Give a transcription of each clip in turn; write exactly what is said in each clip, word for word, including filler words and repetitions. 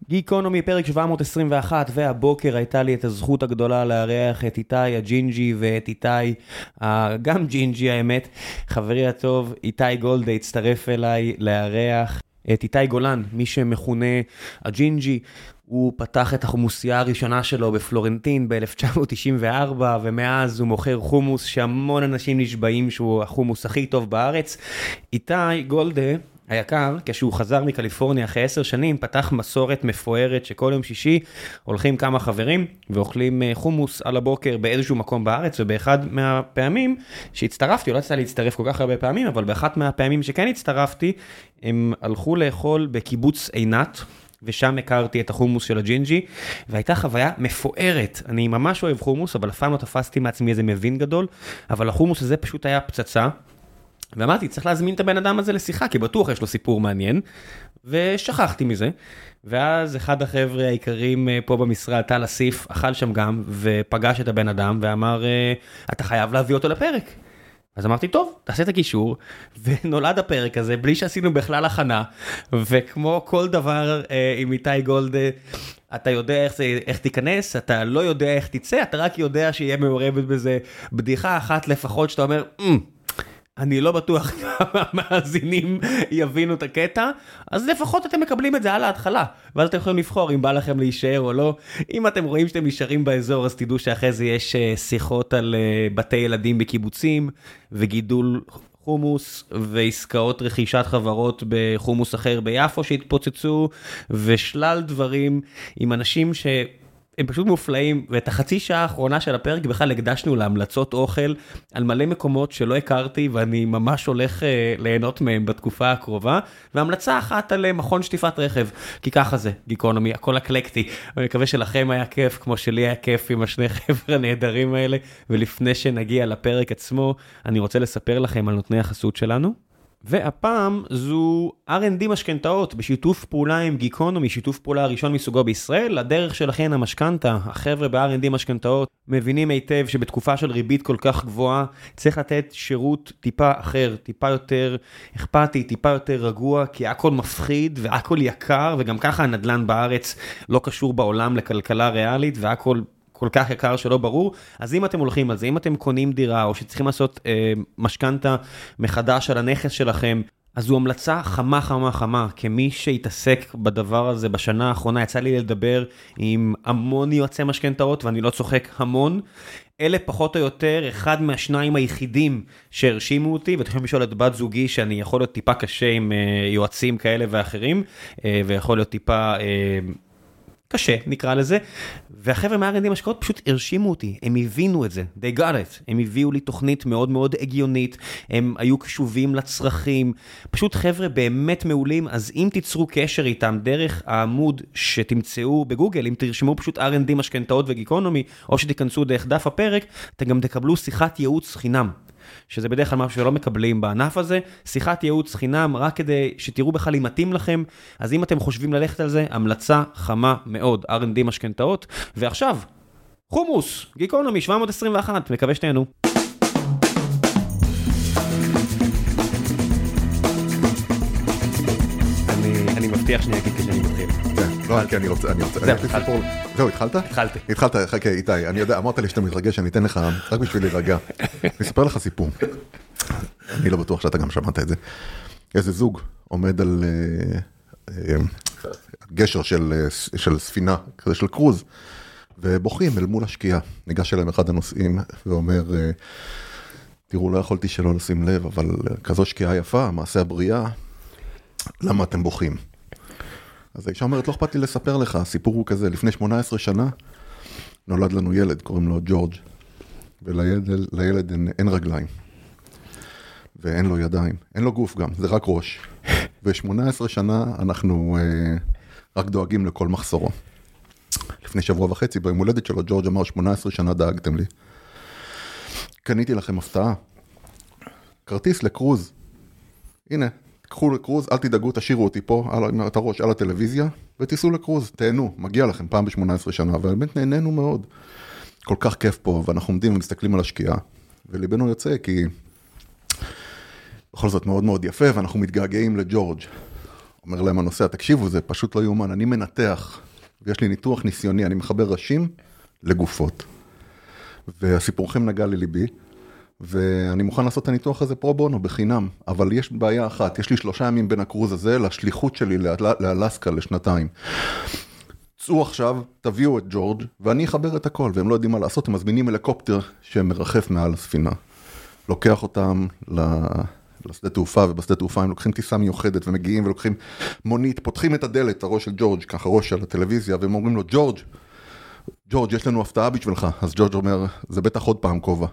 גיקונומי, פרק שבע מאות עשרים ואחת, והבוקר הייתה לי את הזכות הגדולה לארח את איתי הג'ינג'י ואת איתי, גם ג'ינג'י האמת, חברי הטוב, איתי גולדה הצטרף אליי לארח את איתי גולן, מי שמכונה הג'ינג'י. הוא פתח את החומוסייה הראשונה שלו בפלורנטין ב-אלף תשע מאות תשעים וארבע, ומאז הוא מוכר חומוס שהמון אנשים נשבעים שהוא החומוס הכי טוב בארץ. איתי גולדה היקר, כשהוא חזר מקליפורניה אחרי עשר שנים, פתח מסורת מפוארת שכל יום שישי הולכים כמה חברים ואוכלים חומוס על הבוקר באיזשהו מקום בארץ, ובאחד מהפעמים שהצטרפתי, לא יצא להצטרף כל כך הרבה פעמים, אבל באחת מהפעמים שכן הצטרפתי, הם הלכו לאכול בקיבוץ עינת, ושם הכרתי את החומוס של הג'ינג'י, והייתה חוויה מפוארת. אני ממש אוהב חומוס, אבל אף פעם לא תפסתי מעצמי איזה מבין גדול, אבל החומוס הזה פשוט היה פצצה, ואמרתי, צריך להזמין את הבן אדם הזה לשיחה, כי בטוח יש לו סיפור מעניין, ושכחתי מזה. ואז אחד החבר'ה העיקרים פה במשרד, טל אסיף, אכל שם גם, ופגש את הבן אדם, ואמר, אתה חייב להביא אותו לפרק. אז אמרתי, טוב, תעשה את הקישור, ונולד הפרק הזה, בלי שעשינו בכלל הכנה, וכמו כל דבר עם איתי גולדה, אתה יודע איך, זה, איך תיכנס, אתה לא יודע איך תצא, אתה רק יודע שיהיה מעורבת בזה בדיחה אחת לפחות, שאתה אומר, mm, אני לא בטוח כמה המאזינים יבינו את הקטע, אז לפחות אתם מקבלים את זה על ההתחלה, ואז אתם יכולים לבחור אם בא לכם להישאר או לא. אם אתם רואים שאתם נשארים באזור, אז תדעו שאחרי זה יש שיחות על בתי ילדים בקיבוצים, וגידול חומוס, ועסקאות רכישת חברות בחומוס אחר ביפו שהתפוצצו, ושלל דברים עם אנשים ש... הם פשוט מופלאים, ואת החצי שעה האחרונה של הפרק בכלל הקדשנו להמלצות אוכל על מלא מקומות שלא הכרתי, ואני ממש הולך אה, ליהנות מהם בתקופה הקרובה, והמלצה אחת על מכון שטיפת רכב, כי ככה זה, גיקונומי, הכל אקלקטי, ואני מקווה שלכם היה כיף, כמו שלי היה כיף עם השני חבר'ה הנהדרים האלה, ולפני שנגיע לפרק עצמו, אני רוצה לספר לכם על נותני החסות שלנו, והפעם זו אר אנד די משכנתאות בשיתוף פעולה עם גיקונומי, שיתוף פעולה הראשון מסוגו בישראל. הדרך שלכן המשכנתה, החבר'ה ב-אר אנד די משכנתאות מבינים היטב שבתקופה של ריבית כל כך גבוהה צריך לתת שירות טיפה אחר, טיפה יותר אכפתי, טיפה יותר רגוע, כי הכל מפחיד והכל יקר, וגם ככה הנדלן בארץ לא קשור בעולם לכלכלה ריאלית, והכל כל כך יקר שלא ברור. אז אם אתם הולכים על זה, אם אתם קונים דירה, או שצריכים לעשות אה, משכנתה מחדש על הנכס שלכם, אז זו המלצה חמה חמה חמה, כמי שהתעסק בדבר הזה בשנה האחרונה, יצא לי לדבר עם המון יועצי משכנתאות, ואני לא צוחק המון, אלה פחות או יותר אחד מהשניים היחידים שהרשימו אותי, ואתם יכולים לשאול את בת זוגי שאני יכול להיות טיפה קשה עם אה, יועצים כאלה ואחרים, אה, ויכול להיות טיפה... אה, קשה, נקרא לזה, והחבר'ה מה-אר אנד די משקעות פשוט הרשימו אותי, הם הבינו את זה, they got it, הם הביאו לי תוכנית מאוד מאוד הגיונית, הם היו קשובים לצרכים, פשוט חבר'ה באמת מעולים, אז אם תיצרו קשר איתם דרך העמוד שתמצאו בגוגל, אם תרשמו פשוט אר אנד די משכנתאות וגיקונומי, או שתיכנסו דרך דף הפרק, אתם גם תקבלו שיחת ייעוץ חינם. שזה בדרך כלל משהו שלא מקבלים בענף הזה, שיחת ייעוץ חינם, רק כדי שתראו בכלל אם מתאים לכם, אז אם אתם חושבים ללכת על זה, המלצה חמה מאוד, אר אנד די משכנתאות, ועכשיו, חומוס, גיקונומי, שבע מאות עשרים ואחת, מקווה שתהנו. אני, אני מבטיח שאני אגיד כשאני מתחיל. לא, כי אני רוצה, אני רוצה. זהו, התחלתי. זהו, התחלת? התחלתי. התחלת, חכה, איתי, אני יודע, אמרת לי שאתה מתרגש, אני אתן לך, רק בשביל להירגע. אני אספר לך סיפור. אני לא בטוח שאתה גם שמעת את זה. איזה זוג עומד על גשר של ספינה, כזה של קרוז, ובוכים אל מול השקיעה. ניגש אליהם אחד הנוסעים ואומר, תראו, לא יכולתי שלא לשים לב, אבל כזו שקיעה יפה, מעשה הבריאה, למה אתם בוכים? אז האישה אומרת, לא אכפת לי לספר לך, הסיפור הוא כזה, לפני שמונה עשרה שנה, נולד לנו ילד, קוראים לו ג'ורג', ולילד אין, אין רגליים, ואין לו ידיים, אין לו גוף גם, זה רק ראש. ו-שמונה עשרה שנה אנחנו אה, רק דואגים לכל מחסורו. לפני שבוע וחצי, ביום הולדת שלו, ג'ורג' אמר, שמונה עשרה שנה דאגתם לי. קניתי לכם הפתעה, כרטיס לקרוז. הנה. קחו לקרוז, אל תדאגו, תשאירו אותי פה, על, את הראש, על הטלוויזיה, ותיסעו לקרוז, תהנו, מגיע לכם פעם ב-שמונה עשרה שנה, ובאמת נהנינו מאוד. כל כך כיף פה, ואנחנו עומדים ומסתכלים על השקיעה, וליבנו יוצא, כי בכל זאת מאוד מאוד יפה, ואנחנו מתגעגעים לג'ורג'. אומר להם הנושא, תקשיבו, זה פשוט לא יאומן, אני מנתח, ויש לי ניתוח ניסיוני, אני מחבר ראשים לגופות. והסיפורכם נגע לליבי, ואני מוכן לעשות את הניתוח הזה פרו בונו, בחינם, אבל יש בעיה אחת, יש לי שלושה ימים בין הקרוז הזה, לשליחות שלי לאלסקה לשנתיים. צאו עכשיו, תביאו את ג'ורג' ואני אחבר את הכל, והם לא יודעים מה לעשות, הם מזמינים הליקופטר שמרחף מעל הספינה. לוקח אותם לשדה תעופה, ובשדה תעופה הם לוקחים טיסה מיוחדת, ומגיעים ולוקחים מונית, פותחים את הדלת, הראש של ג'ורג', ככה ראש של הטלוויזיה, והם אומרים לו, ג'ורג', ג'ורג', יש לנו הפתעה בשבילך. אז ג'ורג' אומר, זה בטח עוד פעם כובע.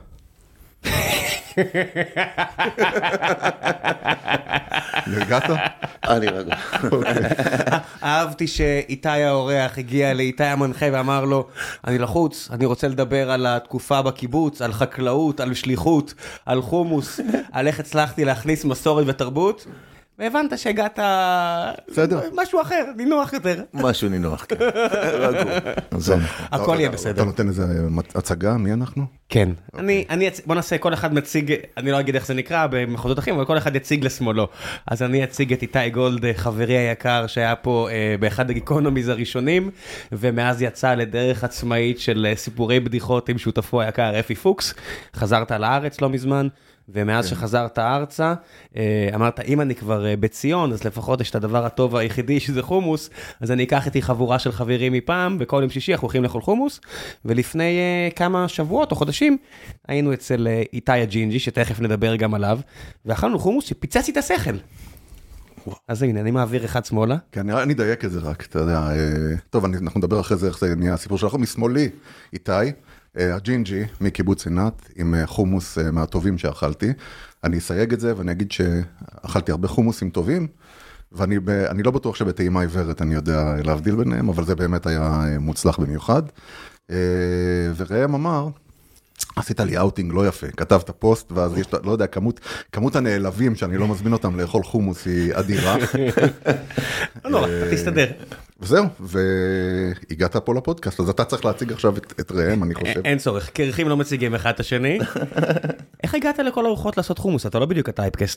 נרגעת? אני רגע. אהבתי שאיתי האורח הגיע לאיתי המנחה ואמר לו, אני לחוץ, אני רוצה לדבר על התקופה בקיבוץ, על חקלאות, על שליחות, על חומוס, על איך הצלחתי להכניס מסורת ותרבות. והבנת שהגעת משהו אחר, נינוח יותר. משהו נינוח, כן. רגוע. הכל יהיה בסדר. אתה נותן איזה הצגה, מי אנחנו? כן. בוא נעשה, כל אחד מציג, אני לא אגיד איך זה נקרא במחוזות אחרים, אבל כל אחד יציג לשמאלו. אז אני אציג את איתי גולד, חברי היקר, שהיה פה באחד הגיקונומיז הראשונים, ומאז יצא לדרך עצמאית של סיפורי בדיחות עם שותפו היקר, אפי פוקס. חזרת לארץ לא מזמן. ומאז שחזרת ארצה, אמרת, אם אני כבר בציון, אז לפחות יש את הדבר הטוב היחידי שזה חומוס, אז אני אקח איתי חבורה של חברים מפעם, וכל יום שישי אנחנו הולכים לאכול חומוס, ולפני כמה שבועות או חודשים, היינו אצל איתי הג'ינג'י, שתכף נדבר גם עליו, ואכלנו חומוס שפיצץ את השכל. אז הנה, אני מעביר אחד שמאלה. כן, אני אדייק את זה רק, אתה יודע, טוב, אנחנו נדבר אחרי זה, איך זה נהיה הסיפור שלנו, משמאלי, איתי, הג'ינג'י מקיבוץ עינת, עם חומוס מהטובים שאכלתי. אני אסייג את זה ואני אגיד שאכלתי הרבה חומוסים טובים, ואני אני לא בטוח שבטעימה עיוורת אני יודע להבדיל ביניהם, אבל זה באמת היה מוצלח במיוחד. וראם אמר, עשית לי אאוטינג לא יפה, כתבת פוסט, ואז יש, לא יודע, כמות, כמות הנעלבים שאני לא מזמין אותם לאכול חומוס היא אדירה. לא נורא, אתה תסתדר. וזהו, והגעת פה לפודקאסט, אז אתה צריך להציג עכשיו את, את ראם, אני חושב. אין צורך, קרחים לא מציגים אחד את השני. איך הגעת לכל ארוחות לעשות חומוס? אתה לא בדיוק הטייפקסט.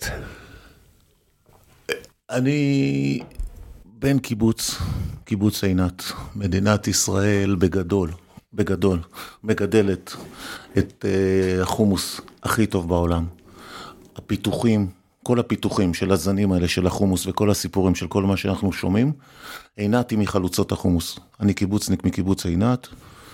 אני בן קיבוץ, קיבוץ עינת, מדינת ישראל בגדול. בגדול, מגדלת את uh, החומוס הכי טוב בעולם. הפיתוחים, כל הפיתוחים של הזנים האלה של החומוס וכל הסיפורים של כל מה שאנחנו שומעים, עינת היא מחלוצות החומוס. אני קיבוצניק מקיבוץ עינת.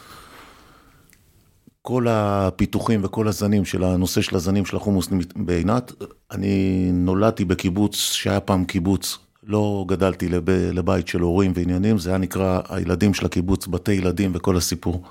כל הפיתוחים וכל הזנים של הנושא של הזנים של החומוס בעינת, אני נולדתי בקיבוץ שהיה פעם קיבוץ. לא גדלתי לב... לבית של הורים ועניינים, זה היה נקרא הילדים של הקיבוץ, בתי ילדים וכל הסיפור.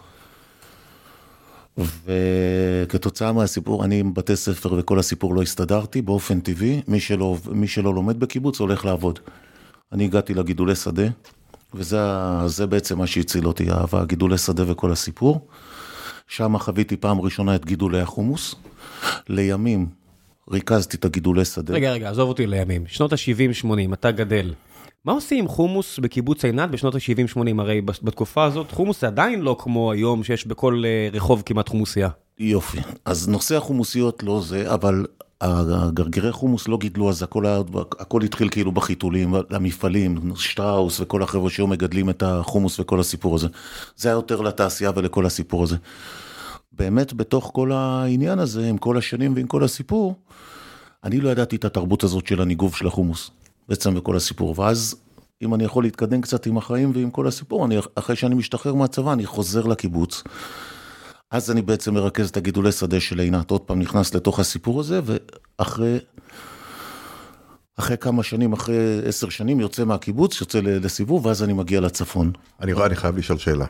וכתוצאה מהסיפור, אני עם בתי ספר וכל הסיפור לא הסתדרתי, באופן טבעי, מי שלא, מי שלא לומד בקיבוץ הולך לעבוד. אני הגעתי לגידולי שדה, וזה זה בעצם מה שהציל אותי, האהבה, גידולי שדה וכל הסיפור. שם חוויתי פעם ראשונה את גידולי החומוס, לימים, ריכזתי את הגידולי שדה. רגע, רגע, עזוב אותי לימים. שנות ה-שבעים שמונים, אתה גדל. מה עושים עם חומוס בקיבוץ עינת בשנות ה-שבעים שמונים? הרי בתקופה הזאת חומוס זה עדיין לא כמו היום שיש בכל רחוב כמעט חומוסיה. יופי. אז נושא החומוסיות לא זה, אבל הגרגירי חומוס לא גידלו, אז הכל, הכל התחיל כאילו בחיתולים, המפעלים, שטראוס וכל החבר'ה שהיום מגדלים את החומוס וכל הסיפור הזה. זה היה יותר לתעשייה ולכל הסיפור הזה. באמת בתוך כל העניין הזה, עם כל השנים ועם כל הסיפור, אני לא ידעתי את התרבות הזאת של הניגוב של החומוס, בעצם בכל הסיפור. ואז אם אני יכול להתקדם קצת עם החיים ועם כל הסיפור, אני, אחרי שאני משתחרר מהצבא, אני חוזר לקיבוץ. אז אני בעצם מרכז את הגידולי שדה של עינת, עוד פעם נכנס לתוך הסיפור הזה, ואחרי אחרי כמה שנים, אחרי עשר שנים, יוצא מהקיבוץ, יוצא לסיבוב, ואז אני מגיע לצפון. אני רואה, אני חייב לשאול שאלה.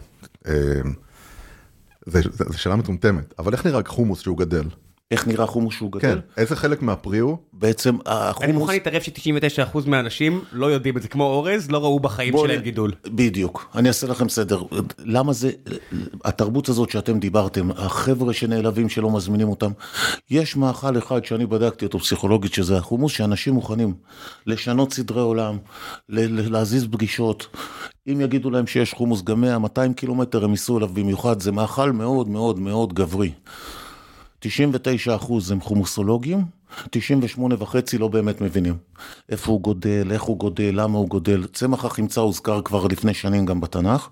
זה, זה, זה שאלה מטומטמת, אבל איך נראה חומוס שהוא גדל? איך נראה חומוס שהוא גדל? כן, איזה חלק מהפרי הוא? בעצם החומוס... אני מוכן להתערב ש-תשעים ותשעה אחוז מהאנשים לא יודעים את זה, כמו אורז, לא ראו בחיים שלהם גידול. בדיוק, אני אעשה לכם סדר. למה זה, התרבות הזאת שאתם דיברתם, החבר'ה שנעלבים שלא מזמינים אותם, יש מאכל אחד שאני בדקתי אותו פסיכולוגית, שזה החומוס, שאנשים מוכנים לשנות סדרי עולם, להזיז פגישות. אם יגידו להם שיש חומוס גם מאה מאתיים קילומטר, הם ייסעו אליו במיוחד, זה מאכל מאוד מאוד מאוד גברי. תשעים ותשעה אחוז הם חומוסולוגים, תשעים ושמונה וחצי לא באמת מבינים. איפה הוא גודל, איך הוא גודל, למה הוא גודל. צמח החמצה הוזכר כבר לפני שנים גם בתנ"ך.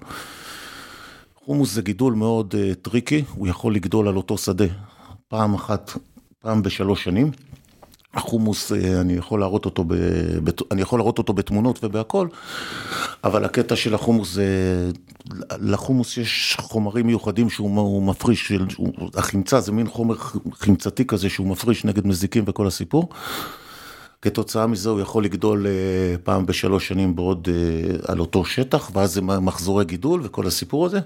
חומוס זה גידול מאוד uh, טריקי, הוא יכול לגדול על אותו שדה פעם אחת, פעם בשלוש שנים. החומוס, אני יכול להראות אותו, ב, אני יכול להראות אותו בתמונות ובהכל, אבל הקטע של החומוס זה, לחומוס יש חומרים מיוחדים שהוא מפריש, החמצה זה מין חומר חמצתי כזה שהוא מפריש נגד מזיקים וכל הסיפור. כתוצאה מזה הוא יכול לגדול פעם בשלוש שנים בעוד על אותו שטח, ואז זה מחזורי גידול וכל הסיפור הזה.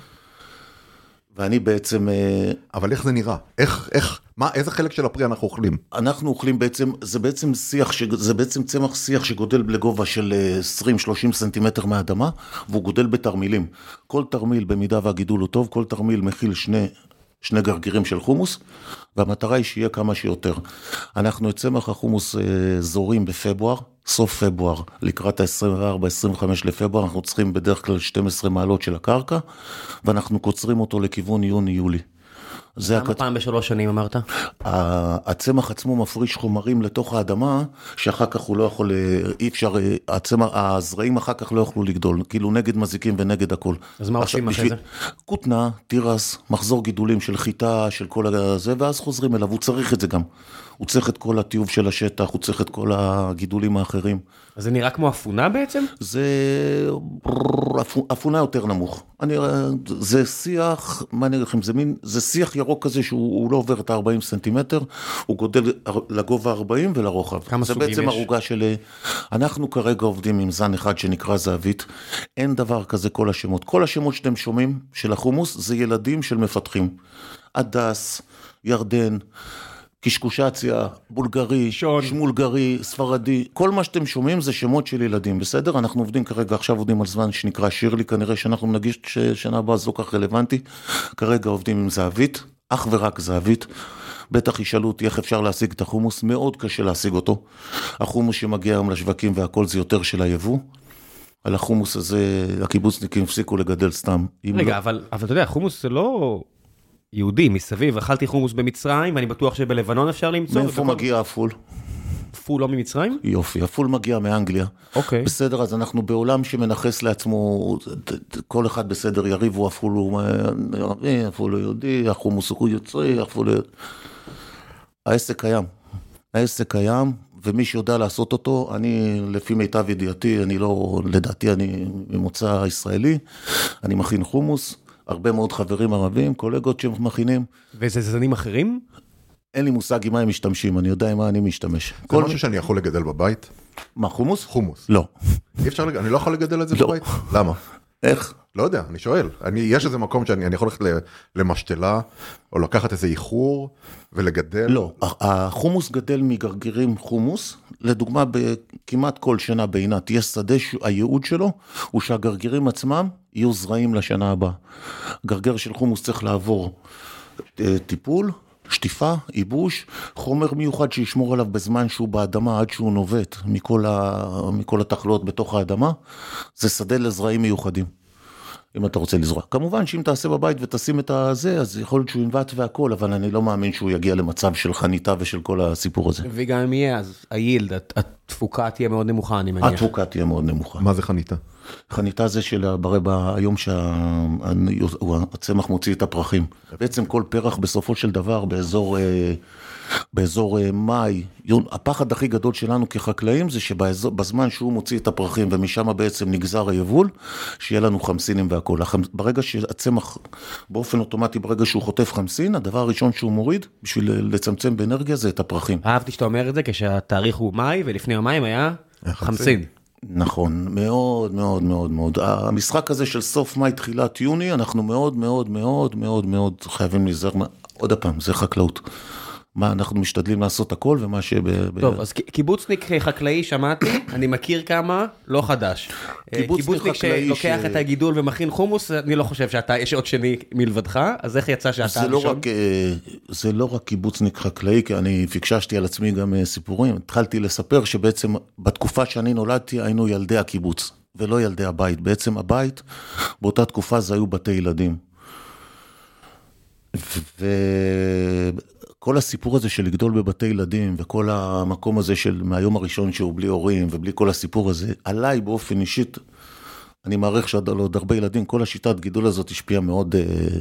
ואני בעצם... אבל איך זה נראה? איך, איך, מה, איזה חלק של הפרי אנחנו אוכלים? אנחנו אוכלים בעצם, זה בעצם שיח, זה בעצם צמח שיח שגודל לגובה של עשרים שלושים סנטימטר מהאדמה, והוא גודל בתרמילים. כל תרמיל, במידה והגידול הוא טוב, כל תרמיל מכיל שני, שני גרגירים של חומוס, והמטרה היא שיהיה כמה שיותר. אנחנו את צמח החומוס זורים בפברואר, סוף פברואר, לקראת ה-עשרים וארבע עשרים וחמש לפברואר, אנחנו צריכים בדרך כלל שתים עשרה מעלות של הקרקע, ואנחנו קוצרים אותו לכיוון יוני-יולי. כמה פעם בשלוש שנים אמרת? הצמח עצמו מפריש חומרים לתוך האדמה, שאחר כך הוא לא יכול, אי אפשר, הזרעים אחר כך לא יוכלו לגדול, כאילו נגד מזיקים ונגד הכל. אז מה עושים אחרי זה? כותנה, תירס, מחזור גידולים של חיטה, של כל הזה, ואז חוזרים אליו, הוא צריך את זה גם. הוא צריך את כל הטיוב של השטח, הוא צריך את כל הגידולים האחרים. אז זה נראה כמו אפונה בעצם? זה אפונה יותר נמוך. אני, זה שיח, מה אני אגיד לכם, זה מין, זה שיח ירוק כזה שהוא לא עובר את ה-ארבעים סנטימטר, הוא גודל לגובה ארבעים ולרוחב. כמה סוגים יש? זה בעצם הרוגה של... אנחנו כרגע עובדים עם זן אחד שנקרא זהבית, אין דבר כזה כל השמות. כל השמות שאתם שומעים של החומוס, זה ילדים של מפתחים. הדס, ירדן, קשקושציה, בולגרי, שון. שמולגרי, ספרדי, כל מה שאתם שומעים זה שמות של ילדים, בסדר? אנחנו עובדים כרגע, עכשיו עובדים על זמן שנקרא שירלי, כנראה שאנחנו נגיש ששנה הבאה זה לא כך רלוונטי, כרגע עובדים עם זהבית, אך ורק זהבית, בטח ישאלו אותי איך אפשר להשיג את החומוס, מאוד קשה להשיג אותו, החומוס שמגיע היום לשווקים והכל זה יותר של היבוא, על החומוס הזה הקיבוצניקים הפסיקו לגדל סתם. רגע, לא... אבל, אבל אתה יודע, חומוס זה לא... יהודי מסביב, אכלתי חומוס במצרים, ואני בטוח שבלבנון אפשר למצוא. מאיפה מגיע הפול? פול לא ממצרים? יופי, הפול מגיע מאנגליה. אוקיי. בסדר, אז אנחנו בעולם שמנחס לעצמו, כל אחד בסדר יריבו, הפול הוא ערבי, הפול הוא יהודי, החומוס הוא יוצרי, הפול הוא... העסק קיים. העסק קיים, ומי שיודע לעשות אותו, אני, לפי מיטב ידיעתי, אני לא, לדעתי, אני ממוצא ישראלי, אני מכין חומוס, הרבה מאוד חברים ערבים, קולגות שמכינים. וזה זנים אחרים? אין לי מושג עם מה הם משתמשים, אני יודע עם מה אני משתמש. זה משהו שאני יכול לגדל בבית? מה, חומוס? חומוס. לא. אי אפשר, אני לא יכול לגדל את זה לא. בבית? למה? איך? לא יודע, אני שואל. אני, יש איזה מקום שאני אני יכול ללכת למשתלה, או לקחת איזה איחור, ולגדל? לא, החומוס גדל מגרגירים חומוס, לדוגמה, כמעט כל שנה בעינת, יש שדה, הייעוד שלו, הוא שהגרגירים עצמם יהיו זרעים לשנה הבאה. גרגר של חומוס צריך לעבור טיפול, שטיפה, ייבוש, חומר מיוחד שישמור עליו בזמן שהוא באדמה עד שהוא נובט מכל, ה... מכל התחלות בתוך האדמה, זה שדה לזרעים מיוחדים, אם אתה רוצה לזרוע. כמובן שאם תעשה בבית ותשים את הזה, אז יכול להיות שהוא ינבט והכל, אבל אני לא מאמין שהוא יגיע למצב של חניתה ושל כל הסיפור הזה. וגם אם יהיה, אז היילד, התפוקה תהיה מאוד נמוכה, אני מניח. התפוקה תהיה מאוד נמוכה. מה זה חניתה? חניתה זה של היום שהצמח מוציא את הפרחים. בעצם כל פרח בסופו של דבר באזור, באזור מאי, הפחד הכי גדול שלנו כחקלאים זה שבזמן שהוא מוציא את הפרחים ומשם בעצם נגזר היבול, שיהיה לנו חמסינים והכל. ברגע שהצמח באופן אוטומטי, ברגע שהוא חוטף חמסין, הדבר הראשון שהוא מוריד בשביל לצמצם באנרגיה זה את הפרחים. אהבתי שאתה אומר את זה כשהתאריך הוא מאי ולפני יומיים היה חמסין. נכון, מאוד מאוד מאוד מאוד. המשחק הזה של סוף מאי תחילת יוני, אנחנו מאוד מאוד מאוד מאוד מאוד חייבים להיזהר, עוד הפעם, זה חקלאות. מה אנחנו משתדלים לעשות הכל ומה ש... טוב, אז קיבוצניק חקלאי שמעתי, אני מכיר כמה, לא חדש. קיבוצניק שלוקח את הגידול ומכין חומוס, אני לא חושב שאתה, יש עוד שני מלבדך, אז איך יצא שאתה הראשון? זה לא רק קיבוצניק חקלאי, כי אני פיקששתי על עצמי גם סיפורים, התחלתי לספר שבעצם בתקופה שאני נולדתי היינו ילדי הקיבוץ, ולא ילדי הבית. בעצם הבית, באותה תקופה זה היו בתי ילדים. וכל הסיפור הזה של לגדול בבתי ילדים, וכל המקום הזה של מהיום הראשון שהוא בלי הורים, ובלי כל הסיפור הזה, עליי באופן אישית, אני מעריך שעוד עוד הרבה ילדים, כל השיטת גידול הזאת השפיעה מאוד,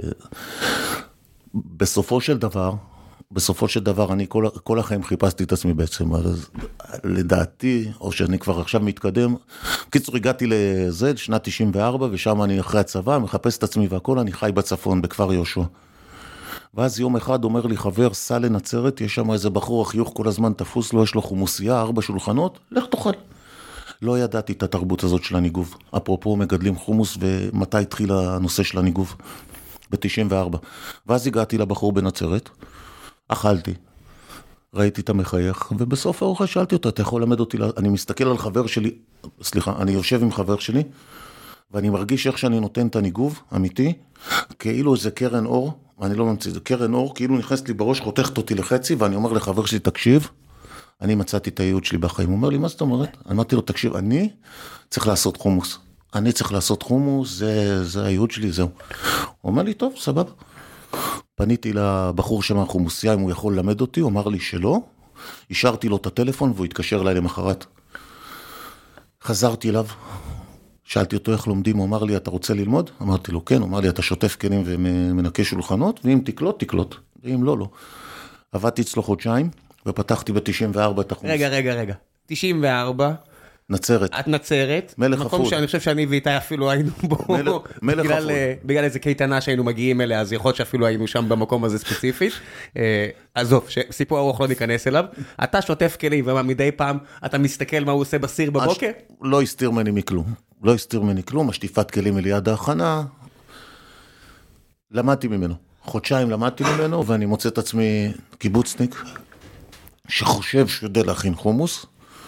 בסופו של דבר, בסופו של דבר, אני כל, כל החיים חיפשתי את עצמי בעצם, אז לדעתי, או שאני כבר עכשיו מתקדם, קיצור, הגעתי לזה, שנת תשעים וארבע, ושם אני אחרי הצבא, מחפש את עצמי והכל, אני חי בצפון, בכפר יהושע. ואז יום אחד אומר לי, חבר, סע לנצרת, יש שם איזה בחור, החיוך כל הזמן תפוס לו, יש לו חומוסייה, ארבע שולחנות, לך תאכל. לא ידעתי את התרבות הזאת של הניגוב. אפרופו מגדלים חומוס, ומתי התחיל הנושא של הניגוב? ב-תשעים וארבע. ואז הגעתי לבחור בנצרת, אכלתי, ראיתי את המחייך, ובסוף הארוחה שאלתי אותו, אתה יכול ללמד אותי, אני מסתכל על חבר שלי, סליחה, אני יושב עם חבר שלי, ואני מרגיש איך שאני נותן את הניגוב, אמיתי, כאילו זה קרן אור, ואני לא ממציא, זה קרן אור, כאילו נכנסת לי בראש, חותכת אותי לחצי, ואני אומר לחבר שלי, תקשיב, אני מצאתי את הייעוד שלי בחיים. הוא אומר לי, מה זאת אומרת? אמרתי לו, תקשיב, אני צריך לעשות חומוס. אני צריך לעשות חומוס, זה, זה הייעוד שלי, זהו. הוא אומר לי, טוב, סבבה. פניתי לבחור שם החומוסיה, אם הוא יכול ללמד אותי, הוא אמר לי שלא, השארתי לו את הטלפון, והוא התקשר אליי למחרת. חזרתי אליו, שאלתי אותו איך לומדים, הוא אמר לי, אתה רוצה ללמוד? אמרתי לו, כן, הוא אמר לי, אתה שוטף כלים ומנקה שולחנות, ואם תקלוט, תקלוט, ואם לא, לא. עבדתי אצלו חודשיים, ופתחתי ב-תשעים וארבע את החומוס. רגע, רגע, רגע. תשעים וארבע. נצרת. את נצרת. מלך הפוד. מקום שאני חושב שאני ואיתי אפילו היינו בו. מלך הפוד. בגלל איזה קייטנה שהיינו מגיעים אליה, אז יכול להיות שאפילו היינו שם במקום הזה ספציפית. עזוב, סיפור ארוך לא ניכנס אליו. אתה שוטף כלים, ומדי פעם אתה מסתכל מה הוא עושה בסיר בבוקר? לא הסתיר ממני מכלום. לא הסתיר ממני כלום. השטיפת כלים ליד ההכנה. למדתי ממנו. חודשיים למדתי ממנו, ואני מוצא את עצמי קיבוצניק, שחושב שיודע להכין חומוס,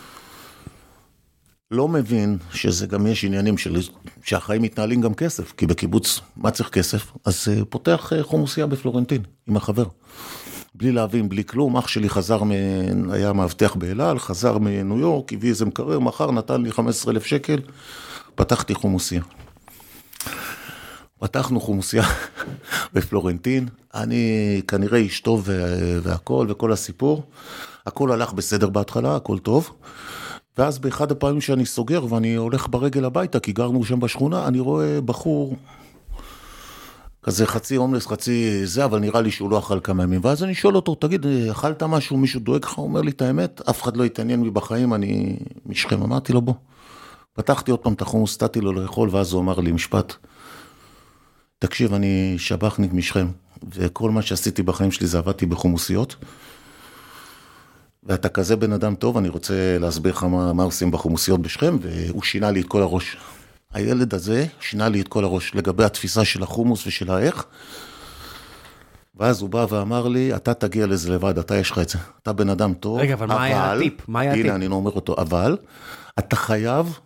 לא מבין שזה גם יש עניינים של, שהחיים מתנהלים גם כסף, כי בקיבוץ, מה צריך כסף? אז פותח חומוסייה בפלורנטין, עם החבר. בלי להבין, בלי כלום, אח שלי חזר, מ... היה מאבטח באלעל, חזר מניו יורק, הביא איזה מקרר, מחר נתן לי חמישה עשר אלף שקל, פתחתי חומוסייה. פתחנו חומוסייה בפלורנטין, אני כנראה איש טוב והכל, וכל הסיפור, הכל הלך בסדר בהתחלה, הכל טוב, ואז באחד הפעמים שאני סוגר, ואני הולך ברגל הביתה, כי גרנו שם בשכונה, אני רואה בחור, כזה חצי הומלס, חצי זה, אבל נראה לי שהוא לא אכל כמה ימים, ואז אני שואל אותו, תגיד, אכלת משהו, מישהו דואג לך? הוא אומר לי את האמת, אף אחד לא התעניין בי בחיים, אני משכם, אמרתי לו בוא, פתחתי עוד פעם את החומוס, סתתי לו לאכול, ואז הוא אמר לי משפט, תקשיב, אני שבחניק משכם, וכל מה שעשיתי בחיים שלי זה עבדתי בחומוסיות, ואתה כזה בן אדם טוב, אני רוצה להסביר לך מה, מה עושים בחומוסיות בשכם, והוא שינה לי את כל הראש. הילד הזה שינה לי את כל הראש, לגבי התפיסה של החומוס ושל האיך, ואז הוא בא ואמר לי, אתה תגיע לזה לבד, אתה יש לך את זה, אתה בן אדם טוב. רגע, אבל, אבל מה היה הטיפ? מה היה הטיפ? הנה, אני לא אומר אותו, אבל אתה חייב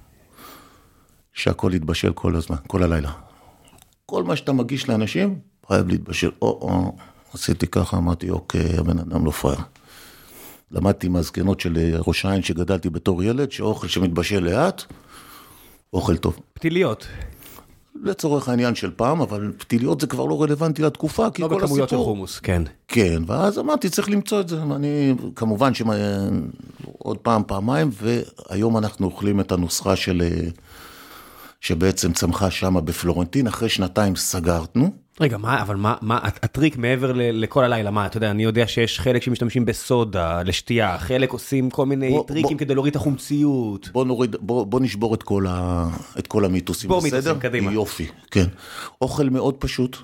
שהכל יתבשל כל הזמן, כל הלילה. כל מה שאתה מגיש לאנשים, חייב להתבשל, או, או, עשיתי ככה, אמרתי, אוקיי, הבן אדם לא פראייר. למדתי מהזקנות של ראש העין שגדלתי בתור ילד, שאוכל שמתבשל לאט, אוכל טוב. פתיליות. לצורך העניין של פעם, אבל פתיליות זה כבר לא רלוונטי לתקופה, כי לא כל בכמויות הסיפור... של חומוס, כן. כן, ואז אמרתי, צריך למצוא את זה. אני, כמובן שעוד פעם, פעמיים, והיום אנחנו אוכלים את הנוסחה של... שבעצם צמחה שמה בפלורנטין, אחרי שנתיים סגרתנו. רגע, מה, אבל מה, מה, הטריק מעבר ל, לכל הלילה, מה, אתה יודע, אני יודע שיש חלק שמשתמשים בסודה, לשתייה, חלק עושים כל מיני בוא, טריקים בוא, כדי להוריד את החומציות. בוא נוריד, בוא, בוא נשבור את כל ה, את כל המיתוסים, בוא בסדר? מיתוסים, קדימה. יופי, כן. אוכל מאוד פשוט.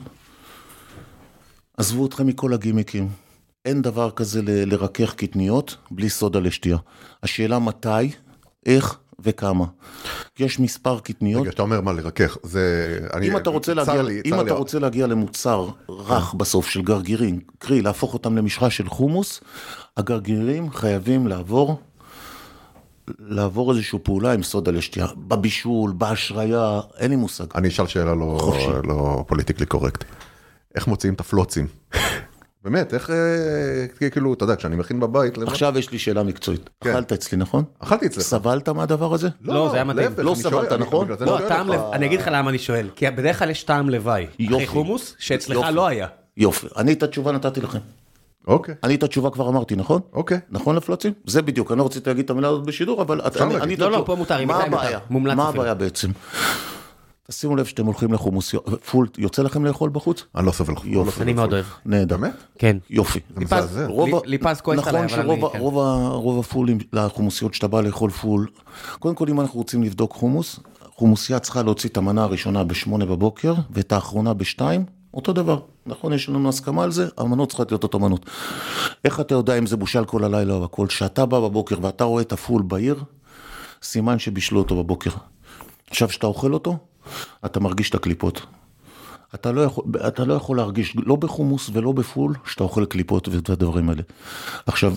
עזבו אתכם מכל הגימיקים. אין דבר כזה ל, לרכך קטניות, בלי סודה לשתייה. השאלה מתי, איך, וכמה. יש מספר קטניות. רגע, אתה אומר מה לרכך, זה... אם אתה רוצה להגיע, אם אתה רוצה להגיע למוצר רך בסוף של גרגירים, קרי, להפוך אותם למשחה של חומוס, הגרגירים חייבים לעבור, לעבור איזושהי פעולה עם סודה לשתייה. בבישול, בהשריה, אין לי מושג. אני אשאל שאלה לא, לא פוליטיקלי קורקט. איך מוציאים את הפלוצים? באמת, איך, כאילו, אתה יודע, כשאני מכין בבית... עכשיו יש לי שאלה מקצועית. אכלת אצלי, נכון? אכלתי אצלך. סבלת מהדבר הזה? לא, זה היה מדהים. לא סבלת, נכון? לא, טעם לב... אני אגיד לך למה אני שואל. כי בדרך כלל יש טעם לוואי. אחרי חומוס, שאצלך לא היה. יופי. אני את התשובה נתתי לכם. אוקיי. אני את התשובה כבר אמרתי, נכון? אוקיי. נכון לפלוצים? זה בדיוק, אני לא רציתי להגיד את המילה הזאת בשידור, אבל... לא, לא, פה מותר. מה הבעיה? מה הבעיה בעצם? תשימו לב שאתם הולכים לחומוסיות, פול, יוצא לכם לאכול בחוץ? אני לא סובל חומוס. יופי. אני מאוד אוהב. נהדר. באמת? כן. יופי. זה מזעזע. ליפז כועס עליי, אבל אני... נכון שרוב הפולים, לחומוסיות שאתה בא לאכול פול, קודם כל אם אנחנו רוצים לבדוק חומוס, חומוסיה צריכה להוציא את המנה הראשונה בשמונה בבוקר, ואת האחרונה בשתיים, אותו דבר. נכון, יש לנו הסכמה על זה, המנות צריכה להיות אותו מנות. איך אתה יודע אם זה בושל כל הלילה או הכל? שאתה בא בבוקר ואתה רואה את הפול בעיר, סימן שבישלו אותו בבוקר. עכשיו שאתה אוכל אותו, אתה מרגיש את הקליפות. אתה לא יכול, אתה לא יכול להרגיש, לא בחומוס ולא בפול, שאתה אוכל קליפות והדברים האלה. עכשיו...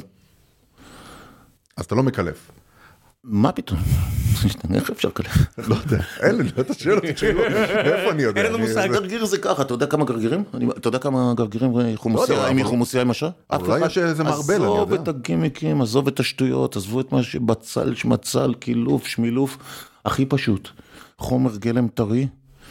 אז אתה לא מקלף. מה פתאום? איך אפשר לקלף? לא יודע, אין לי, אתה שואל אותי שאלות, איפה אני יודע? אין לנו מושג. גרגיר זה ככה, אתה יודע כמה גרגירים? אתה יודע כמה גרגירים חומוסיה, אם היא חומוסיה עם השעה? אולי יש איזה מרבל, אני יודע. עזוב את הגימיקים, עזוב את השטויות, עזבו את מה שבצל, שמצל, קילוף, שמילוף, הכי פשוט. חומר גלם טרי.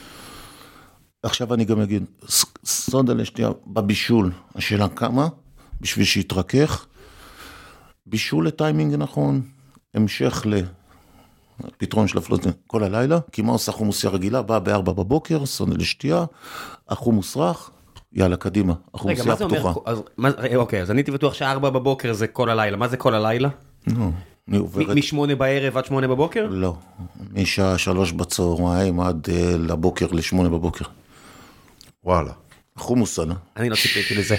עכשיו אני גם אגיד, סודה לשתייה בבישול, השאלה כמה, בשביל שיתרכך, בישול לטיימינג נכון, המשך לפתרון של הפלוטין כל הלילה, כי מה עושה חומוסיה רגילה, באה בארבע בבוקר, סודה לשתייה, החומוס רך, יאללה, קדימה, החומוסיה פתוחה. אוקיי, אז אני הייתי בטוח שארבע בבוקר זה כל הלילה, מה זה כל הלילה? משמונה בערב עד שמונה בבוקר? לא, משעה שלוש בצהריים עד לבוקר, לשמונה בבוקר. וואלה. חומוס סנה. אני לא ציפיתי לזה.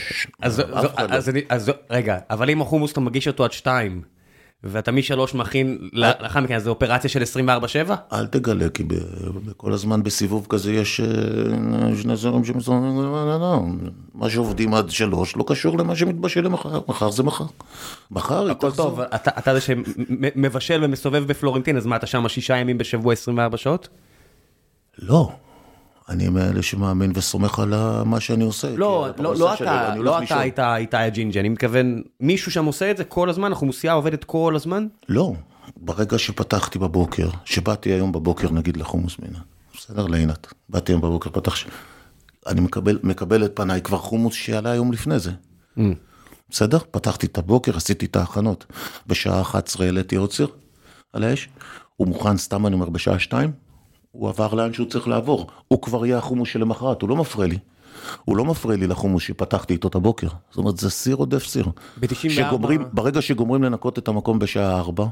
אז רגע, אבל אם החומוס אתה מגיש אותו עד שתיים, ואתה משלוש מכין לאחר מכן, אז זה אופרציה של עשרים וארבע שבע? אל תגלה, כי בכל הזמן בסיבוב כזה יש שני זרים שמסתובבים, מה שעובדים עד שלוש לא קשור למה שמתבשל למחר, מחר זה מחר. מחר הכל טוב, אתה זה שמבשל ומסובב בפלורנטין, אז מה, אתה שם שישה ימים בשבוע עשרים וארבע שעות? לא. אני מאלה שמאמין וסומך על מה שאני עושה. לא, לא אתה, לא אתה הייתה איתי הג'ינג'י, אני מתכוון, מישהו שם עושה את זה כל הזמן, החומוסייה עובדת כל הזמן? לא, ברגע שפתחתי בבוקר, שבאתי היום בבוקר נגיד לחומוס מינה, בסדר, לעינת, באתי היום בבוקר, פתח ש... אני מקבל, מקבל את פניי כבר חומוס שעלה היום לפני זה. בסדר? פתחתי את הבוקר, עשיתי את ההכנות, בשעה אחת עשרה העליתי עוצר על האש, הוא מוכן סתם אני אומר בשעה שתיים, הוא עבר לאן שהוא צריך לעבור. הוא כבר יהיה החומוס של למחרת, הוא לא מפריע לי. הוא לא מפריע לי לחומוס שפתחתי איתו את הבוקר. זאת אומרת, זה סיר עודף סיר. ב-תשעים וארבע... ברגע שגומרים לנקות את המקום בשעה ארבע,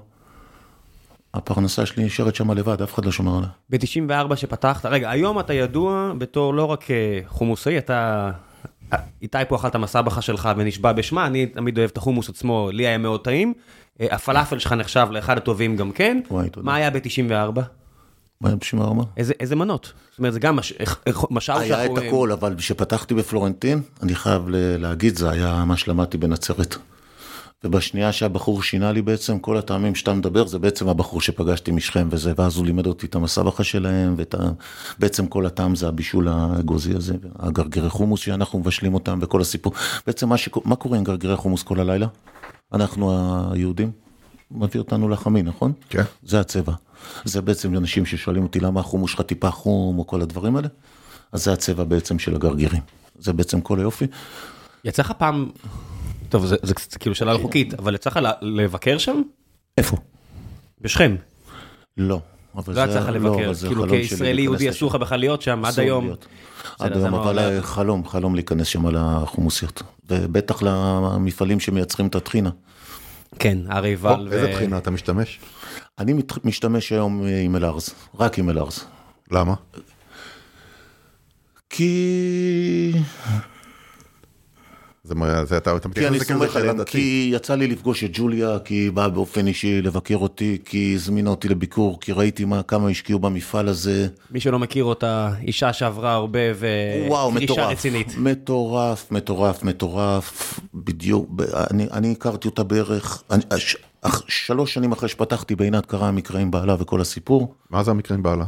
הפרנסה שלי נשארת שם לבד, אף אחד לא שומר עליה. ב-תשעים וארבע שפתחת, רגע, היום אתה ידוע בתור לא רק חומוסי, אתה... איתי פה אכלת מסבכה שלך ונשבע בשמה, אני תמיד אוהב את החומוס עצמו, לי היה מאוד טעים. הפלאפל שלך נחשב לאחד הטובים גם כן. מה היה ב-תשעים וארבע? איזה, איזה מנות? זאת אומרת, זה גם מש... משאר היה את הכל, אבל כשפתחתי בפלורנטין, אני חייב להגיד, זה היה מה שלמדתי בנצרת. ובשנייה שהבחור שינה לי בעצם, כל הטעמים שאתה מדבר, זה בעצם הבחור שפגשתי משכם וזה, ואז הוא לימד אותי את המסבכה שלהם, ובעצם כל הטעם זה הבישול הגוזי הזה, הגרגרי חומוס שאנחנו מבשלים אותם, וכל הסיפור. בעצם מה, שק... מה קורה עם גרגרי חומוס כל הלילה? אנחנו היהודים, מביא אותנו לחמי, נכון? כן. זה הצבע. זה בעצם אנשים ששואלים אותי למה החומוס שלך טיפה חום או כל הדברים האלה, אז זה הצבע בעצם של הגרגירים. זה בעצם כל היופי. יצא לך פעם, טוב זה, זה, זה כאילו שאלה לא חוקית, אבל יצא לך לבקר שם? איפה? בשכם. לא. לא יצא לך לבקר, כאילו כישראלי יהודי אסור לך בכלל להיות שם עד היום. עד היום, אבל חלום, חלום להיכנס שם על החומוסיות. ובטח למפעלים שמייצרים את הטחינה. כן, הריבל. איזה טחינה אתה משתמש? אני משתמש היום עם אלארז, רק עם אלארז. למה? כי... זה מה, זה אתה מתייחס לזה כזה שאלה דתית. כי יצא לי לפגוש את ג'וליה, כי היא באה באופן אישי לבקר אותי, כי הזמינה אותי לביקור, כי ראיתי מה, כמה השקיעו במפעל הזה. מי שלא מכיר אותה, אישה שעברה הרבה וקרישה רצינית. מטורף, מטורף, מטורף, בדיוק, אני, אני הכרתי אותה בערך, אני, שלוש שנים אחרי שפתחתי בעינת קרה המקרה עם בעלה וכל הסיפור. מה זה המקרה עם בעלה?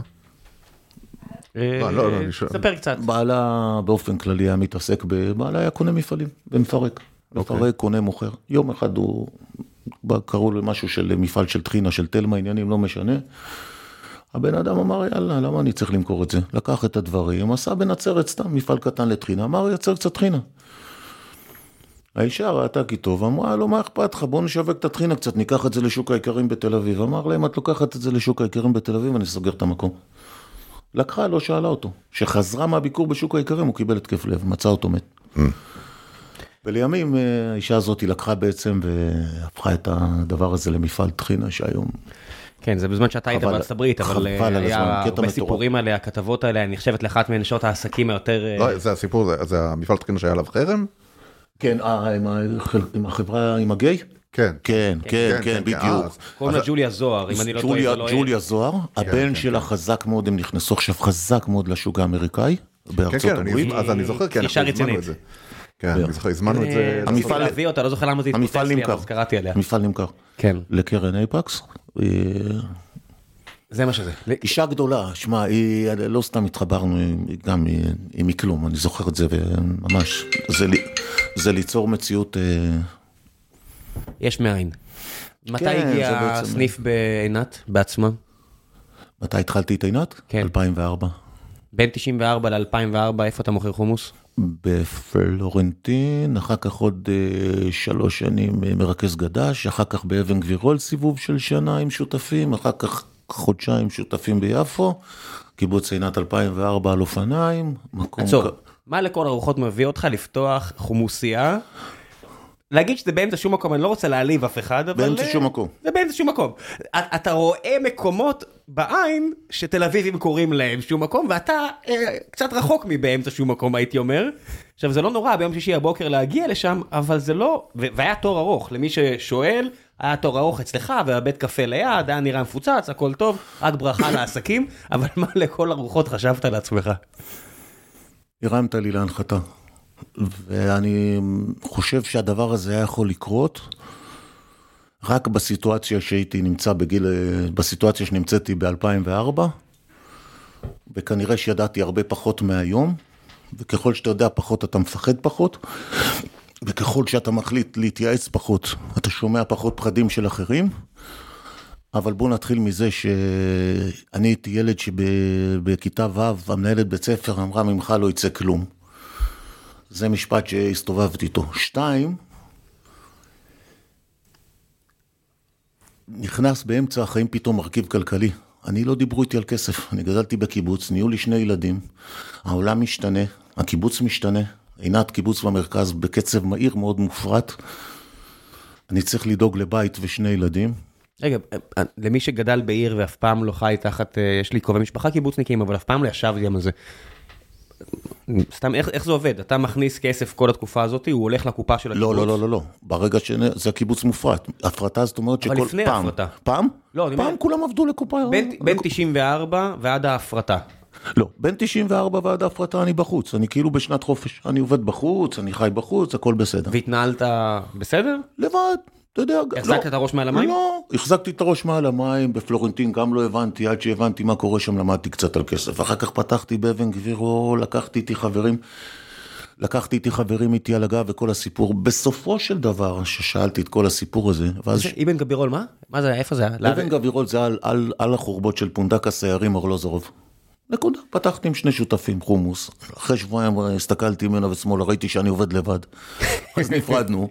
ספר קצת. בעלה באופן כללי היה מתעסק, בעלה היה קונה מפעלים, במפרק. מפרק, קונה, מוכר. יום אחד הוא, קראו לו משהו של מפעל של טחינה, של תלמה, עניינים, לא משנה. הבן אדם אמר, יאללה, למה אני צריך למכור את זה? לקח את הדברים, עשה בנצרת סתם מפעל קטן לטחינה, אמר, יצר קצת טחינה. האישה ראתה כי טוב, אמרה, לא, מה אכפת לך? בוא נשווק את הטחינה קצת, ניקח את זה לשוק האיכרים בתל אביב. אמר להם, את לוקחת את זה לשוק האיכרים בתל אביב, אני סוגר את המקום. לקחה, לא שאלה אותו. שחזרה מהביקור בשוק האיכרים, הוא קיבל התקף לב, מצא אותו מת. ולימים, האישה הזאת היא לקחה בעצם, והפכה את הדבר הזה למפעל טחינה שהיום... כן, זה בזמן שאתה היית בארצות הברית, אבל היה הרבה סיפורים עליה, הכתבות האלה, אני חושבת לאחת מנשות העסקים היותר... לא, זה הסיפור, זה המפעל טחינה שהיה עליו חרם? כן, עם החברה, עם הגיי? כן. כן, כן, כן, בדיוק. קוראים לה ג'וליה זוהר, אם אני לא טועה, זה לא... ג'וליה זוהר, הבן שלה חזק מאוד, הם נכנסו עכשיו חזק מאוד לשוק האמריקאי, בארצות הברית. אז אני זוכר, כי אנחנו הזמנו את זה. כן, אני זוכר, הזמנו את זה. המפעל להביא אותה, לא זוכר למה זה התפוצץ לי, אז קראתי עליה. המפעל נמכר. כן. לקרן אייפקס. זה מה שזה. אישה גדולה, שמע, לא סתם התחברנו גם עם מכלום, אני זוכר את זה ממש. זה ליצור מציאות... יש מאין. מתי הגיע הסניף בעינת, בעצמה? מתי התחלתי את עינת? כן. אלפיים וארבע. בין תשעים וארבע ל-אלפיים וארבע, איפה אתה מוכר חומוס? בפלורנטין, אחר כך עוד שלוש שנים מרכז גדש, אחר כך באבן גבירול סיבוב של שנה עם שותפים, אחר כך חודשיים שותפים ביפו, קיבוץ עינת אלפיים וארבע על אופניים. עצור, מה לכל הרוחות מביא אותך לפתוח חומוסייה? להגיד שזה באמצע שום מקום, אני לא רוצה להעליב אף אחד, אבל... באמצע שום מקום. זה באמצע שום מקום. אתה רואה מקומות בעין שתל אביבים קוראים להם שום מקום, ואתה אה, קצת רחוק מבאמצע שום מקום, הייתי אומר. עכשיו, זה לא נורא ביום שישי הבוקר להגיע לשם, אבל זה לא... והיה תור ארוך, למי ששואל, היה תור ארוך אצלך, והבית קפה ליד, היה נראה מפוצץ, הכל טוב, רק ברכה לעסקים, אבל מה לכל הרוחות חשבת לעצמך? הרמת לי להנחתה. ואני חושב שהדבר הזה היה יכול לקרות רק בסיטואציה שהייתי נמצא בגיל, בסיטואציה שנמצאתי ב-אלפיים וארבע, וכנראה שידעתי הרבה פחות מהיום, וככל שאתה יודע פחות אתה מפחד פחות, וככל שאתה מחליט להתייעץ פחות, אתה שומע פחות פחדים של אחרים, אבל בואו נתחיל מזה שאני הייתי ילד שבכיתה ו' המנהלת בית ספר אמרה ממך לא יצא כלום. זה משפט שהסתובבתי איתו. שתיים, נכנס באמצע החיים פתאום מרכיב כלכלי. אני לא דיברו איתי על כסף. אני גדלתי בקיבוץ, נהיו לי שני ילדים. העולם משתנה, הקיבוץ משתנה. עינת קיבוץ במרכז בקצב מהיר מאוד מופרט. אני צריך לדאוג לבית ושני ילדים. רגע, למי שגדל בעיר ואף פעם לא חי תחת, יש לי קרובי משפחה קיבוצניקים, אבל אף פעם לא ישבתי על זה. סתם, איך, איך זה עובד? אתה מכניס כסף כל התקופה הזאת, הוא הולך לקופה של הקיבוץ? לא, לא, לא, לא, לא. ברגע שזה הקיבוץ מופרט. הפרטה זאת אומרת שכל... אבל לפני פעם, ההפרטה. פעם? לא, אני פעם אומר... כולם עבדו לקופה... בין, בין תשעים וארבע ועד ההפרטה. לא, בין תשעים וארבע ועד ההפרטה אני בחוץ. אני כאילו בשנת חופש. אני עובד בחוץ, אני חי בחוץ, הכל בסדר. והתנהלת בסדר? לבד. אתה יודע, החזקת את הראש מעל המים? לא, החזקתי את הראש מעל המים, בפלורנטין גם לא הבנתי, עד שהבנתי מה קורה שם, למדתי קצת על כסף. אחר כך פתחתי באבן גבירול, לקחתי איתי חברים, לקחתי איתי חברים איתי על הגב וכל הסיפור. בסופו של דבר, ששאלתי את כל הסיפור הזה, ואז... אבן גבירול, מה? מה זה, איפה זה? אבן גבירול זה על, על, על החורבות של פונדק הסיירים ארלוזורוב. נקודה, פתחתי עם שני שותפים חומוס, אחרי שבועיים הסתכלתי ממנו ושמאל, ראיתי שאני עובד לבד, אז נפרדנו,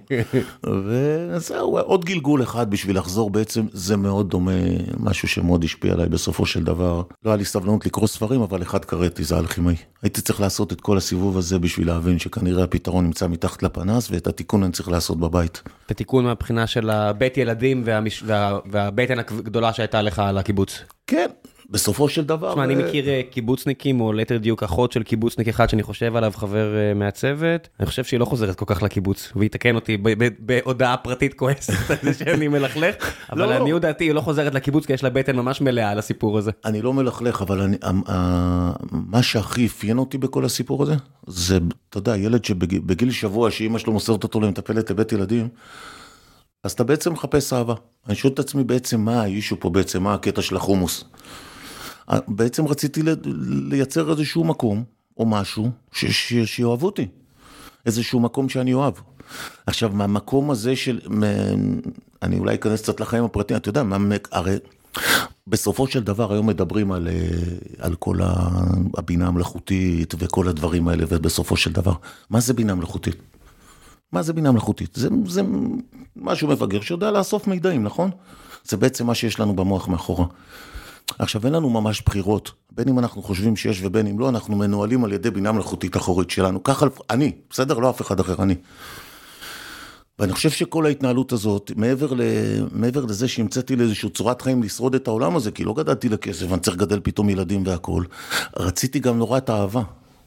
וזהו, עוד גלגול אחד בשביל לחזור בעצם, זה מאוד דומה, משהו שמאוד השפיע עליי בסופו של דבר, לא היה לי סבלנות לקרוא ספרים, אבל אחד קראתי, זה אלכימאי, הייתי צריך לעשות את כל הסיבוב הזה בשביל להבין שכנראה הפתרון נמצא מתחת לפנס, ואת התיקון אני צריך לעשות בבית. את התיקון מהבחינה של הבית ילדים והמש... וה... והבטן הגדולה שהייתה לך על הקיבוץ. כן. בסופו של דבר... תשמע, אני מכיר קיבוצניקים, או ליתר דיוק אחות של קיבוצניק אחד שאני חושב עליו, חבר מהצוות, אני חושב שהיא לא חוזרת כל כך לקיבוץ, והיא תקן אותי בהודעה פרטית כועסת, שאני מלכלך, אבל אני יודעתי, היא לא חוזרת לקיבוץ, כי יש לה בטן ממש מלאה על הסיפור הזה. אני לא מלכלך, אבל מה שהכי אפיין אותי בכל הסיפור הזה, זה, אתה יודע, ילד שבגיל שבוע, שאמא שלו מוסרת אותו למטפלת לבית ילדים, אז אתה בעצם מחפש אהבה. אני שואל את עצמי בעצם מה האישו פה בעצם, מה הקטע של החומוס. בעצם רציתי לייצר איזשהו מקום, או משהו, שיאהבו אותי. איזשהו מקום שאני אוהב. עכשיו, מהמקום הזה של, אני אולי אכנס קצת לחיים הפרטיים, אתה יודע, הרי בסופו של דבר היום מדברים על, על כל הבינה המלאכותית וכל הדברים האלה, ובסופו של דבר, מה זה בינה מלאכותית? מה זה בינה מלאכותית? זה, זה משהו מבגר שיודע לאסוף מידעים, נכון? זה בעצם מה שיש לנו במוח מאחורה. עכשיו, אין לנו ממש בחירות, בין אם אנחנו חושבים שיש ובין אם לא, אנחנו מנוהלים על ידי בינה מלאכותית אחורית שלנו, ככה, אני, בסדר? לא אף אחד אחר, אני. ואני חושב שכל ההתנהלות הזאת, מעבר, ל... מעבר לזה שהמצאתי לאיזושהי צורת חיים לשרוד את העולם הזה, כי לא גדלתי לכסף, ואני צריך לגדל פתאום ילדים והכל, רציתי גם נורא את האהבה.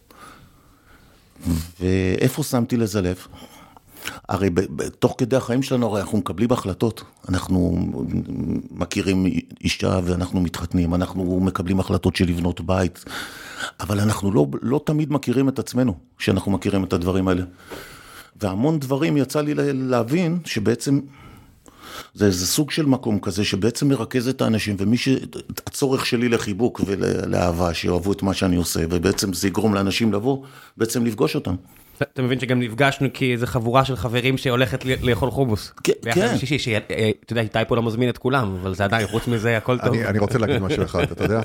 ואיפה שמתי לזה לב? הרי בתוך כדי החיים שלנו, הרי אנחנו מקבלים החלטות, אנחנו מכירים אישה ואנחנו מתחתנים, אנחנו מקבלים החלטות של לבנות בית, אבל אנחנו לא, לא תמיד מכירים את עצמנו, שאנחנו מכירים את הדברים האלה. והמון דברים יצא לי להבין שבעצם זה איזה סוג של מקום כזה שבעצם מרכז את האנשים, ומי שהצורך שלי לחיבוק ולאהבה, שאוהבו את מה שאני עושה, ובעצם זה יגרום לאנשים לבוא, בעצם לפגוש אותם. אתה מבין שגם נפגשנו כי איזו חבורה של חברים שהולכת לאכול חומוס. כן. ביחד שישי, שאתה יודע, איתי פה לא מזמין את כולם, אבל זה עדיין, חוץ מזה, הכל טוב. אני רוצה להגיד משהו אחד, אתה יודע?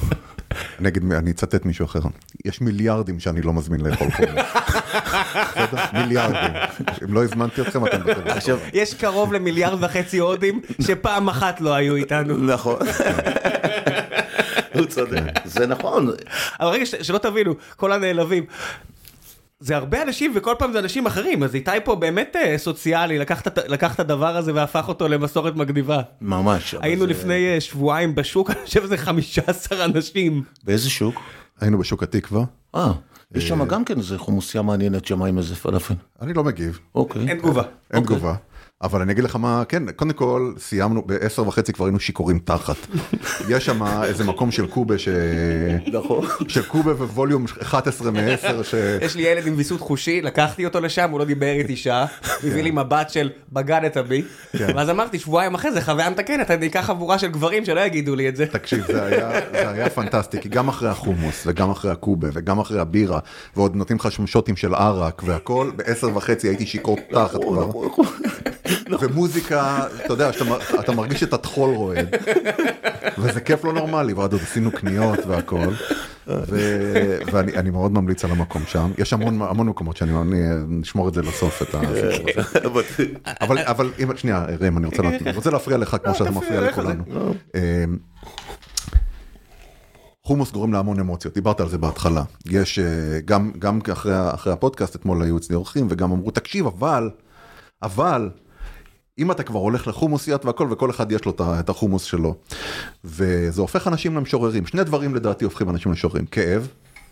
אני אצטט מישהו אחר. יש מיליארדים שאני לא מזמין לאכול חומוס. מיליארדים. אם לא הזמנתי אתכם, אתם בסדר. יש קרוב למיליארד וחצי הודים שפעם אחת לא היו איתנו. נכון. הוא צודק. זה נכון. אבל רגע, שלא תבינו, כל הנעלבים. זה הרבה אנשים, וכל פעם זה אנשים אחרים, אז איתי פה באמת סוציאלי, לקח את הדבר הזה והפך אותו למסורת מגניבה. ממש. היינו לפני שבועיים בשוק, אני חושב שזה חמישה עשר אנשים. באיזה שוק? היינו בשוק התקווה. אה, יש שם גם כן איזה חומוסיה מעניינת שם עם איזה פלאפל. אני לא מגיב. אוקיי. אין תגובה. אין תגובה. אבל אני אגיד לך מה, כן, קודם כל סיימנו, בעשר וחצי כבר היינו שיכורים תחת. יש שם איזה מקום של קובה ש... נכון. של קובה וווליום אחת עשרה מ-עשר ש... יש לי ילד עם ויסות חושי, לקחתי אותו לשם, הוא לא דיבר איתי שעה, הביא לי מבט של בגדת בי, ואז אמרתי שבועיים אחרי זה, חוויה מתקנת, אני אקח חבורה של גברים שלא יגידו לי את זה. תקשיב, זה היה, זה היה פנטסטי, כי גם אחרי החומוס, וגם אחרי הקובה, וגם אחרי הבירה, ועוד נותנים לך שוטים של ערק והכל, בעשר וחצי הייתי שיקור תחת כבר. ומוזיקה, אתה יודע, אתה מרגיש את התחול רועד, וזה כיף לא נורמלי, ועד עוד עשינו קניות והכל, ואני מאוד ממליץ על המקום שם, יש המון מקומות שאני נשמור את זה לסוף, את הסיפור הזה. אבל, שנייה, רם, אני רוצה להפריע לך כמו שאתה מפריע לכולנו. חומוס גורם להמון אמוציות, דיברת על זה בהתחלה, יש גם, גם אחרי הפודקאסט, אתמול היו אצלי אורחים, וגם אמרו, תקשיב, אבל, אבל, אם אתה כבר הולך לחומוסיות והכל, וכל אחד יש לו את החומוס שלו, וזה הופך אנשים למשוררים, שני דברים לדעתי הופכים אנשים למשוררים, כאב,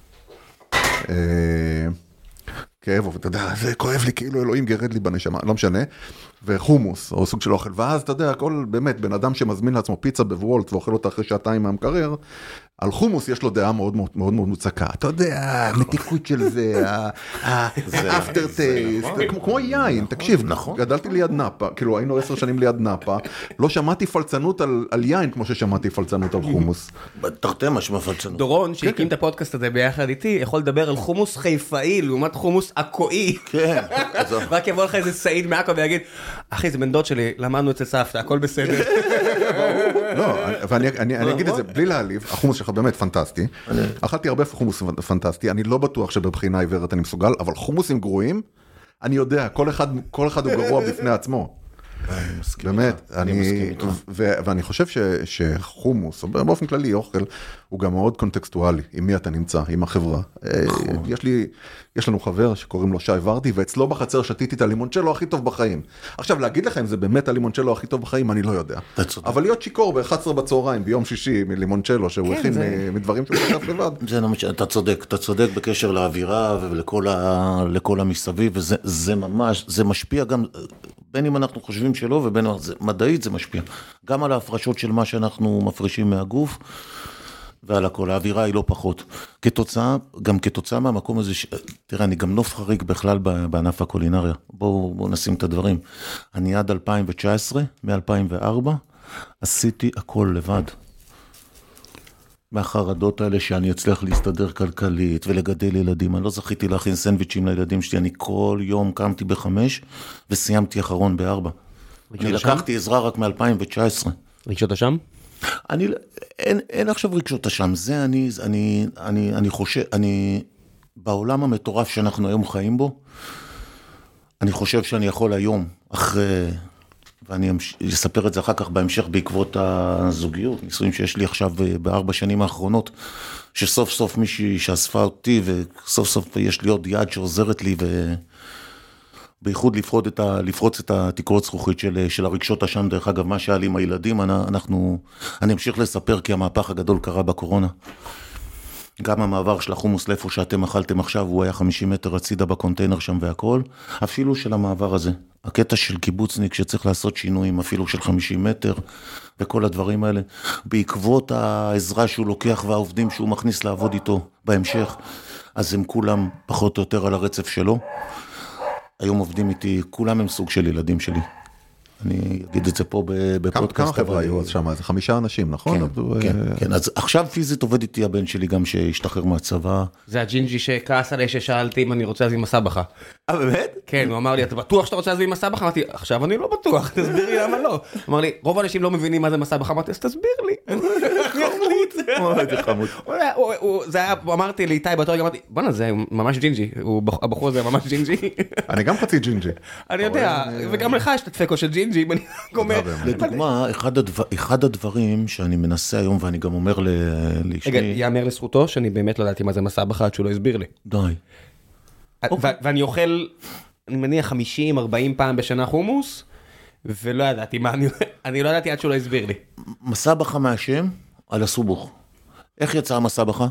כאב, ואתה יודע, זה כואב לי, כאילו אלוהים גרד לי בנשמה, לא משנה, וחומוס, או סוג של אוכל, ואז אתה יודע, הכל באמת, בן אדם שמזמין לעצמו פיצה בוולט, ואוכל אותה אחרי שעתיים מהמקרר, על חומוס יש לו דעה מאוד מאוד מאוד מוצקה, אתה יודע, המתיקות של זה, האפטר טייסט, כמו יין, תקשיב, גדלתי ליד נאפה, כאילו היינו עשר שנים ליד נאפה, לא שמעתי פלצנות על יין כמו ששמעתי פלצנות על חומוס. תרתי משמע פלצנות. דורון, שהקים את הפודקאסט הזה ביחד איתי, יכול לדבר על חומוס חיפאי, לעומת חומוס עכואי. כן. רק יבוא לך איזה סעיד מעכו ויגיד, אחי, זה בן דוד שלי, למדנו אצל סבתא, הכל בסדר. לא, ואני אגיד את זה בלי להעליב, החומוס שלך באמת פנטסטי. אכלתי הרבה חומוס פנטסטי, אני לא בטוח שבבחינה עיוורת אני מסוגל, אבל חומוסים גרועים, אני יודע, כל אחד, כל אחד הוא גרוע בפני עצמו. באמת, ואני חושב שחומוס, באופן כללי אוכל, הוא גם מאוד קונטקסטואלי, עם מי אתה נמצא, עם החברה. יש לי, יש לנו חבר שקוראים לו שי ורדי, ואצלו בחצר שתיתי את הלימונצ'לו הכי טוב בחיים. עכשיו, להגיד לך אם זה באמת הלימונצ'לו הכי טוב בחיים, אני לא יודע. אבל להיות שיקור ב-אחת עשרה בצהריים, ביום שישי, מלימונצ'לו, שהוא הכין מדברים שהוא חשב לבד. אתה צודק, אתה צודק בקשר לאווירה ולכל המסביב, וזה ממש, זה משפיע גם, בין אם אנחנו חושבים שלא, ובין מדעית זה משפיע. גם על ההפרשות של מה שאנחנו מפרישים מהגוף, ועל הכל, האווירה היא לא פחות. כתוצאה, גם כתוצאה מהמקום הזה, ש... תראה, אני גם נוף חריג בכלל בענף הקולינריה. בואו בוא נשים את הדברים. אני עד אלפיים תשע עשרה, מ-אלפיים וארבע, עשיתי הכל לבד. מהחרדות האלה שאני אצליח להסתדר כלכלית ולגדל ילדים. אני לא זכיתי להכין סנדוויצ'ים לילדים שלי, אני כל יום קמתי בחמש וסיימתי אחרון בארבע. אני לקחתי עזרה רק מ-אלפיים תשע עשרה. רגשות אשם? אני, אין, אין עכשיו רגשות אשם, זה אני, אני, אני, אני חושב, אני, בעולם המטורף שאנחנו היום חיים בו, אני חושב שאני יכול היום, אחרי, ואני אספר את זה אחר כך בהמשך בעקבות הזוגיות, ניסויים שיש לי עכשיו בארבע שנים האחרונות, שסוף סוף מישהי שאספה אותי, וסוף סוף יש לי עוד יד שעוזרת לי, ובייחוד לפרוץ את, ה, לפרוץ את התקרות זכוכית של, של הרגשות אשם, דרך אגב, מה שהיה לי עם הילדים, אנחנו, אני אמשיך לספר, כי המהפך הגדול קרה בקורונה. גם המעבר של החומוס לאיפה שאתם אכלתם עכשיו, הוא היה חמישים מטר הצידה בקונטיינר שם והכל, אפילו של המעבר הזה. הקטע של קיבוצניק שצריך לעשות שינויים, אפילו של חמישים מטר, וכל הדברים האלה, בעקבות העזרה שהוא לוקח והעובדים שהוא מכניס לעבוד איתו בהמשך, אז הם כולם פחות או יותר על הרצף שלו. היום עובדים איתי, כולם הם סוג של ילדים שלי. אני אגיד את זה פה בפודקאסט. כמה חבר'ה היו אז שם? זה חמישה אנשים, נכון? כן, כן. אז עכשיו פיזית עובד איתי הבן שלי גם שהשתחרר מהצבא. זה הג'ינג'י שכעס עליי ששאלתי אם אני רוצה להזמין מסע בך. אה, באמת? כן, הוא אמר לי, אתה בטוח שאתה רוצה להזמין מסע בך? אמרתי, עכשיו אני לא בטוח, תסביר לי למה לא. הוא אמר לי, רוב האנשים לא מבינים מה זה מסע בך, אמרתי, אז תסביר לי. זה חמוד. אמרתי לאיתי בתור, אמרתי, בוא'נה, זה ממש ג'ינג'י, הבחור הזה ממש ג'ינג'י. אני גם חצי ג'ינג'י. אני יודע, וגם לך יש את הדפקו של ג'ינג'י, אם אני אומר. לדוגמה, אחד הדברים שאני מנסה היום, ואני גם אומר לאשתי... רגע, יאמר לזכותו, שאני באמת לא ידעתי מה זה מסע בך, עד שהוא לא הסביר לי. די. ואני אוכל, אני מניח חמישים ארבעים פעם בשנה חומוס, ולא ידעתי מה, אני לא ידעתי עד שהוא לא הסביר לי. מסע בך מהשם על הסובוך. איך יצא המסע בך?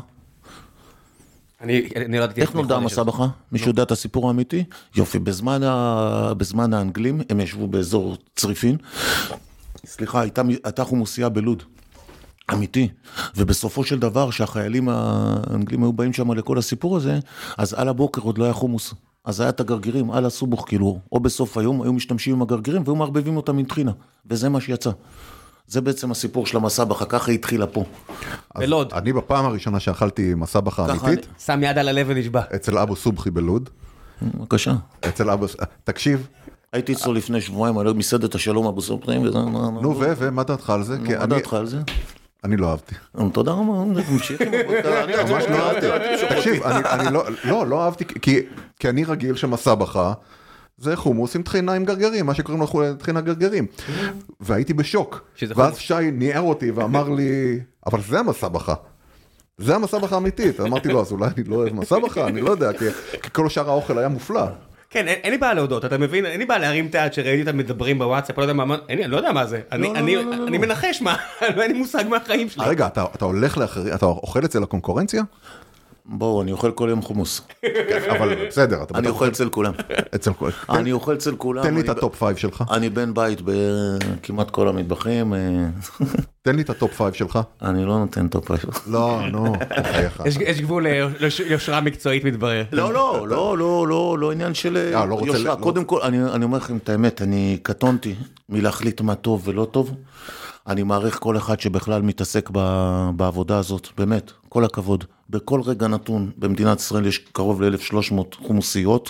אני לא ידעתי... איך נולדה המסע בך? מישהו יודע את הסיפור האמיתי? יופי, בזמן האנגלים, הם ישבו באזור צריפין, סליחה, הייתה חומוסייה בלוד. אמיתי, ובסופו של דבר שהחיילים האנגלים היו באים שם לכל הסיפור הזה, אז על הבוקר עוד לא היה חומוס, אז היה את הגרגירים על הסובוך, כאילו, או בסוף היום היו משתמשים עם הגרגירים, והיו מערבבים אותם עם טחינה, וזה מה שיצא. זה בעצם הסיפור של המסע בך, ככה היא התחילה פה. בלוד. אני בפעם הראשונה שאכלתי מסע בך אמיתית, שם יד על הלב ונשבע. אצל אבו סובחי בלוד. בבקשה. אצל אבו, תקשיב. הייתי אצלו לפני שבועיים, על מסעדת השלום אבו סובחי, וזה... נו, ומה דעתך על זה? מה דעתך על זה? אני לא אהבתי. תודה רבה, תמשיך עם הפודקאסט. אני ממש לא אהבתי. תקשיב, אני לא, לא אהבתי, כי אני רגיל שמסע בך, זה חומוס עם טחינה עם גרגרים, מה שקוראים לו טחינה גרגרים. והייתי בשוק. ואז שי ניער אותי ואמר לי, אבל זה המסע בך. זה המסע בך אמיתית. אמרתי לו, אז אולי אני לא אוהב מסע בך, אני לא יודע, כי כל שאר האוכל היה מופלא. כן, אין לי בעיה להודות, אתה מבין? אין לי בעיה להרים תעד שראיתי אותם מדברים בוואטסאפ, אני לא יודע מה זה. אני מנחש מה, אין לי מושג מהחיים שלי. רגע, אתה הולך לאחרי, אתה אוכל אצל הקונקורנציה? בואו, אני אוכל כל יום חומוס. אבל בסדר. אני אוכל אצל כולם. אצל כולם. אני אוכל אצל כולם. תן לי את הטופ פייב שלך. אני בן בית בכמעט כל המטבחים. תן לי את הטופ פייב שלך. אני לא נותן טופ פייב. לא, נו. יש גבול ליושרה מקצועית מתברר. לא, לא, לא, לא, לא, לא עניין של יושרה. קודם כל, אני אומר לכם את האמת, אני קטונתי מלהחליט מה טוב ולא טוב. אני מעריך כל אחד שבכלל מתעסק בעבודה הזאת, באמת, כל הכבוד. בכל רגע נתון, במדינת ישראל יש קרוב ל-אלף ושלוש מאות חומוסיות.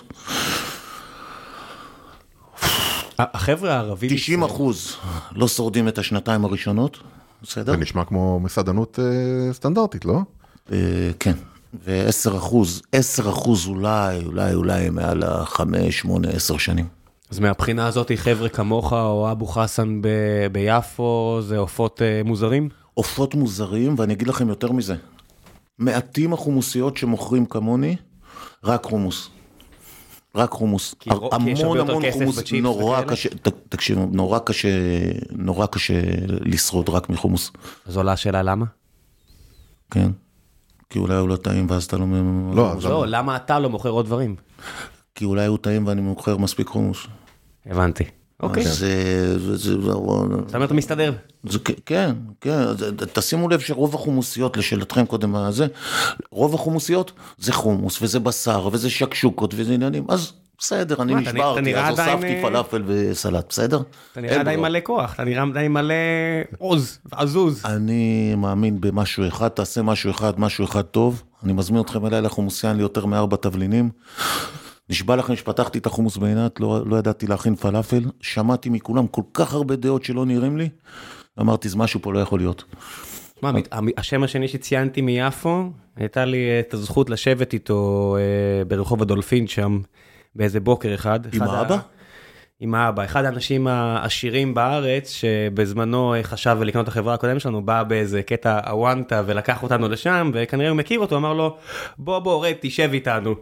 החבר'ה הערבים... תשעים אחוז לא שורדים את השנתיים הראשונות, בסדר? זה נשמע כמו מסעדנות סטנדרטית, לא? כן, ו-עשרה אחוז, עשרה אחוז אולי, אולי, אולי מעל חמש, שמונה, עשר שנים. אז מהבחינה הזאת, חבר'ה כמוך או אבו חסן ב- ביפו, זה עופות uh, מוזרים? עופות מוזרים, ואני אגיד לכם יותר מזה. מעטים החומוסיות שמוכרים כמוני, רק חומוס. רק חומוס. כי, המון, כי יש הרבה יותר כסף בצ'יפס נורא וכאלה? קשה, ת, תקשיבו, נורא קשה, נורא קשה לשרוד רק מחומוס. אז עולה השאלה למה? כן. כי אולי הוא לא טעים ואז אתה לא... לא, לא, למה אתה לא מוכר עוד דברים? כי אולי הוא טעים ואני מוכר מספיק חומוס. הבנתי. אוקיי. זה... זאת אומרת, אתה מסתדר. כן, כן. תשימו לב שרוב החומוסיות, לשאלתכם קודם הזה, רוב החומוסיות זה חומוס, וזה בשר, וזה שקשוקות, וזה עניינים. אז בסדר, אני נשברתי, אז הוספתי פלאפל וסלט, בסדר? אתה נראה עדיין מלא כוח, אתה נראה עדיין מלא עוז, עזוז. אני מאמין במשהו אחד, תעשה משהו אחד, משהו אחד טוב. אני מזמין אתכם אליי לחומוסיין ליותר מארבע תבלינים. נשבע לכם שפתחתי את החומוס בעינת, לא, לא ידעתי להכין פלאפל, שמעתי מכולם כל כך הרבה דעות שלא נראים לי, אמרתי, זה משהו פה לא יכול להיות. מה, השם השני שציינתי מיפו, הייתה לי את הזכות לשבת איתו ברחוב הדולפין שם, באיזה בוקר אחד. עם האבא? עם האבא. אחד האנשים העשירים בארץ, שבזמנו חשב לקנות את החברה הקודמת שלנו, בא באיזה קטע הוואנטה ולקח אותנו לשם, וכנראה הוא מכיר אותו, אמר לו, בוא בוא רד, תשב איתנו.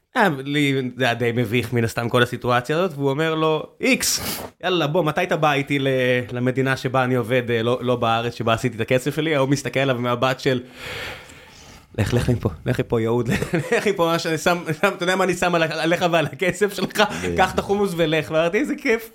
לי זה היה די מביך מן הסתם כל הסיטואציה הזאת, והוא אומר לו, איקס, יאללה בוא, מתי אתה בא איתי למדינה שבה אני עובד, לא, לא בארץ שבה עשיתי את הכסף שלי, הוא מסתכל עליו מהבת של, לך, לך לי פה, לך לי פה יהוד, לך לי פה מה שאני שם, אתה יודע מה אני שם עליך ועל הכסף שלך, קח את החומוס ולך, ואמרתי, איזה כיף,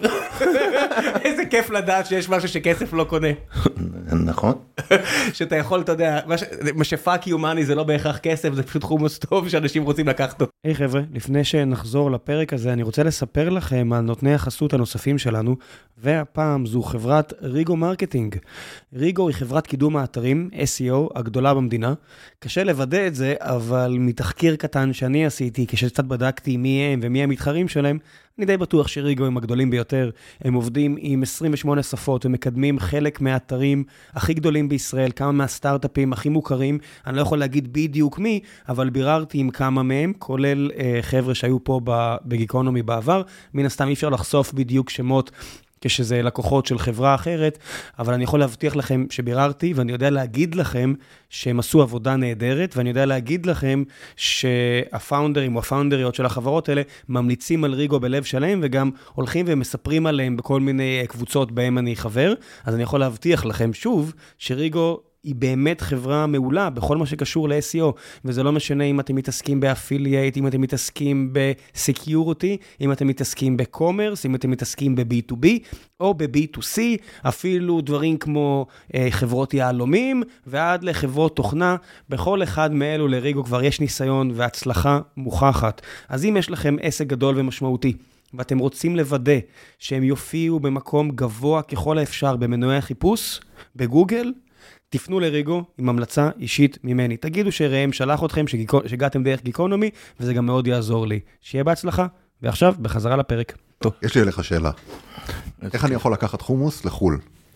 איזה כיף לדעת שיש משהו שכסף לא קונה. נכון. שאתה יכול, אתה יודע, מה שפאק יומני זה לא בהכרח כסף, זה פשוט חומוס טוב שאנשים רוצים לקחת אותו. היי חבר'ה, לפני שנחזור לפרק הזה, אני רוצה לספר לכם על נותני החסות הנוספים שלנו, והפעם זו חברת ריגו מרקטינג. ריגו היא חברת קידום האתרים, אס אי או, הגדולה במדינה. קשה לוודא את זה, אבל מתחקיר קטן שאני עשיתי, כשקצת בדקתי מי הם ומי המתחרים שלהם, אני די בטוח שריגו הם הגדולים ביותר. הם עובדים עם עשרים ושמונה שפות ומקדמים חלק מהאתרים הכי גדולים בישראל, כמה מהסטארט-אפים הכי מוכרים. אני לא יכול להגיד בדיוק מי, אבל ביררתי עם כמה מהם, כולל אה, חבר'ה שהיו פה בגיקונומי בעבר. מן הסתם אי אפשר לחשוף בדיוק שמות כשזה לקוחות של חברה אחרת, אבל אני יכול להבטיח לכם שביררתי, ואני יודע להגיד לכם שהם עשו עבודה נהדרת, ואני יודע להגיד לכם שהפאונדרים או הפאונדריות של החברות האלה ממליצים על ריגו בלב שלהם, וגם הולכים ומספרים עליהם בכל מיני קבוצות בהם אני חבר, אז אני יכול להבטיח לכם שוב שריגו היא באמת חברה מעולה בכל מה שקשור ל-אס אי או, וזה לא משנה אם אתם מתעסקים באפילייט, אם אתם מתעסקים בסקיוריטי, אם אתם מתעסקים בקומרס, אם אתם מתעסקים ב-בי טו בי או ב-בי טו סי, אפילו דברים כמו אה, חברות יעלומים ועד לחברות תוכנה, בכל אחד מאלו לריגו כבר יש ניסיון והצלחה מוכחת. אז אם יש לכם עסק גדול ומשמעותי, ואתם רוצים לוודא שהם יופיעו במקום גבוה ככל האפשר במנועי החיפוש, בגוגל, תפנו לריגו עם המלצה אישית ממני. תגידו שראם שלח אתכם, שהגעתם דרך גיקונומי, וזה גם מאוד יעזור לי. שיהיה בהצלחה, ועכשיו בחזרה לפרק. טוב, יש לי אליך שאלה. איך אני יכול לקחת חומוס לחול?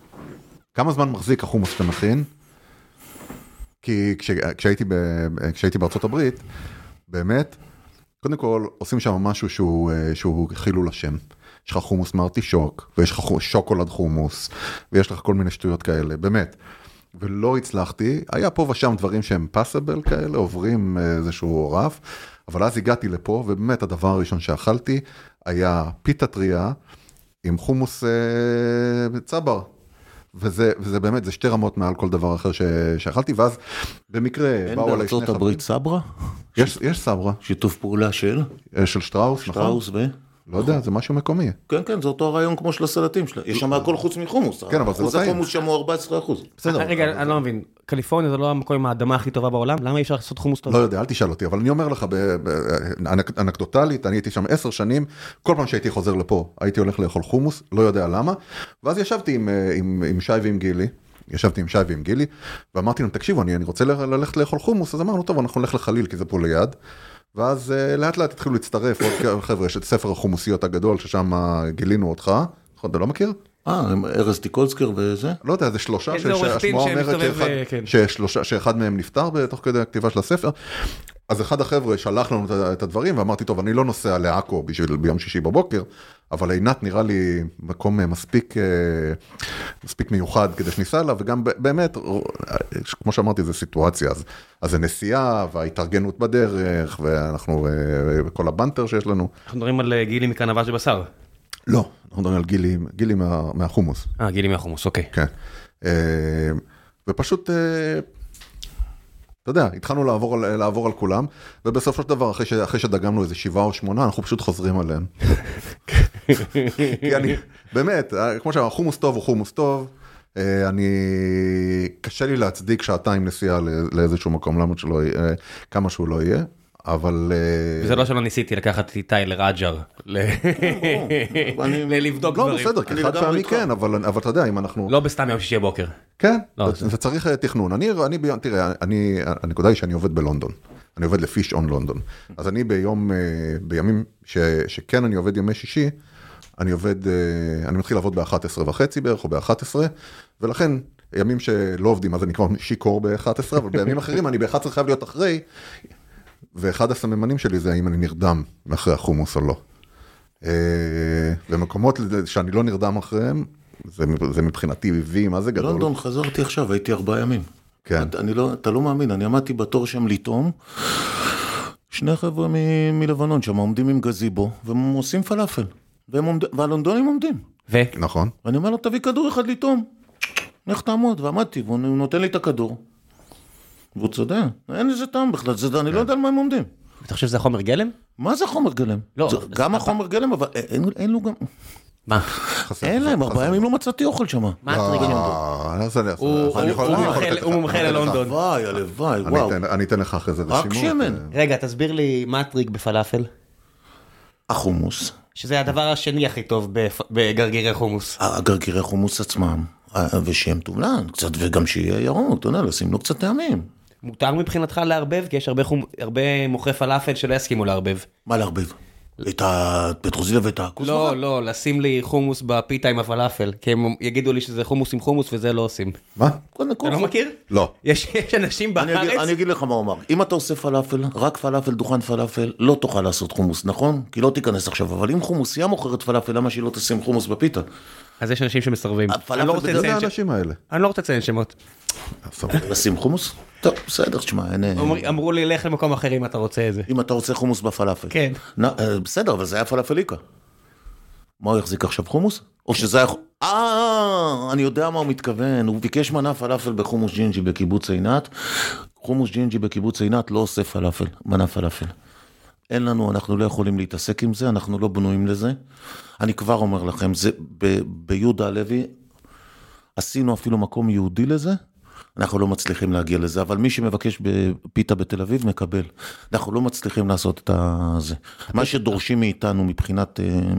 כמה זמן מחזיק החומוס שאתה מכין? כי כשהייתי, כשהייתי בארצות הברית, באמת, קודם כל עושים שם משהו שהוא, שהוא חילול השם. יש לך חומוס מארטישוק, ויש לך שוקולד חומוס, ויש לך כל מיני שטויות כאלה, באמת. ולא הצלחתי, היה פה ושם דברים שהם פאסבל כאלה, עוברים איזשהו רף, אבל אז הגעתי לפה, ובאמת הדבר הראשון שאכלתי, היה פיתה טריה, עם חומוס אה, צבר, וזה, וזה באמת, זה שתי רמות מעל כל דבר אחר ש, שאכלתי, ואז במקרה אין בארצות הברית סברה? יש, יש סברה. שיתוף פעולה של? של שטראוס, שטראוס נכון? ו... לא יודע, זה משהו מקומי. כן, כן, זה אותו הרעיון כמו של הסלטים שלה. יש שם הכל חוץ מחומוס. כן, אבל זה לא טעים. אחוז החומוס שם הוא ארבעה עשר אחוז. בסדר. רגע, אני לא מבין. קליפורניה זה לא המקום עם האדמה הכי טובה בעולם? למה אי אפשר לעשות חומוס טוב? לא יודע, אל תשאל אותי, אבל אני אומר לך, אנקדוטלית, אני הייתי שם עשר שנים, כל פעם שהייתי חוזר לפה, הייתי הולך לאכול חומוס, לא יודע למה, ואז ישבתי עם שי ועם גילי, ישבתי עם שי ועם גילי, ואמרתי להם, תקשיבו, אני רוצה ללכת לאכול חומוס, אז אמרנו, טוב, אנחנו נלך לחליל, כי זה פה ליד. ואז לאט לאט התחילו להצטרף עוד חבר'ה, יש את ספר החומוסיות הגדול, ששם גילינו אותך, אתה לא מכיר? אה, ארז טיקולסקר וזה? לא יודע, זה שלושה, שהשמועה אומרת שאחד מהם נפטר בתוך כדי הכתיבה של הספר, אז אחד החבר'ה שלח לנו את הדברים, ואמרתי, טוב, אני לא נוסע לעכו בשביל ביום שישי בבוקר, אבל עינת נראה לי מקום מספיק, מספיק מיוחד כדי שניסה לה, וגם באמת, כמו שאמרתי, זו סיטואציה, אז, אז זה נסיעה, וההתארגנות בדרך, ואנחנו, וכל הבנטר שיש לנו. אנחנו מדברים על גילי מקרנבל של בשר. לא, אנחנו מדברים על גילי, גילי מה, מהחומוס. אה, גילי מהחומוס, אוקיי. כן. ופשוט, אתה יודע, התחלנו לעבור, לעבור על כולם, ובסופו של דבר, אחרי, ש, אחרי שדגמנו איזה שבעה או שמונה, אנחנו פשוט חוזרים עליהם. כי אני, באמת, כמו שאמר, חומוס טוב הוא חומוס טוב, אני, קשה לי להצדיק שעתיים נסיעה לאיזשהו מקום, למה שלא, כמה שהוא לא יהיה. אבל... וזה לא שלא ניסיתי לקחת את איתי לרג'ר, לבדוק דברים. לא, בסדר, כי חד פעמי כן, אבל אתה יודע, אם אנחנו... לא בסתם יום שישי בוקר. כן, זה צריך תכנון. אני, תראה, הנקודה היא שאני עובד בלונדון. אני עובד לפיש און לונדון. אז אני ביום, בימים שכן אני עובד ימי שישי, אני עובד, אני מתחיל לעבוד ב-אחת עשרה וחצי בערך, או ב-אחת עשרה, ולכן, ימים שלא עובדים, אז אני כבר שיקור ב-אחת עשרה, אבל בימים אחרים אני ב-אחת עשרה חייב להיות אחרי, ואחד הסממנים שלי זה האם אני נרדם מאחרי החומוס או לא. ומקומות שאני לא נרדם אחריהם, זה מבחינתי וי, מה זה גדול? לונדון חזרתי עכשיו, הייתי ארבעה ימים. כן. אני לא, אתה לא מאמין, אני עמדתי בתור שם לטעום, שני חבר'ה מלבנון שם עומדים עם גזיבו, והם עושים פלאפל, והלונדונים עומדים. ו? נכון. ואני אומר לו, תביא כדור אחד לטעום. איך תעמוד? ועמדתי, והוא נותן לי את הכדור. והוא צודק, אין איזה טעם בכלל, זה, אני לא יודע על מה הם עומדים. אתה חושב שזה חומר גלם? מה זה חומר גלם? לא. גם החומר גלם, אבל אין, אין לו גם... מה? אין להם, ארבעה ימים לא מצאתי אוכל שם. מה הטריג לונדון? הוא מומחה ללונדון. הלוואי, הלוואי, וואו. אני אתן לך אחרי זה רשימות. רק שמן. רגע, תסביר לי מה הטריג בפלאפל? החומוס. שזה הדבר השני הכי טוב בגרגירי חומוס. הגרגירי חומוס עצמם, ושהם טובלן, קצת, וגם שיהיה ירוק, אתה יודע, לשים לו קצת טעמים. מותר מבחינתך לערבב? כי יש הרבה מוכרי פלאפל שלא יסכימו לערבב. מה לערבב? את הפטרוזיליה ואת הכוס? לא, לא, לשים לי חומוס בפיתה עם הפלאפל, כי הם יגידו לי שזה חומוס עם חומוס וזה לא עושים. מה? אתה לא מכיר? לא. יש אנשים בארץ... אני אגיד לך מה הוא אמר, אם אתה עושה פלאפל, רק פלאפל, דוכן פלאפל, לא תוכל לעשות חומוס, נכון? כי לא תיכנס עכשיו, אבל אם חומוסייה מוכרת פלאפל, למה שהיא לא תשים חומוס בפיתה? אז יש אנשים שמסרבים. אני לא רוצה לציין שמות. לשים חומוס? טוב, בסדר, תשמע, אמרו לי, לך למקום אחר אם אתה רוצה את זה. אם אתה רוצה חומוס בפלאפל. כן. בסדר, אבל זה היה פלאפליקה. מה הוא יחזיק עכשיו חומוס? או שזה היה... אה, אני יודע מה הוא מתכוון. הוא ביקש מנה פלאפל בחומוס ג'ינג'י בקיבוץ עינת. חומוס ג'ינג'י בקיבוץ עינת לא עושה פלאפל, מנה פלאפל. אין לנו, אנחנו לא יכולים להתעסק עם זה, אנחנו לא בנויים לזה. אני כבר אומר לכם, זה ביהודה הלוי, עשינו אפילו מקום יהודי לזה, אנחנו לא מצליחים להגיע לזה, אבל מי שמבקש בפיתה בתל אביב מקבל. אנחנו לא מצליחים לעשות את זה. מה שדורשים מאיתנו מבחינת,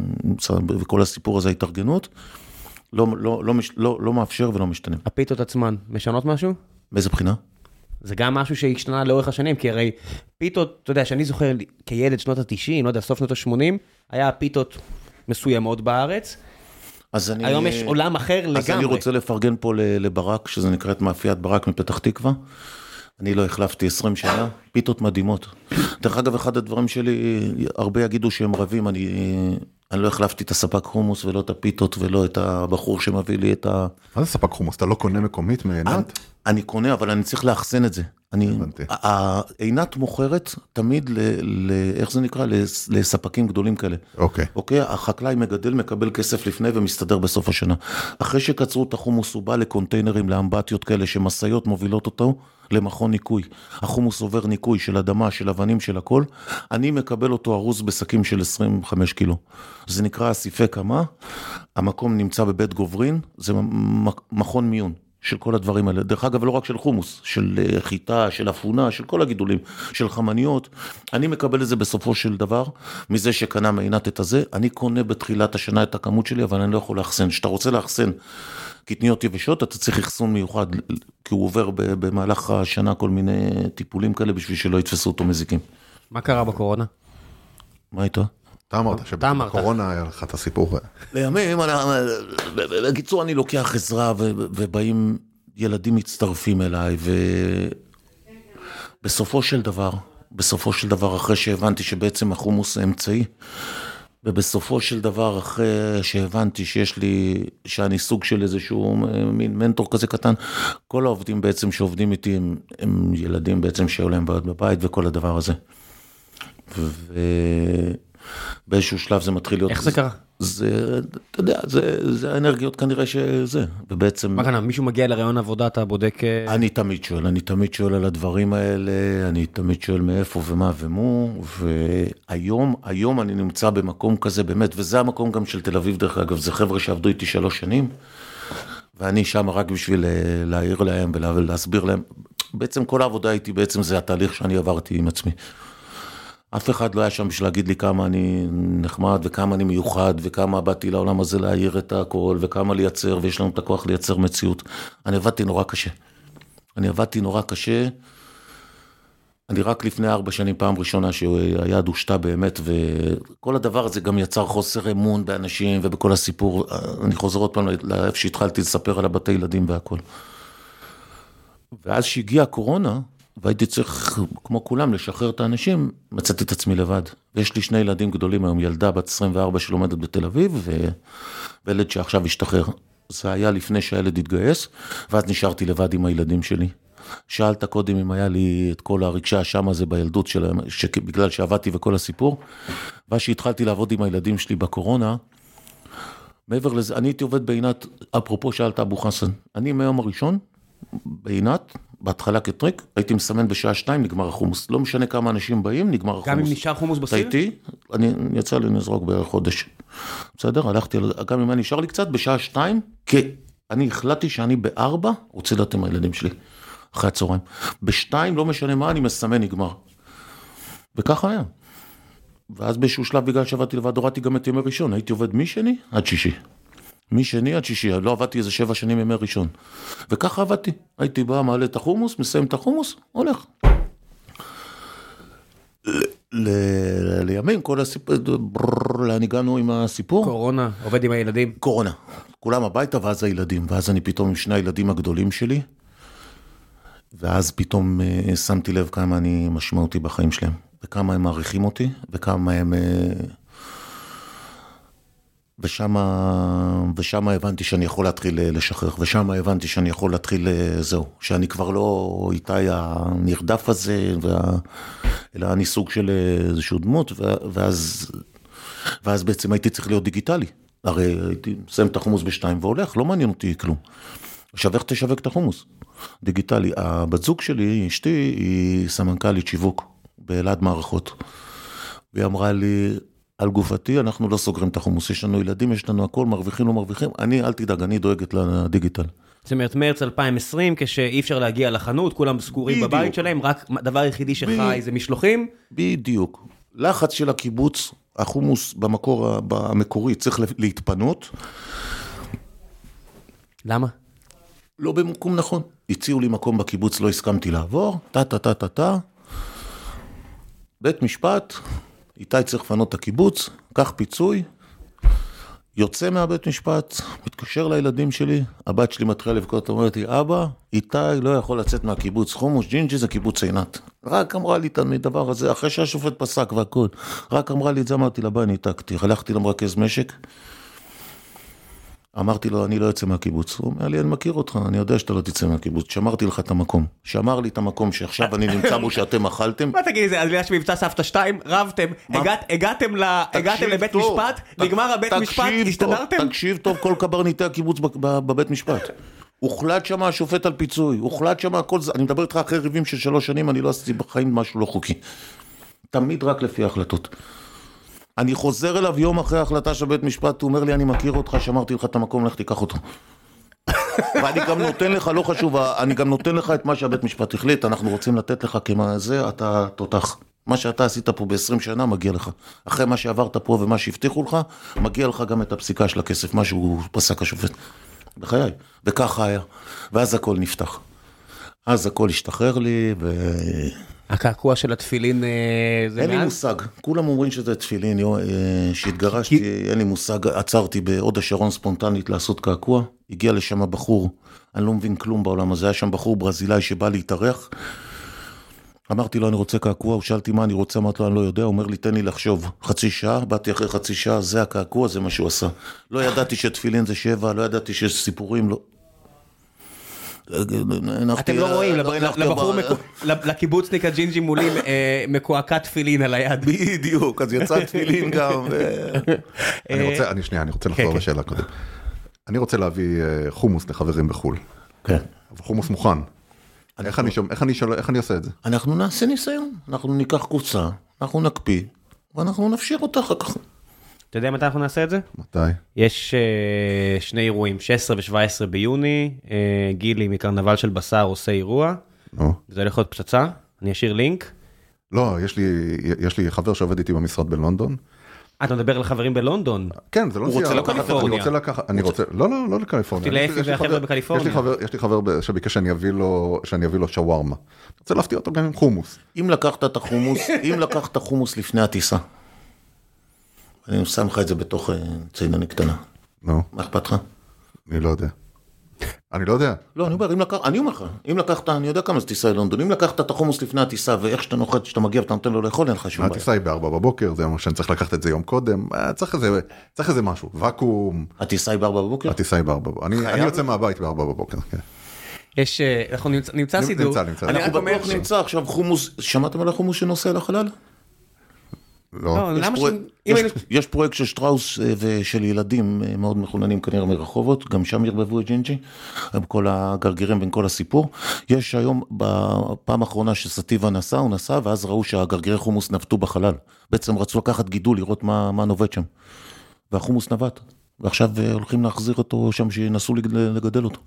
וכל הסיפור הזה ההתארגנות, לא, לא, לא, לא, לא מאפשר ולא משתנים. הפיתות עצמן משנות משהו? באיזה בחינה? זה גם משהו שהשתנה לאורך השנים, כי הרי פיתות, אתה יודע, שאני זוכר כילד שנות ה-תשעים, לא יודע, סוף שנות ה-שמונים, היה פיתות מסוימות בארץ, אני, היום יש עולם אחר לגמרי. אז אני רוצה לפרגן פה לברק, שזה נקראת מאפיית ברק מפתח תקווה. אני לא החלפתי עשרים שנה, פיתות מדהימות. דרך אגב, אחד הדברים שלי, הרבה יגידו שהם רבים, אני, אני לא החלפתי את הספק חומוס ולא את הפיתות ולא את הבחור שמביא לי את ה... מה זה ספק חומוס? אתה לא קונה מקומית מעינת? אני, אני קונה, אבל אני צריך לאחסן את זה. אני, העינת מוכרת תמיד, ל, ל, איך זה נקרא? לספקים גדולים כאלה. אוקיי. אוקיי? החקלאי מגדל, מקבל כסף לפני ומסתדר בסוף השנה. אחרי שקצרו את החומוס, הוא בא לקונטיינרים, לאמבטיות כאלה, שמסעיות מובילות אותו למכון ניקוי. החומוס עובר ניקוי של אדמה, של אבנים, של הכל. אני מקבל אותו ארוז בשקים של עשרים וחמישה קילו. זה נקרא אסיפי קמה. המקום נמצא בבית גוברין, זה מכון מיון. של כל הדברים האלה, דרך אגב לא רק של חומוס, של חיטה, של אפונה, של כל הגידולים, של חמניות, אני מקבל את זה בסופו של דבר, מזה שקנה מעינת את הזה, אני קונה בתחילת השנה את הכמות שלי, אבל אני לא יכול לאחסן, שאתה רוצה לאחסן קטניות יבשות, אתה צריך אחסון מיוחד, כי הוא עובר במהלך השנה כל מיני טיפולים כאלה, בשביל שלא יתפסו אותו מזיקים. מה קרה בקורונה? מה איתו? אתה אמרת שבקורונה היה לך את הסיפור. לימים, בקיצור אני לוקח עזרה ובאים ילדים מצטרפים אליי ובסופו של דבר, בסופו של דבר אחרי שהבנתי שבעצם החומוס האמצעי ובסופו של דבר אחרי שהבנתי שיש לי, שאני סוג של איזשהו מין מנטור כזה קטן, כל העובדים בעצם שעובדים איתי הם, הם ילדים בעצם שהיו להם בעיות בבית וכל הדבר הזה. ו... באיזשהו שלב זה מתחיל להיות... איך זה קרה? זה, אתה יודע, זה, זה האנרגיות כנראה שזה, ובעצם... מה כאן, מישהו מגיע לרעיון עבודה, אתה בודק... אני תמיד שואל, אני תמיד שואל על הדברים האלה, אני תמיד שואל מאיפה ומה ומו, והיום, היום אני נמצא במקום כזה באמת, וזה המקום גם של תל אביב דרך אגב, זה חבר'ה שעבדו איתי שלוש שנים, ואני שם רק בשביל להעיר להם ולהסביר להם, בעצם כל העבודה איתי בעצם זה התהליך שאני עברתי עם עצמי. אף אחד לא היה שם בשביל להגיד לי כמה אני נחמד וכמה אני מיוחד וכמה באתי לעולם הזה להעיר את הכל וכמה לייצר ויש לנו את הכוח לייצר מציאות. אני עבדתי נורא קשה. אני עבדתי נורא קשה אני רק לפני ארבע שנים, פעם ראשונה שהיד הושתה באמת, וכל הדבר הזה גם יצר חוסר אמון באנשים, ובכל הסיפור, אני חוזר עוד פעם לאיפה שהתחלתי לספר על הבתי ילדים והכל. ואז שהגיעה הקורונה, והייתי צריך, כמו כולם, לשחרר את האנשים, מצאתי את עצמי לבד. ויש לי שני ילדים גדולים היום, ילדה בת עשרים וארבע שלומדת בתל אביב, וילד שעכשיו השתחרר. זה היה לפני שהילד התגייס, ואז נשארתי לבד עם הילדים שלי. שאלת קודם אם היה לי את כל הרגשי האשם הזה בילדות שלהם, בגלל שעבדתי וכל הסיפור, ואז שהתחלתי לעבוד עם הילדים שלי בקורונה, מעבר לזה, אני הייתי עובד בעינת, אפרופו שאלת אבו חסן, אני מהיום הראשון, בעינת, בהתחלה כטריק, הייתי מסמן בשעה שתיים, נגמר החומוס. לא משנה כמה אנשים באים, נגמר החומוס. גם אם נשאר חומוס בסיר? הייתי, אני יצא לי נזרוק בערך חודש. בסדר, הלכתי, גם אם אני נשאר לי קצת, בשעה שתיים, כי אני החלטתי שאני בארבע, רוצה לדעת עם הילדים שלי, אחרי הצהריים. בשתיים, לא משנה מה, אני מסמן, נגמר. וככה היה. ואז באיזשהו שלב, בגלל שעבדתי לבד, הורדתי גם את ימי ראשון, הייתי עובד משני עד שישי. משני עד שישי, לא עבדתי איזה שבע שנים ימי ראשון. וככה עבדתי. הייתי בא, מעלה את החומוס, מסיים את החומוס, הולך. לימים, כל הסיפור, לאן הגענו עם הסיפור? קורונה, עובד עם הילדים. קורונה. כולם הביתה, ואז הילדים. ואז אני פתאום עם שני הילדים הגדולים שלי, ואז פתאום שמתי לב כמה אני משמעותי בחיים שלהם, וכמה הם מעריכים אותי, וכמה הם... ושמה, ושמה הבנתי שאני יכול להתחיל לשחרר, ושמה הבנתי שאני יכול להתחיל, זהו, שאני כבר לא איתי הנרדף הזה, וה, אלא אני סוג של איזשהו דמות, ואז, ואז בעצם הייתי צריך להיות דיגיטלי. הרי הייתי מסיים את החומוס בשתיים והולך, לא מעניין אותי כלום. עכשיו איך תשווק את החומוס? דיגיטלי. הבת זוג שלי, אשתי, היא סמנכ"לית שיווק, באלעד מערכות. והיא אמרה לי, על גופתי, אנחנו לא סוגרים את החומוס, יש לנו ילדים, יש לנו הכל, מרוויחים, לא מרוויחים, אני, אל תדאג, אני דואגת לדיגיטל. זאת אומרת, מרץ אלפיים עשרים, כשאי אפשר להגיע לחנות, כולם סגורים בבית שלהם, רק דבר היחידי שחי זה משלוחים? בדיוק. לחץ של הקיבוץ, החומוס במקור המקורי צריך להתפנות. למה? לא במקום נכון. הציעו לי מקום בקיבוץ, לא הסכמתי לעבור, טה טה טה טה טה. בית משפט, איתי צריך לפנות את הקיבוץ, קח פיצוי, יוצא מהבית משפט, מתקשר לילדים שלי, הבת שלי מתחילה לבכות, אומרת לי, אבא, איתי לא יכול לצאת מהקיבוץ, חומוס ג'ינג'י זה קיבוץ עינת. רק אמרה לי את הדבר הזה, אחרי שהשופט פסק והכל, רק אמרה לי את זה, אמרתי לה, ביי, ניתקתי, הלכתי למרכז משק, אמרתי לו, אני לא יוצא מהקיבוץ. הוא אומר לי, אני מכיר אותך, אני יודע שאתה לא תצא מהקיבוץ. שמרתי לך את המקום. שמר לי את המקום שעכשיו אני נמצא בו שאתם אכלתם. מה תגיד, זה עלייה שמבצע סבתא שתיים, רבתם, הגעתם לבית משפט, נגמר הבית משפט, הסתדרתם? תקשיב טוב, כל קברניטי הקיבוץ בבית משפט. הוחלט שם השופט על פיצוי, הוחלט שם הכל זה. אני מדבר איתך אחרי ריבים של שלוש שנים, אני לא עשיתי בחיים משהו לא חוקי. תמיד רק לפי ההחלטות. אני חוזר אליו יום אחרי ההחלטה של בית משפט, הוא אומר לי, אני מכיר אותך, שמרתי לך את המקום, לך תיקח אותו. ואני גם נותן לך, לא חשוב, אני גם נותן לך את מה שהבית משפט החליט, אנחנו רוצים לתת לך כמה זה, אתה תותח. מה שאתה עשית פה ב-עשרים שנה, מגיע לך. אחרי מה שעברת פה ומה שהבטיחו לך, מגיע לך גם את הפסיקה של הכסף, מה שהוא פסק השופט. בחיי. וככה היה. ואז הכל נפתח. אז הכל השתחרר לי, ו... הקעקוע של התפילין זה אין לי מושג, כולם אומרים שזה תפילין, שהתגרשתי, אין לי מושג, עצרתי בעוד השרון ספונטנית לעשות קעקוע, הגיע לשם בחור, אני לא מבין כלום בעולם הזה, היה שם בחור ברזילאי שבא להתארח, אמרתי לו אני רוצה קעקוע, הוא שאלתי מה אני רוצה, אמרתי לו אני לא יודע, הוא אומר לי תן לי לחשוב, חצי שעה, באתי אחרי חצי שעה, זה הקעקוע, זה מה שהוא עשה, לא ידעתי שתפילין זה שבע, לא ידעתי שיש סיפורים, לא... אתם לא רואים, לבחור, לקיבוצניק הג'ינג'י מולי מקועקע תפילין על היד. בדיוק, אז יצא תפילין גם. אני שנייה, אני רוצה לחזור לשאלה קודם. אני רוצה להביא חומוס לחברים בחול. כן. אבל חומוס מוכן. איך אני עושה את זה? אנחנו נעשה ניסיון. אנחנו ניקח קוצה, אנחנו נקפיא, ואנחנו נפשיר אותה אחר כך. אתה יודע מתי אנחנו נעשה את זה? מתי? יש uh, שני אירועים, שש עשרה ו-שבע עשרה ביוני, uh, גילי מקרנבל של בשר עושה אירוע, נו. זה הולך להיות פצצה, אני אשאיר לינק. לא, יש לי, יש לי חבר שעובד איתי במשרד בלונדון, אתה מדבר על חברים בלונדון. כן, זה לא הוא רוצה לקחת, אני רוצה לקחת, אני רוצה, לא, לא, לא לקליפורניה. לאפי והחבר'ה בקליפורניה. יש לי חבר שביקש שאני אביא לו, שאני אביא לו שווארמה. אני רוצה להפתיע אותו גם עם חומוס. אם לקחת את החומוס, אם לקחת את החומוס לפני הטיסה, אני שם לך את זה בתוך ציידנית קטנה. נו. מה אכפת לך? אני לא יודע. אני לא יודע. לא, אני אומר, אם לקחת, אני אומר לך, אם לקחת, אני יודע כמה זה טיסה ללונדון, אם לקחת את החומוס לפני הטיסה, ואיך שאתה נוחת, שאתה מגיע ואתה נותן לו לאכול, אין לך שום בעיה. הטיסה היא בארבע בבוקר, זה אומר שאני צריך לקחת את זה יום קודם, צריך איזה, צריך איזה משהו, וקום. הטיסה היא בארבע בבוקר? הטיסה היא בארבע בבוקר. אני, אני יוצא מהבית בארבע בבוקר, כן. יש, אנחנו נמצא, נמצא סידור. נמצא, נמצא. אנחנו בטוח נמצא עכשיו חומוס, שמעתם על החומוס שנוסע לחלל? לא. יש פרויקט של שטראוס ושל ילדים מאוד מחוננים כנראה מרחובות, גם שם ירבבו את ג'ינג'י, עם כל הגרגירים בין כל הסיפור. יש היום, בפעם האחרונה שסטיבה נסע, הוא נסע, ואז ראו שהגרגירי חומוס נבטו בחלל. בעצם רצו לקחת גידול, לראות מה, מה נובט שם. והחומוס נבט. ועכשיו הולכים להחזיר אותו שם, שינסו לגדל אותו.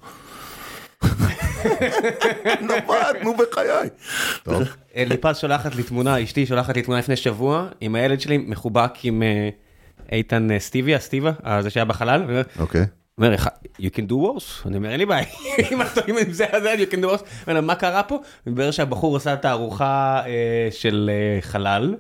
נבט, נו בחיי. טוב. ליפז שולחת לי תמונה, אשתי שולחת לי תמונה לפני שבוע, עם הילד שלי מחובק עם איתן סטיביה, סטיבה, זה שהיה בחלל. אוקיי. הוא אומר, you can do worse. אני אומר, אין לי בעיה. אם אתה עם זה, you can do worse. אני אומר, מה קרה פה? אני אומר שהבחור עשה את הארוחה של חלל,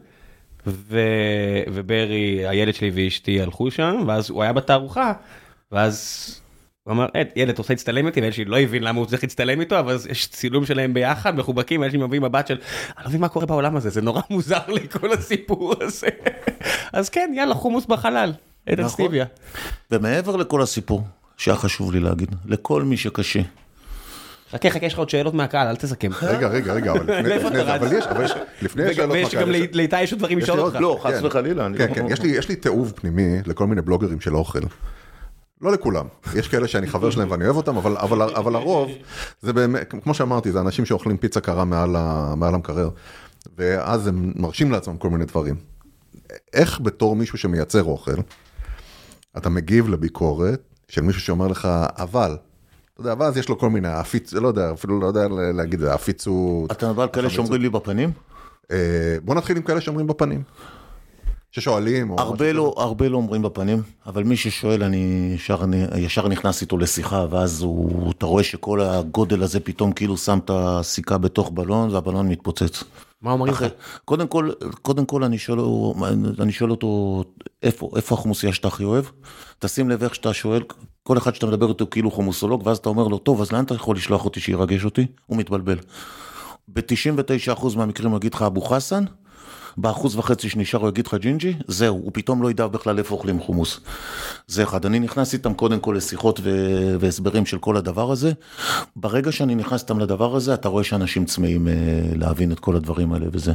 וברי, הילד שלי ואשתי הלכו שם, ואז הוא היה בתארוחה, ואז... הוא אמר, ילד, אתה רוצה להצטלם איתי? והילד שלי לא הבין למה הוא צריך להצטלם איתו, אבל יש צילום שלהם ביחד, מחובקים, והילד שלי מביא מבט של, אני לא מבין מה קורה בעולם הזה, זה נורא מוזר לי כל הסיפור הזה. אז כן, יאללה, חומוס בחלל, את הסטיביה. ומעבר לכל הסיפור, שהיה חשוב לי להגיד, לכל מי שקשה. חכה, חכה, יש לך עוד שאלות מהקהל, אל תסכם. רגע, רגע, רגע, אבל לפני זה, אבל יש, אבל לפני השאלות מהקהל. וגם לאיתי יש עוד דברים לשאול אותך. לא, חס וחלילה. כן, כן, יש לי תיעוב פנימי לכל מיני בלוגרים של אוכל. לא לכולם, יש כאלה שאני חבר שלהם ואני אוהב אותם, אבל, אבל, אבל הרוב, זה באמת, כמו שאמרתי, זה אנשים שאוכלים פיצה קרה מעל, מעל המקרר, ואז הם מרשים לעצמם כל מיני דברים. איך בתור מישהו שמייצר אוכל, אתה מגיב לביקורת של מישהו שאומר לך, אבל, אתה יודע, ואז יש לו כל מיני, הפיצ, לא יודע, אפילו לא יודע להגיד, הפיצות. אתה מדבר על כאלה שאומרים לי בפנים? בוא נתחיל עם כאלה שאומרים בפנים. ששואלים, הרבה לא, הרבה לא אומרים בפנים, אבל מי ששואל, אני ישר, ישר נכנס איתו לשיחה, ואז הוא, אתה רואה שכל הגודל הזה פתאום כאילו שם את הסיכה בתוך בלון, והבלון מתפוצץ. מה אומרים לך? קודם כל, קודם כל אני שואל, אני שואל אותו, איפה, איפה החומוסייה שאתה הכי אוהב? תשים לב איך שאתה שואל, כל אחד שאתה מדבר אותו כאילו חומוסולוג, ואז אתה אומר לו, טוב, אז לאן אתה יכול לשלוח אותי שירגש אותי? הוא מתבלבל. ב-תשעים ותשעה אחוז מהמקרים הוא יגיד לך אבו חסן, באחוז וחצי שנשאר הוא יגיד לך ג'ינג'י, זהו, הוא פתאום לא ידע בכלל איפה אוכלים חומוס. זה אחד, אני נכנס איתם קודם כל לשיחות ו- והסברים של כל הדבר הזה, ברגע שאני נכנס איתם לדבר הזה, אתה רואה שאנשים צמאים אה, להבין את כל הדברים האלה וזה.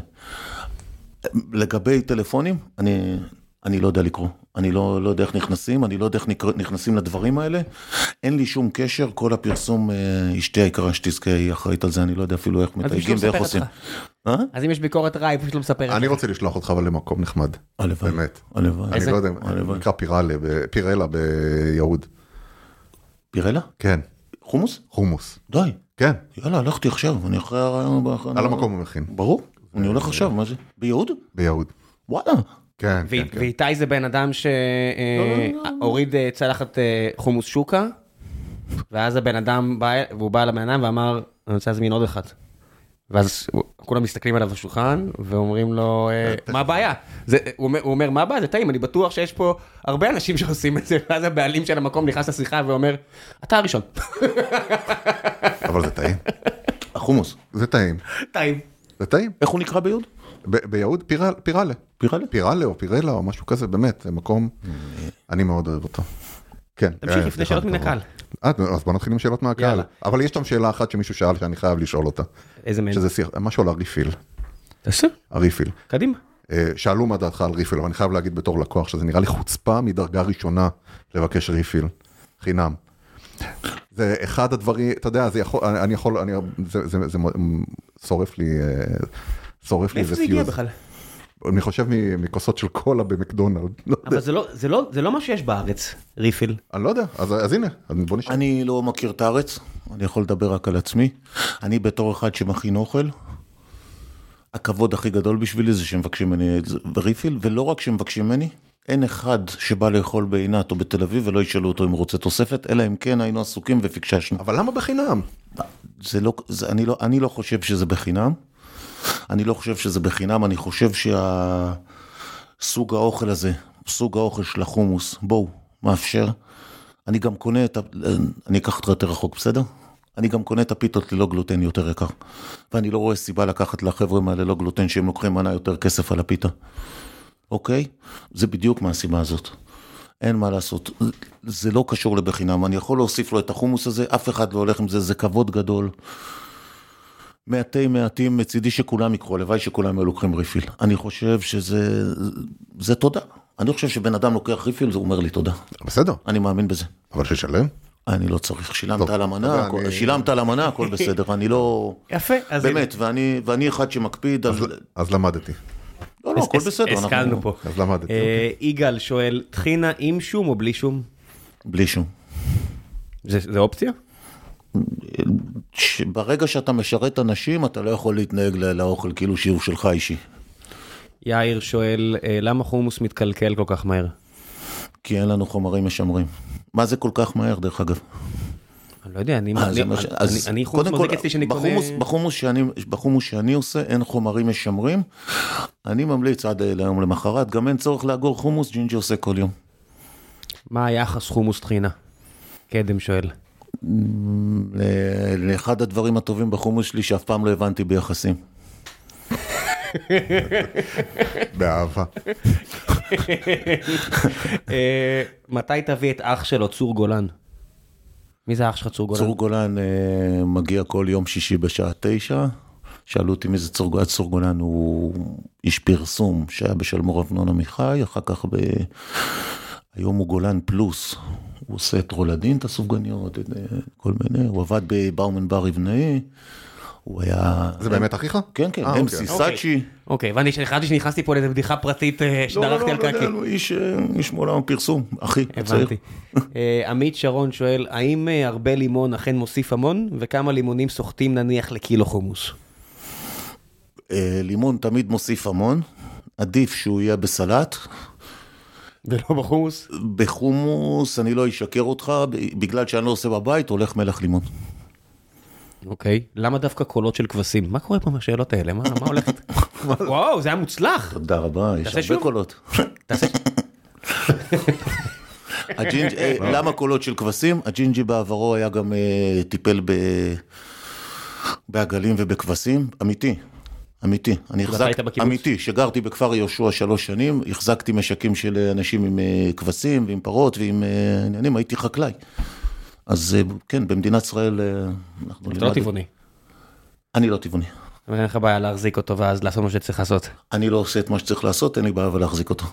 לגבי טלפונים, אני... אני לא יודע לקרוא, אני לא, לא יודע איך נכנסים, אני לא יודע איך נכנסים לדברים האלה, אין לי שום קשר, כל הפרסום, אשתי היקרה שתזכה, היא אחראית על זה, אני לא יודע אפילו איך מתייגים ואיך עושים. אז אם יש ביקורת רע, היא פשוט לא מספרת. אני רוצה לשלוח אותך אבל למקום נחמד, באמת. אני לא יודע, נקרא פירלה ביהוד. פירלה? כן. חומוס? חומוס. די. כן. יאללה, הלכתי עכשיו, אני אחרי הרעיון. על המקום הוא מכין. ברור, אני הולך עכשיו, מה זה? ביהוד? ביהוד. וואלה. כן, כן, כן. ואיתי זה בן אדם שהוריד צלחת חומוס שוקה, ואז הבן אדם בא, והוא בא לבן אדם ואמר, אני רוצה להזמין עוד אחד. ואז כולם מסתכלים עליו בשולחן, ואומרים לו, מה הבעיה? הוא אומר, מה הבעיה? זה טעים, אני בטוח שיש פה הרבה אנשים שעושים את זה, ואז הבעלים של המקום נכנס לשיחה ואומר, אתה הראשון. אבל זה טעים. החומוס. זה טעים. טעים. זה טעים. איך הוא נקרא ביהוד? ביהוד פירלה. פירלה? פירלה או פירלה או משהו כזה, באמת, זה מקום, אני מאוד אוהב אותו. כן. תמשיך לפני שאלות מן הקהל. אז בוא נתחיל עם שאלות מהקהל. אבל יש שם שאלה אחת שמישהו שאל שאני חייב לשאול אותה. איזה מין? שזה משהו על הריפיל. תעשה. הריפיל. קדימה. שאלו מה דעתך על ריפיל, אבל אני חייב להגיד בתור לקוח, שזה נראה לי חוצפה מדרגה ראשונה לבקש ריפיל. חינם. זה אחד הדברים, אתה יודע, זה יכול, אני יכול, זה שורף לי, שורף לי איזה פיוז. איפה זה הגיע בכלל? אני חושב מכוסות של קולה במקדונלד. אבל זה לא, זה לא, זה לא מה שיש בארץ, ריפיל. אני לא יודע, אז, אז הנה, בוא נשאר. אני לא מכיר את הארץ, אני יכול לדבר רק על עצמי. אני בתור אחד שמכין אוכל, הכבוד הכי גדול בשבילי זה שמבקשים ממני ריפיל, ולא רק שמבקשים ממני, אין אחד שבא לאכול בעינת או בתל אביב ולא ישאלו אותו אם הוא רוצה תוספת, אלא אם כן היינו עסוקים ופיקששנו. אבל למה בחינם? זה לא, זה, אני לא, אני לא חושב שזה בחינם. אני לא חושב שזה בחינם, אני חושב שהסוג האוכל הזה, סוג האוכל של החומוס, בואו, מאפשר. אני גם קונה את, אני אקח את יותר רחוק, בסדר? אני גם קונה את הפיתות ללא גלוטן יותר יקר. ואני לא רואה סיבה לקחת לחבר'ה מהללא גלוטן שהם לוקחים מנה יותר כסף על הפיתה. אוקיי? זה בדיוק מהסיבה הזאת. אין מה לעשות. זה לא קשור לבחינם. אני יכול להוסיף לו את החומוס הזה, אף אחד לא הולך עם זה, זה כבוד גדול. מעטי מעטים, מצידי שכולם יקחו, לוואי שכולם לוקחים ריפיל. אני חושב שזה, זה תודה. אני חושב שבן אדם לוקח ריפיל, זה אומר לי תודה. בסדר. אני מאמין בזה. אבל ששלם? אני לא צריך, שילמת על המנה, שילמת על המנה, הכל בסדר, אני לא... יפה. באמת, ואני אחד שמקפיד על... אז למדתי. לא, לא, הכל בסדר. הסקלנו פה. אז למדתי. יגאל שואל, טחינה עם שום או בלי שום? בלי שום. זה אופציה? ברגע שאתה משרת אנשים, אתה לא יכול להתנהג לאוכל כאילו שיעור שלך אישי. יאיר שואל, למה חומוס מתקלקל כל כך מהר? כי אין לנו חומרים משמרים. מה זה כל כך מהר, דרך אגב? אני לא יודע, אני חומוס מוזיק אצלי שאני קונה... בחומוס שאני עושה, אין חומרים משמרים. אני ממליץ עד ליום למחרת, גם אין צורך לאגור חומוס, ג'ינג'י עושה כל יום. מה היחס חומוס טחינה? קדם שואל. לאחד הדברים הטובים בחומוס שלי, שאף פעם לא הבנתי ביחסים. באהבה. מתי תביא את אח שלו, צור גולן? מי זה אח שלך, צור גולן? צור גולן מגיע כל יום שישי בשעה תשע. שאלו אותי מי זה צור גולן. צור גולן הוא איש פרסום שהיה בשלמור אבנון עמיחי, אחר כך ב... היום הוא גולן פלוס. הוא עושה את רולדין, את הסופגניות, כל מיני. הוא עבד בבאומן בר אבנאי. הוא היה... זה באמת אחיך? כן, כן, אמסי סאצ'י. אוקיי, ואני חשבתי שנכנסתי פה לאיזו בדיחה פרטית שדרכתי על קקי. לא, לא, לא, איש מעולם פרסום, אחי, הבנתי. עמית שרון שואל, האם הרבה לימון אכן מוסיף המון, וכמה לימונים סוחטים נניח לקילו חומוס? לימון תמיד מוסיף המון, עדיף שהוא יהיה בסלט. ולא בחומוס? בחומוס, אני לא אשקר אותך, בגלל שאני לא עושה בבית, הולך מלח לימון. אוקיי, למה דווקא קולות של כבשים? מה קורה פה מהשאלות האלה? מה הולכת? וואו, זה היה מוצלח. תודה רבה, יש הרבה קולות. תעשה למה קולות של כבשים? הג'ינג'י בעברו היה גם טיפל בעגלים ובכבשים, אמיתי. אמיתי, אני החזקתי, אמיתי, שגרתי בכפר יהושע שלוש שנים, החזקתי משקים של אנשים עם כבשים ועם פרות ועם עניינים, הייתי חקלאי. אז כן, במדינת ישראל... אתה לא טבעוני. אני לא טבעוני. אין לך בעיה להחזיק אותו ואז לעשות מה שצריך לעשות. אני לא עושה את מה שצריך לעשות, אין לי בעיה להחזיק אותו.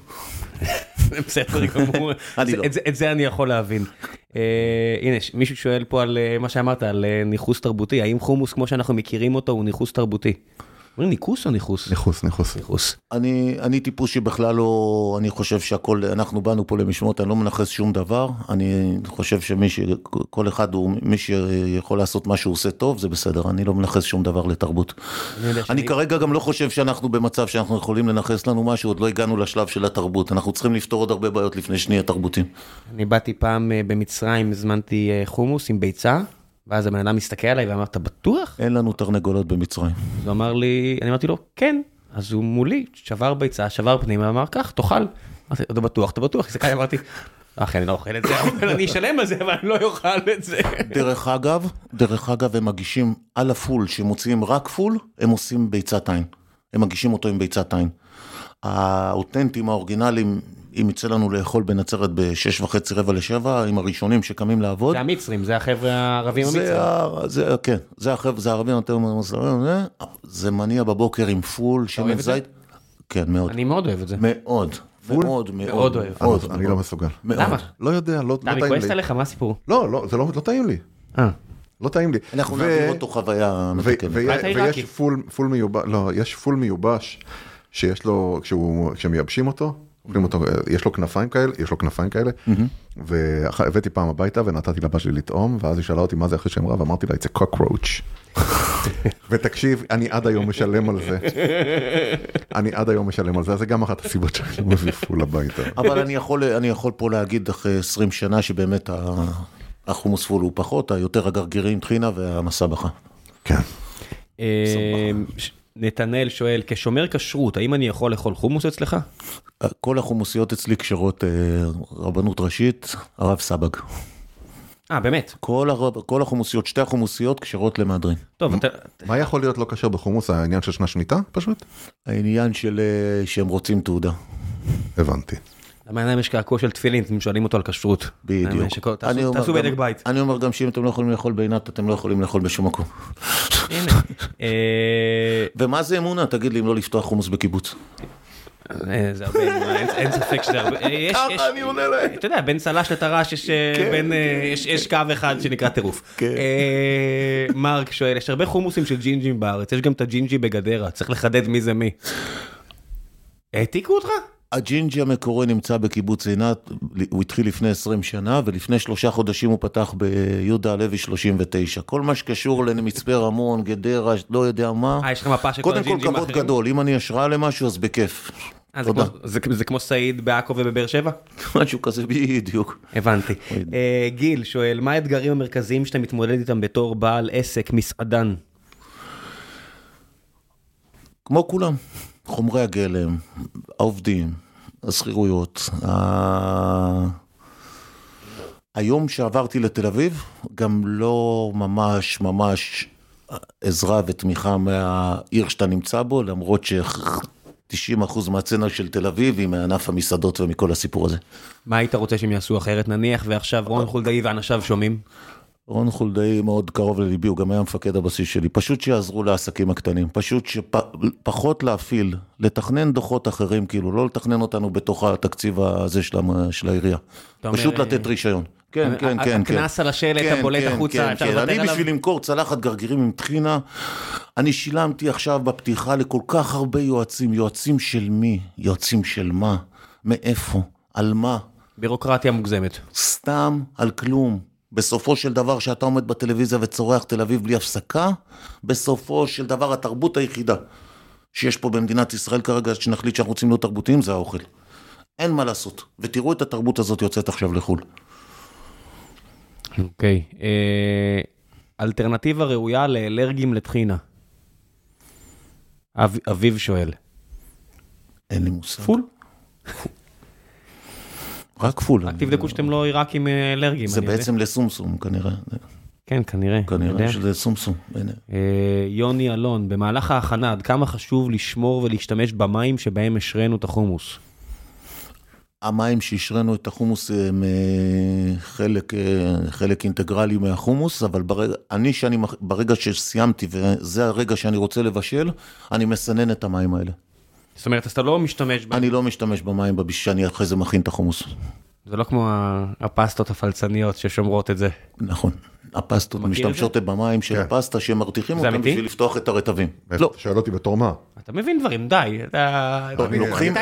בסדר גמור. את זה אני יכול להבין. הנה, מישהו שואל פה על מה שאמרת, על ניחוס תרבותי. האם חומוס כמו שאנחנו מכירים אותו הוא ניחוס תרבותי? אומרים ניחוס או ניחוס? ניחוס, ניחוס. ניחוס. אני, אני טיפוס שבכלל לא, אני חושב שהכל, אנחנו באנו פה למשמעות, אני לא מנחס שום דבר, אני חושב שמי ש, כל אחד הוא, מי שיכול לעשות מה שהוא עושה טוב, זה בסדר, אני לא מנחס שום דבר לתרבות. אני, אני שאני... כרגע גם לא חושב שאנחנו במצב שאנחנו יכולים לנחס לנו משהו, עוד לא הגענו לשלב של התרבות, אנחנו צריכים לפתור עוד הרבה בעיות לפני שנהיה תרבותים. אני באתי פעם במצרים, הזמנתי חומוס עם ביצה, ואז הבן אדם מסתכל עליי ואמר, אתה בטוח? אין לנו תרנגולות במצרים. אז הוא אמר לי, אני אמרתי לו, כן. אז הוא מולי, שבר ביצה, שבר פנים, ואמר, כך, תאכל. אמרתי, אתה בטוח, אתה בטוח. הסתכל, אמרתי, אחי, אני לא אוכל את זה, אבל אני אשלם על זה, אבל אני לא אוכל את זה. דרך אגב, דרך אגב, הם מגישים על הפול, שמוציאים רק פול, הם עושים ביצת עין. הם מגישים אותו עם ביצת עין. האותנטים, האורגינליים, אם יצא לנו לאכול בנצרת בשש וחצי רבע לשבע, עם הראשונים שקמים לעבוד. זה המצרים, זה החבר'ה הערבים המצרים. זה, כן, זה החבר'ה, זה הערבים יותר מוסלמים, זה מניע בבוקר עם פול, שמן זית. כן, מאוד. אני מאוד אוהב את זה. מאוד, מאוד, מאוד אוהב. אני לא מסוגל. למה? לא יודע, לא טעים לי. אתה כועסת עליך, מה הסיפור? לא, לא, זה לא טעים לי. אה. לא טעים לי. אנחנו נעביר אותו חוויה מתקנת. ויש פול מיובש, לא, יש פול מיובש, שיש לו, כשמייבשים אותו, יש לו כנפיים כאלה, יש לו כנפיים כאלה, והבאתי פעם הביתה ונתתי לבת שלי לטעום, ואז היא שאלה אותי מה זה אחרי שאמרה, ואמרתי לה, it's a cockroach. ותקשיב, אני עד היום משלם על זה. אני עד היום משלם על זה, אז זה גם אחת הסיבות שאני מביא פול הביתה. אבל אני יכול, אני יכול פה להגיד אחרי עשרים שנה שבאמת החומוס פול הוא פחות, היותר הגרגירים טחינה והמסבכה. כן. נתנאל שואל, כשומר כשרות, האם אני יכול לאכול חומוס אצלך? כל החומוסיות אצלי קשרות רבנות ראשית, הרב סבג. אה, באמת? כל, הרב, כל החומוסיות, שתי החומוסיות קשרות למהדרין. טוב, אתה... מה יכול להיות לא קשר בחומוס? העניין של שנה שמיטה, פשוט? העניין של שהם רוצים תעודה. הבנתי. המעניין יש קעקוע של תפילין, אתם שואלים אותו על כשרות. בדיוק. תעשו בדק בית. אני אומר גם שאם אתם לא יכולים לאכול בעינת, אתם לא יכולים לאכול בשום מקום. הנה. ומה זה אמונה? תגיד לי אם לא לפתוח חומוס בקיבוץ. זה הרבה, אין ספק שזה הרבה. ככה אני עונה להם. אתה יודע, בין סלש לטרש יש קו אחד שנקרא טירוף. מרק שואל, יש הרבה חומוסים של ג'ינג'ים בארץ, יש גם את הג'ינג'י בגדרה, צריך לחדד מי זה מי. העתיקו אותך? הג'ינג'י המקורי נמצא בקיבוץ עינת, הוא התחיל לפני עשרים שנה, ולפני שלושה חודשים הוא פתח ביהודה הלוי שלושים ותשע. כל מה שקשור למצפה רמון, גדרה, לא יודע מה. אה, יש לך מפה של כל הג'ינג'ים האחרים? קודם כל כבוד גדול, אם אני השראה למשהו, אז בכיף. תודה. זה כמו סעיד בעכו ובבאר שבע? משהו כזה בדיוק. הבנתי. גיל שואל, מה האתגרים המרכזיים שאתה מתמודד איתם בתור בעל עסק, מסעדן? כמו כולם. חומרי הגלם, העובדים, הסחירויות. היום שעברתי לתל אביב, גם לא ממש ממש עזרה ותמיכה מהעיר שאתה נמצא בו, למרות ש-תשעים אחוז מהצנה של תל אביב היא מענף המסעדות ומכל הסיפור הזה. מה היית רוצה שהם יעשו אחרת? נניח ועכשיו רון חולדאי ואנשיו שומעים? רון חולדאי מאוד קרוב לליבי, הוא גם היה מפקד הבסיס שלי, פשוט שיעזרו לעסקים הקטנים, פשוט שפחות להפעיל, לתכנן דוחות אחרים, כאילו, לא לתכנן אותנו בתוך התקציב הזה של העירייה, פשוט לתת רישיון. כן, כן, כן. הכנס על השלט, הבולט החוצה, אפשר לוותר עליו. אני בשביל למכור צלחת גרגירים עם טחינה, אני שילמתי עכשיו בפתיחה לכל כך הרבה יועצים, יועצים של מי? יועצים של מה? מאיפה? על מה? בירוקרטיה מוגזמת. סתם על כלום. בסופו של דבר שאתה עומד בטלוויזיה וצורח תל אביב בלי הפסקה, בסופו של דבר התרבות היחידה שיש פה במדינת ישראל כרגע, שנחליט שאנחנו רוצים להיות תרבותיים, זה האוכל. אין מה לעשות. ותראו את התרבות הזאת יוצאת עכשיו לחול. אוקיי. אלטרנטיבה ראויה לאלרגים לטחינה. אביב שואל. אין לי מושג. פול? רק כפול. רק תבדקו שאתם לא עיראקים אלרגיים. זה בעצם לסומסום כנראה. כן, כנראה. כנראה שזה סומסום. יוני אלון, במהלך ההכנה, עד כמה חשוב לשמור ולהשתמש במים שבהם השרנו את החומוס? המים שהשרנו את החומוס הם חלק, חלק אינטגרלי מהחומוס, אבל ברגע, אני שאני, ברגע שסיימתי, וזה הרגע שאני רוצה לבשל, אני מסנן את המים האלה. זאת אומרת, אז אתה לא משתמש בהם? אני לא משתמש במים שאני אחרי זה מכין את החומוס. זה לא כמו הפסטות הפלצניות ששומרות את זה. נכון. הפסטות משתמשות במים של הפסטה שהם מרתיחים אותם בשביל לפתוח את הרטבים. לא. שאל אותי בתור מה? אתה מבין דברים, די. הם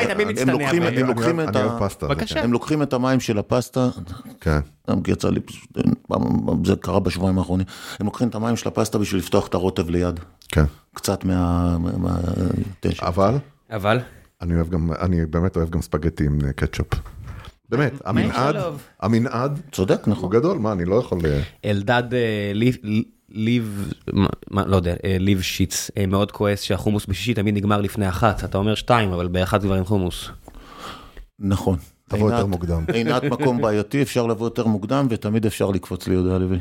לוקחים את המים של הפסטה, יצא לי, זה קרה בשבועיים האחרונים, הם לוקחים את המים של הפסטה בשביל לפתוח את הרוטב ליד. קצת מה... אבל? אבל? אני באמת אוהב גם ספגטי עם קטשופ. באמת, המנעד, המנעד, צודק, נכון. הוא גדול, מה, אני לא יכול... אלדד ליב, לא יודע, ליב שיץ, מאוד כועס שהחומוס בשישי תמיד נגמר לפני אחת, אתה אומר שתיים, אבל באחת כבר אין חומוס. נכון. תבוא יותר מוקדם. עינת מקום בעייתי, אפשר לבוא יותר מוקדם, ותמיד אפשר לקפוץ ליהודה הלוי.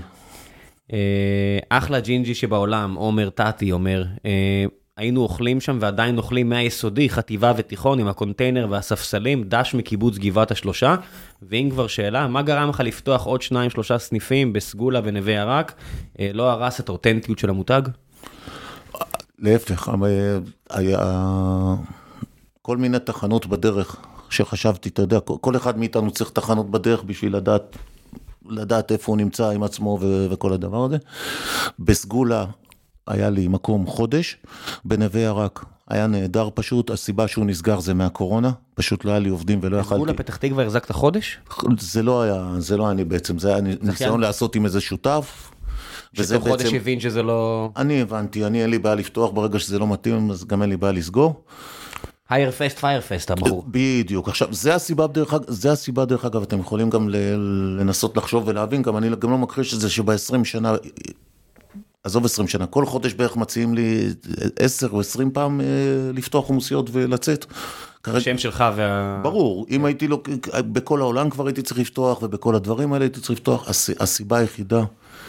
אחלה ג'ינג'י שבעולם, עומר טאטי אומר, היינו אוכלים שם ועדיין אוכלים מהיסודי, חטיבה ותיכון עם הקונטיינר והספסלים, דש מקיבוץ גבעת השלושה, ואם כבר שאלה, מה גרם לך לפתוח עוד שניים שלושה סניפים בסגולה ונווה ירק, לא הרס את האותנטיות של המותג? להפך, היה כל מיני תחנות בדרך שחשבתי, אתה יודע, כל אחד מאיתנו צריך תחנות בדרך בשביל לדעת, לדעת איפה הוא נמצא עם עצמו וכל הדבר הזה. בסגולה, היה לי מקום חודש, בנווה ירק, היה נהדר פשוט, הסיבה שהוא נסגר זה מהקורונה, פשוט לא היה לי עובדים ולא יכלתי. בגבול הפתח תקווה החזקת חודש? זה לא היה, זה לא היה אני בעצם, זה היה ניסיון לעשות עם איזה שותף, שתוך חודש הבין שזה לא... אני הבנתי, אני אין לי בעיה לפתוח, ברגע שזה לא מתאים, אז גם אין לי בעיה לסגור. הייר פסט, פייר פסט, אמרו. בדיוק. עכשיו, זה הסיבה דרך אגב, זה הסיבה דרך אגב, אתם יכולים גם לנסות לחשוב ולהבין, גם אני גם לא מכחיש את זה שב-עשרים שנה, עזוב עשרים שנה, כל חודש בערך מציעים לי עשר או עשרים פעם לפתוח חומוסיות ולצאת. השם שלך וה... ברור, אם הייתי לו, בכל העולם כבר הייתי צריך לפתוח, ובכל הדברים האלה הייתי צריך לפתוח, הסיבה היחידה,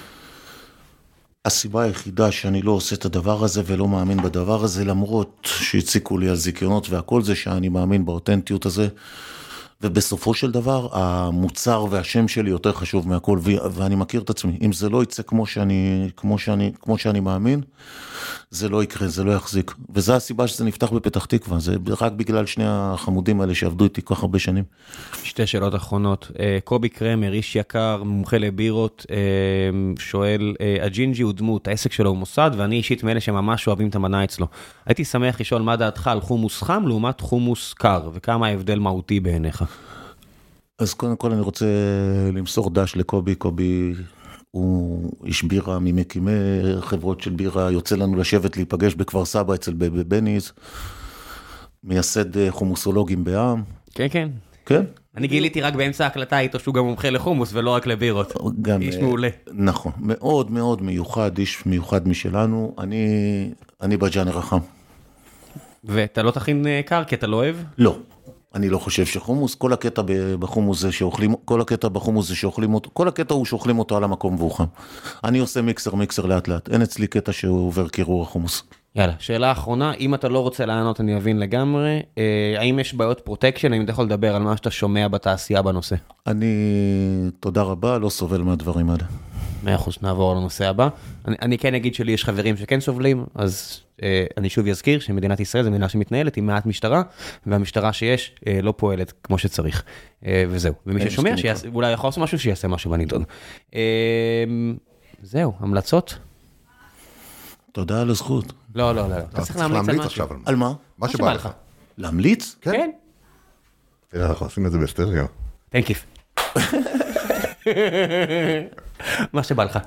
הסיבה היחידה שאני לא עושה את הדבר הזה ולא מאמין בדבר הזה, למרות שהציקו לי על זיכיונות והכל זה שאני מאמין באותנטיות הזה, ובסופו של דבר המוצר והשם שלי יותר חשוב מהכל, ואני מכיר את עצמי, אם זה לא יצא כמו שאני, כמו שאני, כמו שאני מאמין, זה לא יקרה, זה לא יחזיק, וזה הסיבה שזה נפתח בפתח תקווה, זה רק בגלל שני החמודים האלה שעבדו איתי כל כך הרבה שנים. שתי שאלות אחרונות, קובי קרמר, איש יקר, מומחה לבירות, שואל, הג'ינג'י הוא דמות, העסק שלו הוא מוסד, ואני אישית מאלה שממש אוהבים את המנה אצלו. הייתי שמח לשאול מה דעתך על חומוס חם לעומת חומוס קר, וכמה ההבדל מהותי בעיניך. אז קודם כל אני רוצה למסור דש לקובי, קובי הוא איש בירה ממקימי חברות של בירה, יוצא לנו לשבת להיפגש בכפר סבא אצל בבניז, מייסד חומוסולוגים בעם. כן, כן. כן? אני גיליתי רק באמצע ההקלטה איתו שהוא גם מומחה לחומוס ולא רק לבירות. איש מעולה. נכון, מאוד מאוד מיוחד, איש מיוחד משלנו, אני, אני בג'אנר החם. ואתה לא תכין קר כי אתה לא אוהב? לא. אני לא חושב שחומוס, כל הקטע בחומוס זה שאוכלים, כל הקטע בחומוס זה שאוכלים אותו, כל הקטע הוא שאוכלים אותו על המקום והוא חם. אני עושה מיקסר, מיקסר לאט לאט, אין אצלי קטע שהוא עובר קירור החומוס. יאללה, שאלה אחרונה, אם אתה לא רוצה לענות אני אבין לגמרי, האם יש בעיות פרוטקשן, האם אתה יכול לדבר על מה שאתה שומע בתעשייה בנושא? אני, תודה רבה, לא סובל מהדברים האלה. מאה אחוז, נעבור לנושא הבא. אני, אני כן אגיד שלי יש חברים שכן סובלים, אז אה, אני שוב אזכיר שמדינת ישראל זו מדינה שמתנהלת עם מעט משטרה, והמשטרה שיש אה, לא פועלת כמו שצריך. אה, וזהו. ומי ששומע, שיעש, אולי יכול לעשות משהו, שיעשה משהו בנידון. אה, זהו, המלצות? תודה על הזכות. לא, לא, לא. אתה צריך להמליץ על משהו. על מה? מה שבא לך. להמליץ? כן. תראה, אנחנו עושים את זה בסטריאו. Thank you. מה שבא לך.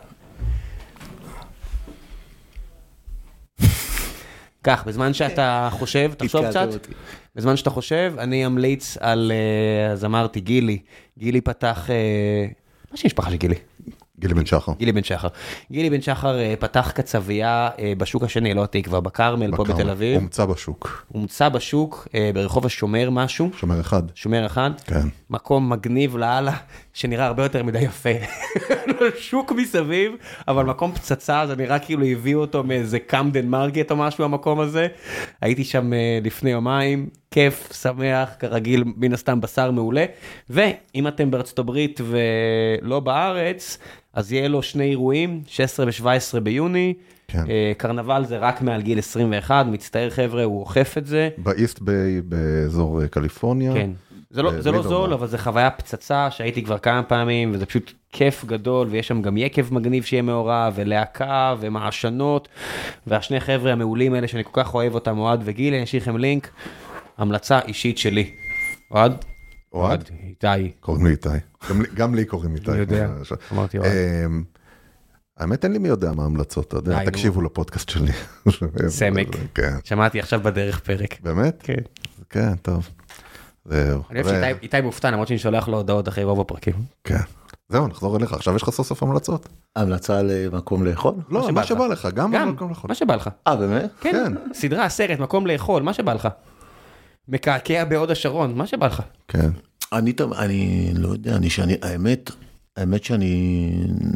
כך, בזמן שאתה חושב, תחשוב קצת, בזמן שאתה חושב, אני אמליץ על, אז אמרתי, גילי, גילי פתח, מה שמשפחה של גילי? גילי בן שחר. גילי בן שחר. גילי בן שחר פתח קצבייה בשוק השני, לא התקווה, בקרמל, פה בתל אביב. הומצא בשוק. הומצא בשוק, ברחוב השומר משהו. שומר אחד. שומר אחד. כן. מקום מגניב לאללה, שנראה הרבה יותר מדי יפה. שוק מסביב, אבל מקום פצצה, זה נראה כאילו הביאו אותו מאיזה קמדן מרגט או משהו, המקום הזה. הייתי שם לפני יומיים, כיף, שמח, כרגיל, מן הסתם בשר מעולה. ואם אתם בארצות הברית ולא בארץ, אז יהיה לו שני אירועים, שש עשרה ו-שבע עשרה ביוני, כן. קרנבל זה רק מעל גיל עשרים ואחת, מצטער חבר'ה, הוא אוכף את זה. באיסט ביי, באזור קליפורניה. כן, זה לא, זה לא זול, אבל זה חוויה פצצה שהייתי כבר כמה פעמים, וזה פשוט כיף גדול, ויש שם גם יקב מגניב שיהיה מעורב, ולהקה, ומעשנות, והשני חבר'ה המעולים האלה שאני כל כך אוהב אותם, אוהד וגיל, אני אשאיר לכם לינק, המלצה אישית שלי. אוהד? אוהד? איתי. קוראים לי איתי. גם לי קוראים איתי. אני יודע, אמרתי אוהד. האמת אין לי מי יודע מה המלצות, אתה יודע, תקשיבו לפודקאסט שלי. סמק. שמעתי עכשיו בדרך פרק. באמת? כן. כן, טוב. זהו. אני אוהב שאיתי מופתע, למרות שאני שולח לו הודעות אחרי רוב הפרקים. כן. זהו, נחזור אליך. עכשיו יש לך סוף סוף המלצות. המלצה למקום לאכול? לא, מה שבא לך. גם מקום לאכול. מה שבא לך. אה, באמת? כן. סדרה, סרט, מקום לאכול, מה שבא לך. מקעקע בעוד השרון, מה שבא לך. כן. אני, אני לא יודע, אני, שאני, האמת, האמת שאני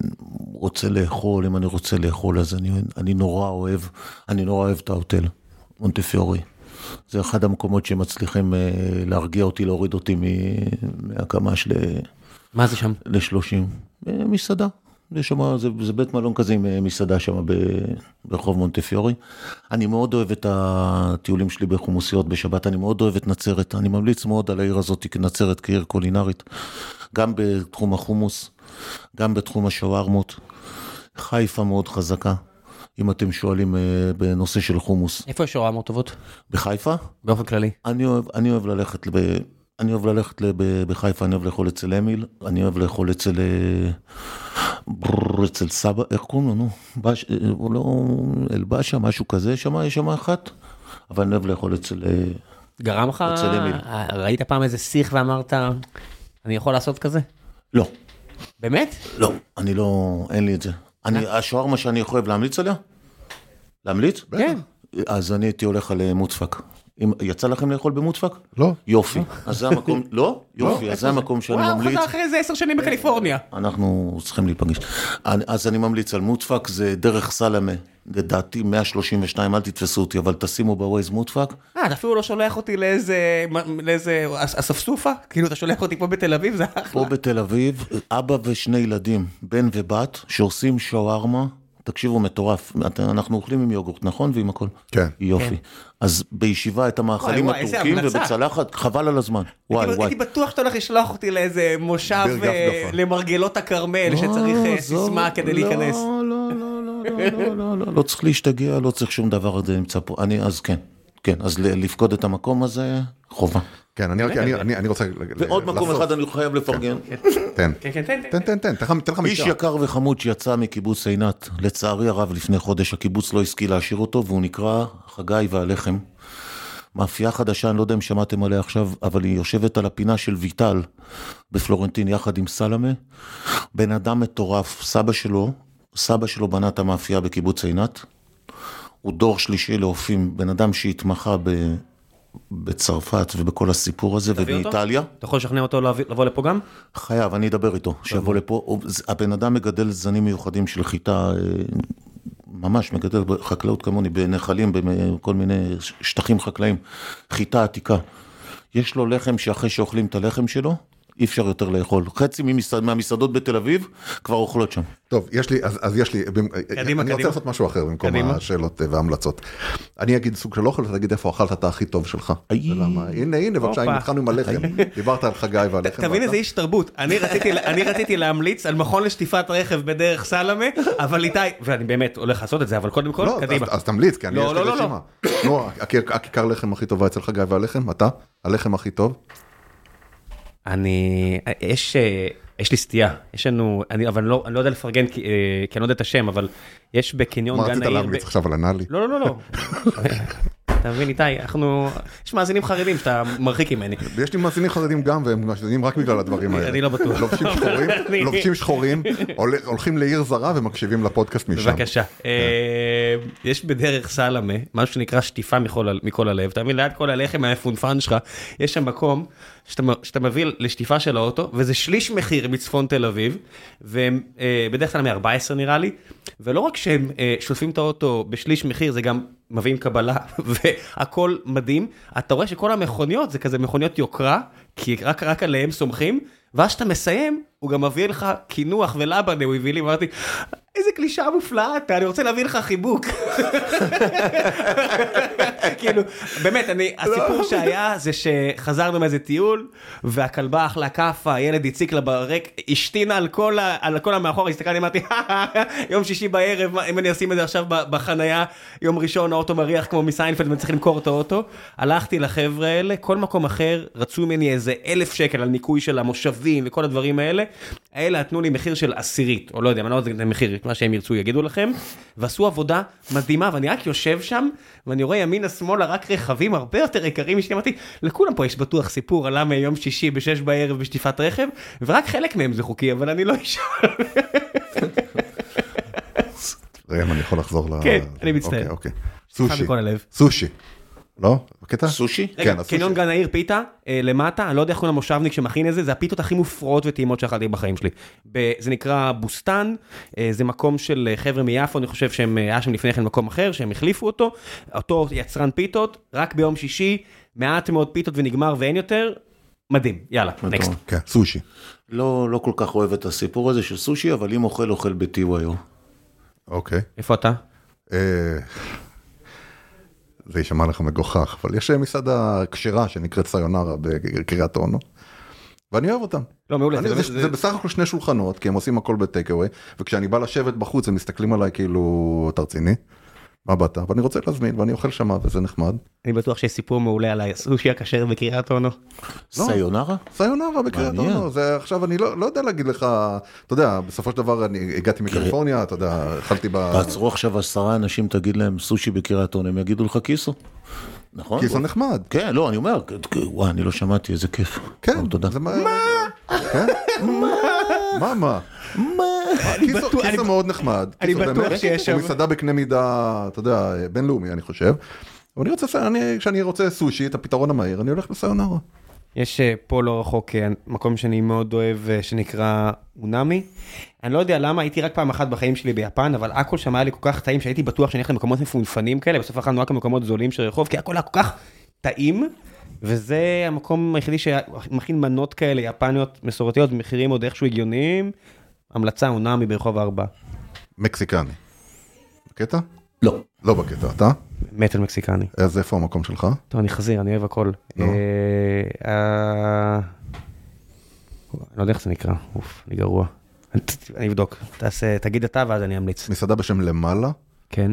רוצה לאכול, אם אני רוצה לאכול, אז אני, אני נורא אוהב, אני נורא אוהב את ההוטל, מונטפיורי. זה אחד המקומות שמצליחים להרגיע אותי, להוריד אותי מהקמ"ש ל... מה זה שם? ל-שלושים. מסעדה. שמה, זה, זה בית מלון כזה עם מסעדה שם ברחוב מונטפיורי. אני מאוד אוהב את הטיולים שלי בחומוסיות בשבת, אני מאוד אוהב את נצרת, אני ממליץ מאוד על העיר הזאת כנצרת, כעיר קולינרית, גם בתחום החומוס, גם בתחום השווארמות. חיפה מאוד חזקה, אם אתם שואלים בנושא של חומוס. איפה יש שווארמות טובות? בחיפה? באופן כללי. אני אוהב, אני אוהב ללכת ב... אני אוהב ללכת בחיפה, אני אוהב לאכול אצל אמיל, אני אוהב לאכול אצל אצל סבא, איך קוראים לו, נו? הוא לא, אלבשה, משהו כזה, שמה, יש שמה אחת, אבל אני אוהב לאכול אצל... גרם לך, ראית פעם איזה שיח ואמרת, אני יכול לעשות כזה? לא. באמת? לא, אני לא, אין לי את זה. השוארמה שאני אוהב להמליץ עליה? להמליץ? כן. אז אני הייתי הולך על מוצפק. יצא לכם לאכול במוצפק? לא. יופי. אז זה המקום, לא? יופי, אז זה המקום שאני ממליץ. וואו, חזר אחרי איזה עשר שנים בקליפורניה. אנחנו צריכים להיפגש. אז אני ממליץ על מוצפק, זה דרך סלמה, לדעתי מאה שלושים ושתיים, אל תתפסו אותי, אבל תשימו בווייז מוצפק. אה, אתה אפילו לא שולח אותי לאיזה אספסופה? כאילו אתה שולח אותי פה בתל אביב, זה אחלה. פה בתל אביב, אבא ושני ילדים, בן ובת, שעושים שווארמה, תקשיבו, מטורף. אנחנו אוכלים עם יוגורט, נכון? ועם הכל. כן. יופי. אז בישיבה את המאכלים הטורקים ובצלחת, חבל על הזמן. וואי, וואי. הייתי בטוח שאתה הולך לשלוח אותי לאיזה מושב למרגלות הכרמל, שצריך סיסמה כדי להיכנס. לא, לא, לא, לא, לא, לא, לא צריך להשתגע, לא צריך שום דבר הזה נמצא פה. אני, אז כן, כן, אז לפקוד את המקום הזה, חובה. כן, אני רוצה... ועוד מקום אחד אני חייב לפרגן. תן, כן, כן, תן, תן, תן, תן, תן לך איש משעה. יקר וחמוד שיצא מקיבוץ עינת, לצערי הרב לפני חודש הקיבוץ לא השכיל להשאיר אותו, והוא נקרא חגי והלחם. מאפייה חדשה, אני לא יודע אם שמעתם עליה עכשיו, אבל היא יושבת על הפינה של ויטל בפלורנטין יחד עם סלמה. בן אדם מטורף, סבא שלו, סבא שלו בנה את המאפייה בקיבוץ עינת. הוא דור שלישי לאופים, בן אדם שהתמחה ב... בצרפת ובכל הסיפור הזה ובאיטליה. אתה יכול לשכנע אותו לבוא לפה גם? חייב, אני אדבר איתו, שיבוא לפה. הבן אדם מגדל זנים מיוחדים של חיטה, ממש מגדל חקלאות כמוני, בנחלים, בכל מיני שטחים חקלאים, חיטה עתיקה. יש לו לחם שאחרי שאוכלים את הלחם שלו, אי אפשר יותר לאכול. חצי מהמסעדות בתל אביב כבר אוכלות שם. טוב, יש לי, אז, אז יש לי, קדימה, אני רוצה לעשות משהו אחר במקום קדימה. השאלות וההמלצות. אני אגיד סוג של אוכל, ותגיד איפה אכלת את הכי טוב שלך. ולמה? הנה, הנה, בבקשה, אם התחלנו עם הלחם. דיברת על חגי והלחם. תבין איזה איש תרבות. אני רציתי, אני רציתי להמליץ על מכון לשטיפת רכב בדרך סלמה, אבל איתי, ואני באמת הולך לעשות את זה, אבל קודם כל, קדימה. אז תמליץ, כי אני יש לי רשימה. נו, הכיכר לחם הכי טובה אצל חגי והלחם, אתה? הלחם הכי טוב? אני, יש, יש לי סטייה, יש לנו, אני, אבל אני לא, אני לא יודע לפרגן, כי, כי אני לא יודע את השם, אבל יש בקניון גן העיר... מה רצית להמליץ עכשיו על הנאלי? לא, לא, לא, לא. אתה מבין איתי, אנחנו, יש מאזינים חרדים שאתה מרחיק ממני. יש לי מאזינים חרדים גם, והם מאזינים רק בגלל הדברים האלה. אני לא בטוח. לובשים שחורים, לובשים שחורים, הולכים לעיר זרה ומקשיבים לפודקאסט משם. בבקשה. יש בדרך סלמה, משהו שנקרא שטיפה מכל הלב, אתה מבין, ליד כל הלחם מהפונפן שלך, יש שם מקום שאתה מביא לשטיפה של האוטו, וזה שליש מחיר מצפון תל אביב, ובדרך כלל מ-ארבע עשרה נראה לי, ולא רק שהם שולפים את האוטו בשליש מחיר, זה גם מביאים קבלה, והכל מדהים. אתה רואה שכל המכוניות זה כזה מכוניות יוקרה, כי רק, רק עליהם סומכים, ואז שאתה מסיים, הוא גם מביא לך כינוח ולבנה, הוא הביא לי, ואמרתי, איזה קלישה מופלאה אתה, אני רוצה להביא לך חיבוק. כאילו, באמת, אני, הסיפור שהיה זה שחזרנו מאיזה טיול, והכלבה אכלה כאפה, הילד הציק לה ברק, השתינה על כל, על כל המאחור, הסתכלתי, אמרתי, יום שישי בערב, אם אני אשים את זה עכשיו בחנייה, יום ראשון האוטו מריח כמו מסיינפלד, ואני צריך למכור את האוטו, הלכתי לחבר'ה האלה, כל מקום אחר, רצו ממני איזה אלף שקל על ניקוי של המושבים וכל הדברים האלה, האלה נתנו לי מחיר של עשירית, או לא יודע, אני לא יודע את המחיר, מה שהם ירצו יגידו לכם, ועשו עבודה מדהימה, ואני רק יושב שם, ואני רואה ימינה שמאלה רק רכבים הרבה יותר יקרים, אמרתי, לכולם פה יש בטוח סיפור, עלה מיום שישי בשש בערב בשטיפת רכב, ורק חלק מהם זה חוקי, אבל אני לא אשאר. ראם, אני יכול לחזור ל... כן, אני מצטער. אוקיי, אוקיי. סושי. סושי. לא? בקטע? סושי? רגע, קניון גן העיר פיתה, למטה, אני לא יודע איך קוראים למושבניק שמכין את זה, זה הפיתות הכי מופרעות וטעימות שאכלתי בחיים שלי. זה נקרא בוסטן, זה מקום של חבר'ה מיפו, אני חושב שהם היה שם לפני כן מקום אחר, שהם החליפו אותו, אותו יצרן פיתות, רק ביום שישי, מעט מאוד פיתות ונגמר ואין יותר, מדהים, יאללה, נקסט. כן, סושי. לא, לא כל כך אוהב את הסיפור הזה של סושי, אבל אם אוכל, אוכל בטיו היום. אוקיי. איפה אתה? זה יישמע לך מגוחך, אבל יש מסעדה כשרה שנקראת סיונרה בקריית אונו, ואני אוהב אותם. לא, מעולה. אני, זה, זה, זה בסך הכל שני שולחנות, כי הם עושים הכל בטייק-אווי, וכשאני בא לשבת בחוץ, הם מסתכלים עליי כאילו, אתה רציני? מה באת? אבל אני רוצה להזמין, ואני אוכל שמה, וזה נחמד. אני בטוח שיש סיפור מעולה על הסושי הכשר בקריית אונו. סיונרה? סיונרה בקריית אונו. זה עכשיו, אני לא יודע להגיד לך, אתה יודע, בסופו של דבר אני הגעתי מקליפורניה, אתה יודע, אכלתי ב... תעצרו עכשיו עשרה אנשים, תגיד להם סושי בקריית אונו, הם יגידו לך כיסו. נכון? כיסו נחמד. כן, לא, אני אומר, וואי, אני לא שמעתי, איזה כיף. כן. תודה. מה? מה? מה? מה? כיסו מאוד נחמד. אני בטוח שיש שם. הוא מסעדה בקנה מידה, אתה יודע, בינלאומי, אני חושב. אבל אני רוצה, כשאני רוצה סושי, את הפתרון המהיר, אני הולך לסיונרה. יש פה לא רחוק מקום שאני מאוד אוהב, שנקרא אונמי. אני לא יודע למה, הייתי רק פעם אחת בחיים שלי ביפן, אבל הכל שם היה לי כל כך טעים, שהייתי בטוח שאני הולך למקומות מפונפנים כאלה, בסוף אכלנו רק למקומות זולים של רחוב, כי הכל היה כל כך טעים, וזה המקום היחידי שמכין מנות כאלה, יפניות מסורתיות, במחירים עוד איכשהו הגיוניים, המלצה אונמי ברחוב ארבע. מקסיקני. בקטע? לא. לא בקטע, אתה? מת על מקסיקני. אז איפה המקום שלך? טוב, אני חזיר, אני אוהב הכל. לא. אני לא יודע איך זה נקרא, אוף, אני גרוע. אני אבדוק, תגיד אתה ואז אני אמליץ. מסעדה בשם למעלה. כן.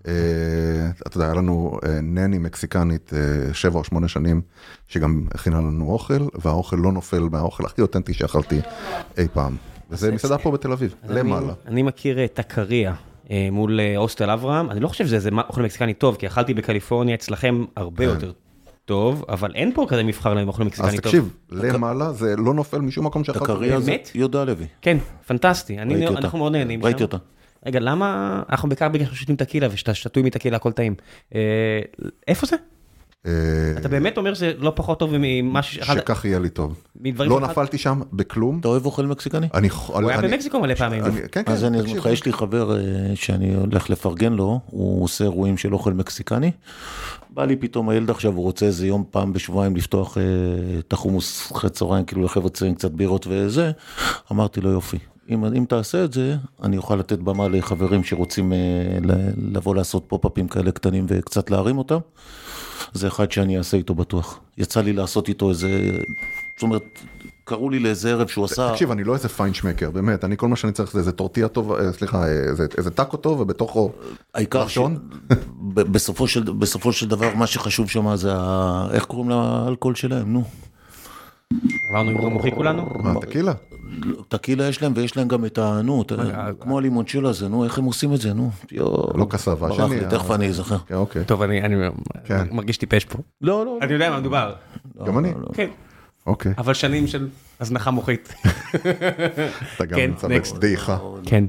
אתה יודע, היה לנו נני מקסיקנית שבע או שמונה שנים, שגם הכינה לנו אוכל, והאוכל לא נופל מהאוכל הכי אותנטי שאכלתי אי פעם. וזה מסעדה פה בתל אביב, למעלה. אני מכיר את הקריה מול אוסטל אברהם, אני לא חושב שזה אוכל מקסיקני טוב, כי אכלתי בקליפורניה אצלכם הרבה יותר טוב, אבל אין פה כזה מבחר להם אוכל מקסיקני טוב. אז תקשיב, למעלה זה לא נופל משום מקום שאכלתי. הקריה הזאת יהודה לוי. כן, פנטסטי, אנחנו מאוד נהנים שם. ראיתי אותה. רגע, למה אנחנו בעיקר בגלל ששותים טקילה, ושאתה שתוי מטקילה, הכל טעים. איפה זה? אתה באמת אומר שזה לא פחות טוב ממה ש... שכך יהיה לי טוב. לא נפלתי שם בכלום. אתה אוהב אוכל מקסיקני? הוא היה במקסיקו מלא פעמים. אז אני אזמותך, יש לי חבר שאני הולך לפרגן לו, הוא עושה אירועים של אוכל מקסיקני. בא לי פתאום הילד עכשיו, הוא רוצה איזה יום פעם בשבועיים לפתוח את החומוס אחרי צהריים, כאילו לחבר'ה צעירים קצת בירות וזה. אמרתי לו יופי. אם, אם תעשה את זה, אני אוכל לתת במה לחברים שרוצים לבוא לעשות פופ-אפים כאלה קטנים וקצת להרים אותם. זה אחד שאני אעשה איתו בטוח. יצא לי לעשות איתו איזה, זאת אומרת, קראו לי לאיזה ערב שהוא עשה... תקשיב, אני לא איזה פיינשמקר, באמת, אני כל מה שאני צריך זה איזה טורטיה טוב, סליחה, איזה, איזה טאקו טוב, ובתוכו לחשון. בסופו של, בסופו של דבר, מה שחשוב שם זה, ה... איך קוראים לאלכוהול שלהם, נו. עברנו עם מוחי כולנו? מה, טקילה? טקילה יש להם, ויש להם גם את ה... נו, כמו הלימונצ'ילה הזה, נו, איך הם עושים את זה, נו. לא קסבה, שני. תכף אני אזכר. טוב, אני מרגיש טיפש פה. לא, לא. אני יודע מה מדובר. גם אני? כן. אוקיי. אבל שנים של הזנחה מוחית. אתה גם נמצא בדעיכה. כן.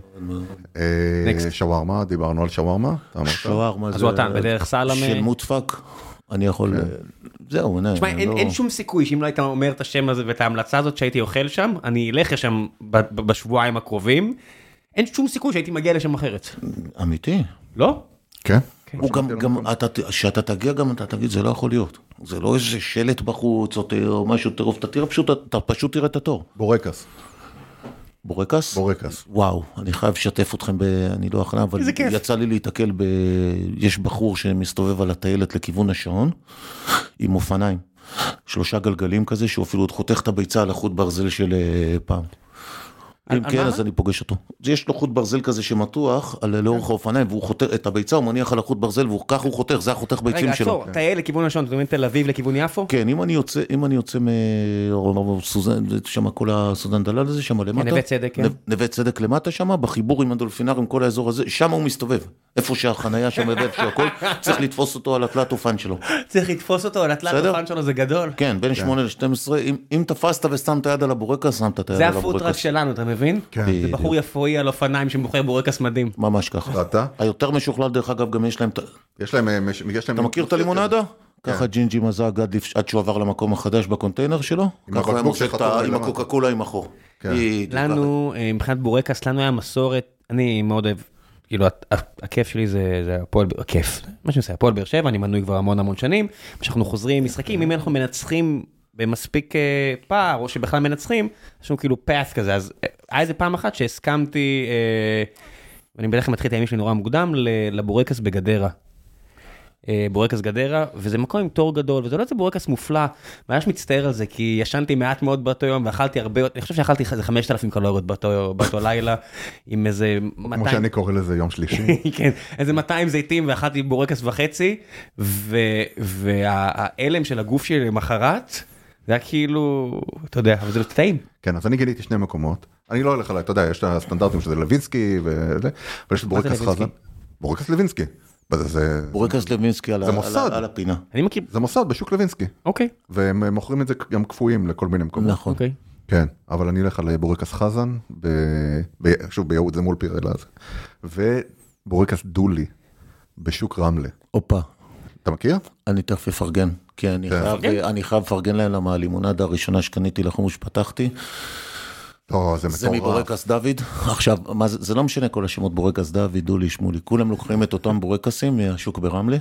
שווארמה, דיברנו על שווארמה. שווארמה זה... אז הוא אתה, בדרך סלאמה. של מודפק. אני יכול... זהו, נה. תשמע, אין שום סיכוי שאם לא היית אומר את השם הזה ואת ההמלצה הזאת שהייתי אוכל שם, אני אלך לשם בשבועיים הקרובים, אין שום סיכוי שהייתי מגיע לשם אחרת. אמיתי? לא? כן. הוא גם, גם, שאתה תגיע גם, אתה תגיד, זה לא יכול להיות. זה לא איזה שלט בחוץ, או משהו טרוף, אתה תראה פשוט, אתה פשוט תראה את התור. בורקס. בורקס? בורקס. וואו, אני חייב לשתף אתכם ב... אני לא אכלה, אבל יצא לי להתקל ב... יש בחור שמסתובב על הטיילת לכיוון השעון, עם אופניים. שלושה גלגלים כזה, שהוא אפילו עוד חותך את הביצה על החוט ברזל של פעם. אם כן, אז אני פוגש אותו. יש לו חוט ברזל כזה שמתוח על לאורך האופניים, והוא חותך את הביצה, הוא מניח על החוט ברזל, וכך הוא חותך, זה החותך ביצים שלו. רגע, עצור, טייל לכיוון השעון, זאת אומרת תל אביב לכיוון יפו? כן, אם אני יוצא, אם אני יוצא מסוזן, שם כל הסודן דלל הזה, שם למטה. נווה צדק, כן. נווה צדק למטה שם, בחיבור עם הדולפינרים, כל האזור הזה, שם הוא מסתובב. איפה שהחנייה שם ואיפה שהכל, צריך לתפוס אותו על התלת אופן שלו. צריך לתפוס אותו על התלת אופן שלו, זה גדול. כן, בין שמונה לשתים עשרה, אם תפסת ושם את היד על הבורקס, שמת את היד על הבורקס. זה הפוטראק שלנו, אתה מבין? זה בחור יפואי על אופניים שמוכר בורקס מדהים. ממש ככה. ואתה? היותר משוכלל דרך אגב, גם יש להם... יש להם... אתה מכיר את הלימונדה? ככה ג'ינג'י מזג עד שהוא עבר למקום החדש בקונטיינר שלו. ככה הוא מוצא עם הקוקה קולה עם החור. לנו, מבחינת בורקס, לנו היה מסורת, אני מאוד אוהב, כאילו, הכיף שלי זה הפועל, הכיף, מה שאני עושה, הפועל באר שבע, אני מנוי כבר המון המון שנים, כשאנחנו חוזרים משחקים, אם אנחנו מנצחים במספיק פער, או שבכלל מנצחים, יש לנו כאילו פאס כזה, אז היה איזה פעם אחת שהסכמתי, ואני בדרך כלל מתחיל את הימים שלי נורא מוקדם, לבורקס בגדרה. בורקס גדרה, וזה מקום עם תור גדול, וזה לא איזה בורקס מופלא, ממש מצטער על זה, כי ישנתי מעט מאוד באותו יום, ואכלתי הרבה, אני חושב שאכלתי איזה חמשת אלפים קלוריות באותו, באותו לילה, עם איזה מאתיים... כמו שאני קורא לזה יום שלישי. כן, איזה מאתיים זיתים, ואכלתי בורקס וחצי, והאלם של הגוף שלי למחרת, זה היה כאילו, אתה יודע, אבל זה לא טעים. כן, אז אני גיליתי שני מקומות, אני לא הולך עליי, אתה יודע, יש את הסטנדרטים שזה לוינסקי, וזה, אבל יש את בורקס חזן. בורקס לוינסקי. בורקס לוינסקי על הפינה. אני מכיר. זה מוסד בשוק לוינסקי. אוקיי. והם מוכרים את זה גם כפויים לכל מיני מקומות. נכון. אוקיי. כן, אבל אני אלך על בורקס חזן, שוב, ביהוד זה מול פירלה הזה, ובורקס דולי, בשוק רמלה. אופה. אתה מכיר? אני תכף אפרגן, כי אני חייב לפרגן להם למה הלימונדה הראשונה שקניתי לחומוס שפתחתי. לא, זה מטורף. זה מבורקס דוד. עכשיו, זה לא משנה כל השמות, בורקס דוד, דולי, שמולי, כולם לוקחים את אותם בורקסים מהשוק ברמלה.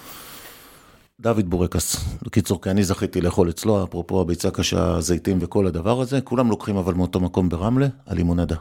דוד בורקס, בקיצור, כי אני זכיתי לאכול אצלו, אפרופו הביצה קשה, זיתים וכל הדבר הזה, כולם לוקחים אבל מאותו מקום ברמלה, הלימונדה.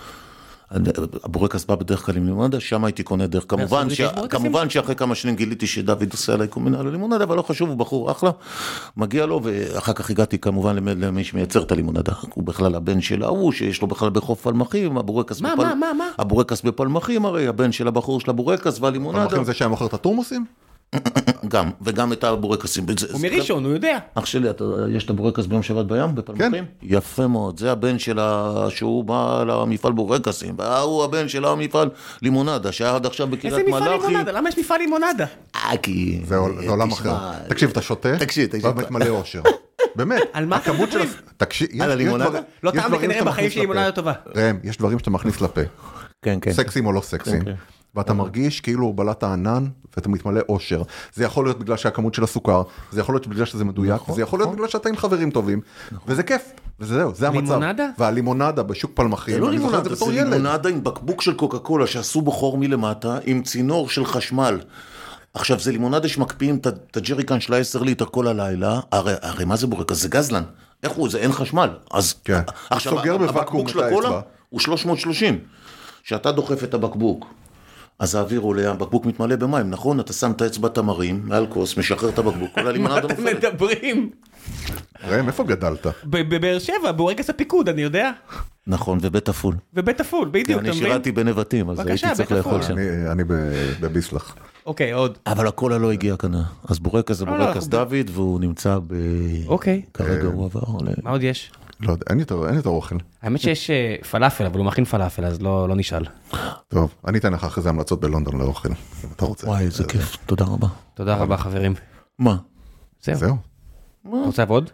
הבורקס בא בדרך כלל עם לימונדה, שם הייתי קונה דרך, כמובן, ש... כמובן שאחרי כמה שנים גיליתי שדוד עושה עליי קומינה על הלימונדה, אבל לא חשוב, הוא בחור אחלה, מגיע לו, ואחר כך הגעתי כמובן למי שמייצר את הלימונדה, הוא בכלל הבן שלה, הוא שיש לו בכלל בחוף פלמחים, הבורקס מה, בפל... מה, מה, מה? הבורקס בפלמחים הרי, הבן של הבחור של הבורקס והלימונדה. פלמחים זה שהם מוכר את הטורמוסים? גם, וגם את הבורקסים. הוא מראשון, הוא יודע. אח שלי, יש את הבורקס ביום שבת בים, בפלמחים? יפה מאוד, זה הבן שלה, שהוא בא למפעל בורקסים, והוא הבן שלה המפעל לימונדה, שהיה עד עכשיו בקריית מלאכי. איזה מפעל לימונדה? למה יש מפעל לימונדה? אה, כי... זה עולם אחר. תקשיב, אתה שותה, באמת מלא אושר. באמת. על מה אתם מדברים? על הלימונדה? לא טעם לי כנראה בחיים שלי לימונדה טובה. ראם, יש דברים שאתה מכניס לפה. כן, כן. סקסים או לא סקסים. ואתה מרגיש כאילו הוא בלט הענן, ואתה מתמלא אושר. זה יכול להיות בגלל שהכמות של הסוכר, זה יכול להיות בגלל שזה מדויק, זה יכול להיות בגלל שאתה עם חברים טובים, וזה כיף, וזה זהו, זה המצב. לימונדה? והלימונדה בשוק פלמחים, זה לא לימונדה, זה לימונדה עם בקבוק של קוקה קולה, שעשו בו חור מלמטה, עם צינור של חשמל. עכשיו, זה לימונדה שמקפיאים את הג'ריקן של ה-עשרה ליטר כל הלילה, הרי מה זה בורקס? זה גזלן. איך הוא? זה אין חשמל. אז עכשיו, הבקבוק של הקולה הוא שלוש מאות ושלושים. שאתה דוחף את הבקבוק, אז האוויר עולה, הבקבוק מתמלא במים, נכון? אתה שם את האצבע תמרים, מעל כוס, משחרר את הבקבוק, כל הלימונדה מופלת. מה אתם מדברים? ראם, איפה גדלת? בבאר שבע, בורקס הפיקוד, אני יודע. נכון, ובית אפול. ובית אפול, בדיוק. אני שירתי בנבטים, אז הייתי צריך לאכול שם. אני בביסלח. אוקיי, עוד. אבל הקולה לא הגיע כאן. אז בורקס זה בורקס דוד, והוא נמצא ב... אוקיי. כרגע הוא עבר. מה עוד יש? לא יודע, אין יותר אוכל. האמת שיש פלאפל, אבל הוא מכין פלאפל, אז לא נשאל. טוב, אני אתן לך אחרי זה המלצות בלונדון לאוכל, אם אתה רוצה. וואי, איזה כיף, תודה רבה. תודה רבה, חברים. מה? זהו. זהו. אתה רוצה לעבוד?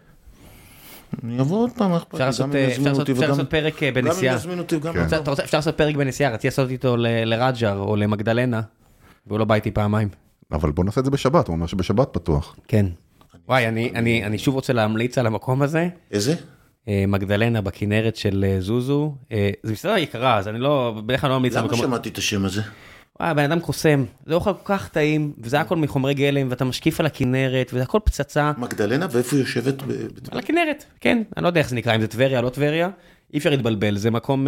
אני אעבור עוד פעם, אפשר לעשות פרק בנסיעה. אפשר לעשות פרק בנסיעה, רציתי לעשות איתו לרג'ר או למגדלנה, והוא לא בא איתי פעמיים. אבל בוא נעשה את זה בשבת, הוא אומר שבשבת פתוח. כן. וואי, אני שוב רוצה להמליץ על המקום הזה. איזה? מגדלנה בכנרת של זוזו. זה מסעדה יקרה, אז אני לא, בדרך כלל לא ממליץ על מקום. למה שמעתי את השם הזה? וואי, בן אדם קוסם, זה אוכל כל כך טעים, וזה הכל מחומרי גלם, ואתה משקיף על הכנרת, וזה הכל פצצה. מגדלנה, ואיפה היא יושבת? על הכנרת, כן. אני לא יודע איך זה נקרא, אם זה טבריה, לא טבריה. אי אפשר להתבלבל, זה מקום,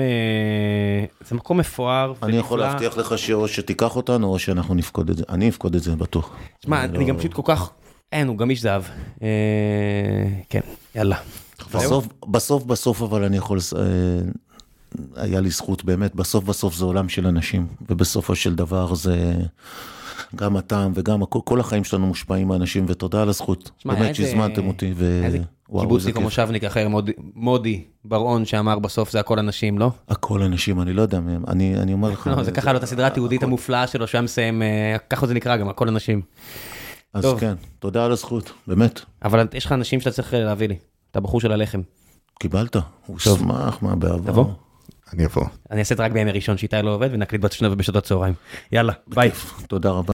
זה מקום מפואר. אני יכול להבטיח לך שאו שתיקח אותנו, או שאנחנו נפקוד את זה. אני אפקוד את זה, בטוח. תשמע, אני גם פשוט כל כך, אין, הוא גם איש זהב. כן, יאללה. בסוף, בסוף, בסוף, אבל אני יכול, היה לי זכות באמת, בסוף, בסוף זה עולם של אנשים, ובסופו של דבר זה גם הטעם וגם הכל, כל החיים שלנו מושפעים מאנשים, ותודה על הזכות. באמת שהזמנתם אותי, ווואו, קיבוצניק או מושבניק אחר, מודי ברעון שאמר בסוף זה הכל אנשים, לא? הכל אנשים, אני לא יודע מהם, אני, אני אומר לך. לא, זה ככה לא את הסדרה התיעודית המופלאה שלו, שם מסיים, ככה זה נקרא גם, הכל אנשים. אז כן, תודה על הזכות, באמת. אבל יש לך אנשים שאתה צריך להביא לי. אתה בחור של הלחם. קיבלת? הוא שמח מה בעבר. תבוא. אני אבוא. אני אעשה את רק בימי ראשון שאיתי לא עובד, ונקליט בת שנה ובשעות הצהריים. יאללה, ביי. תודה רבה.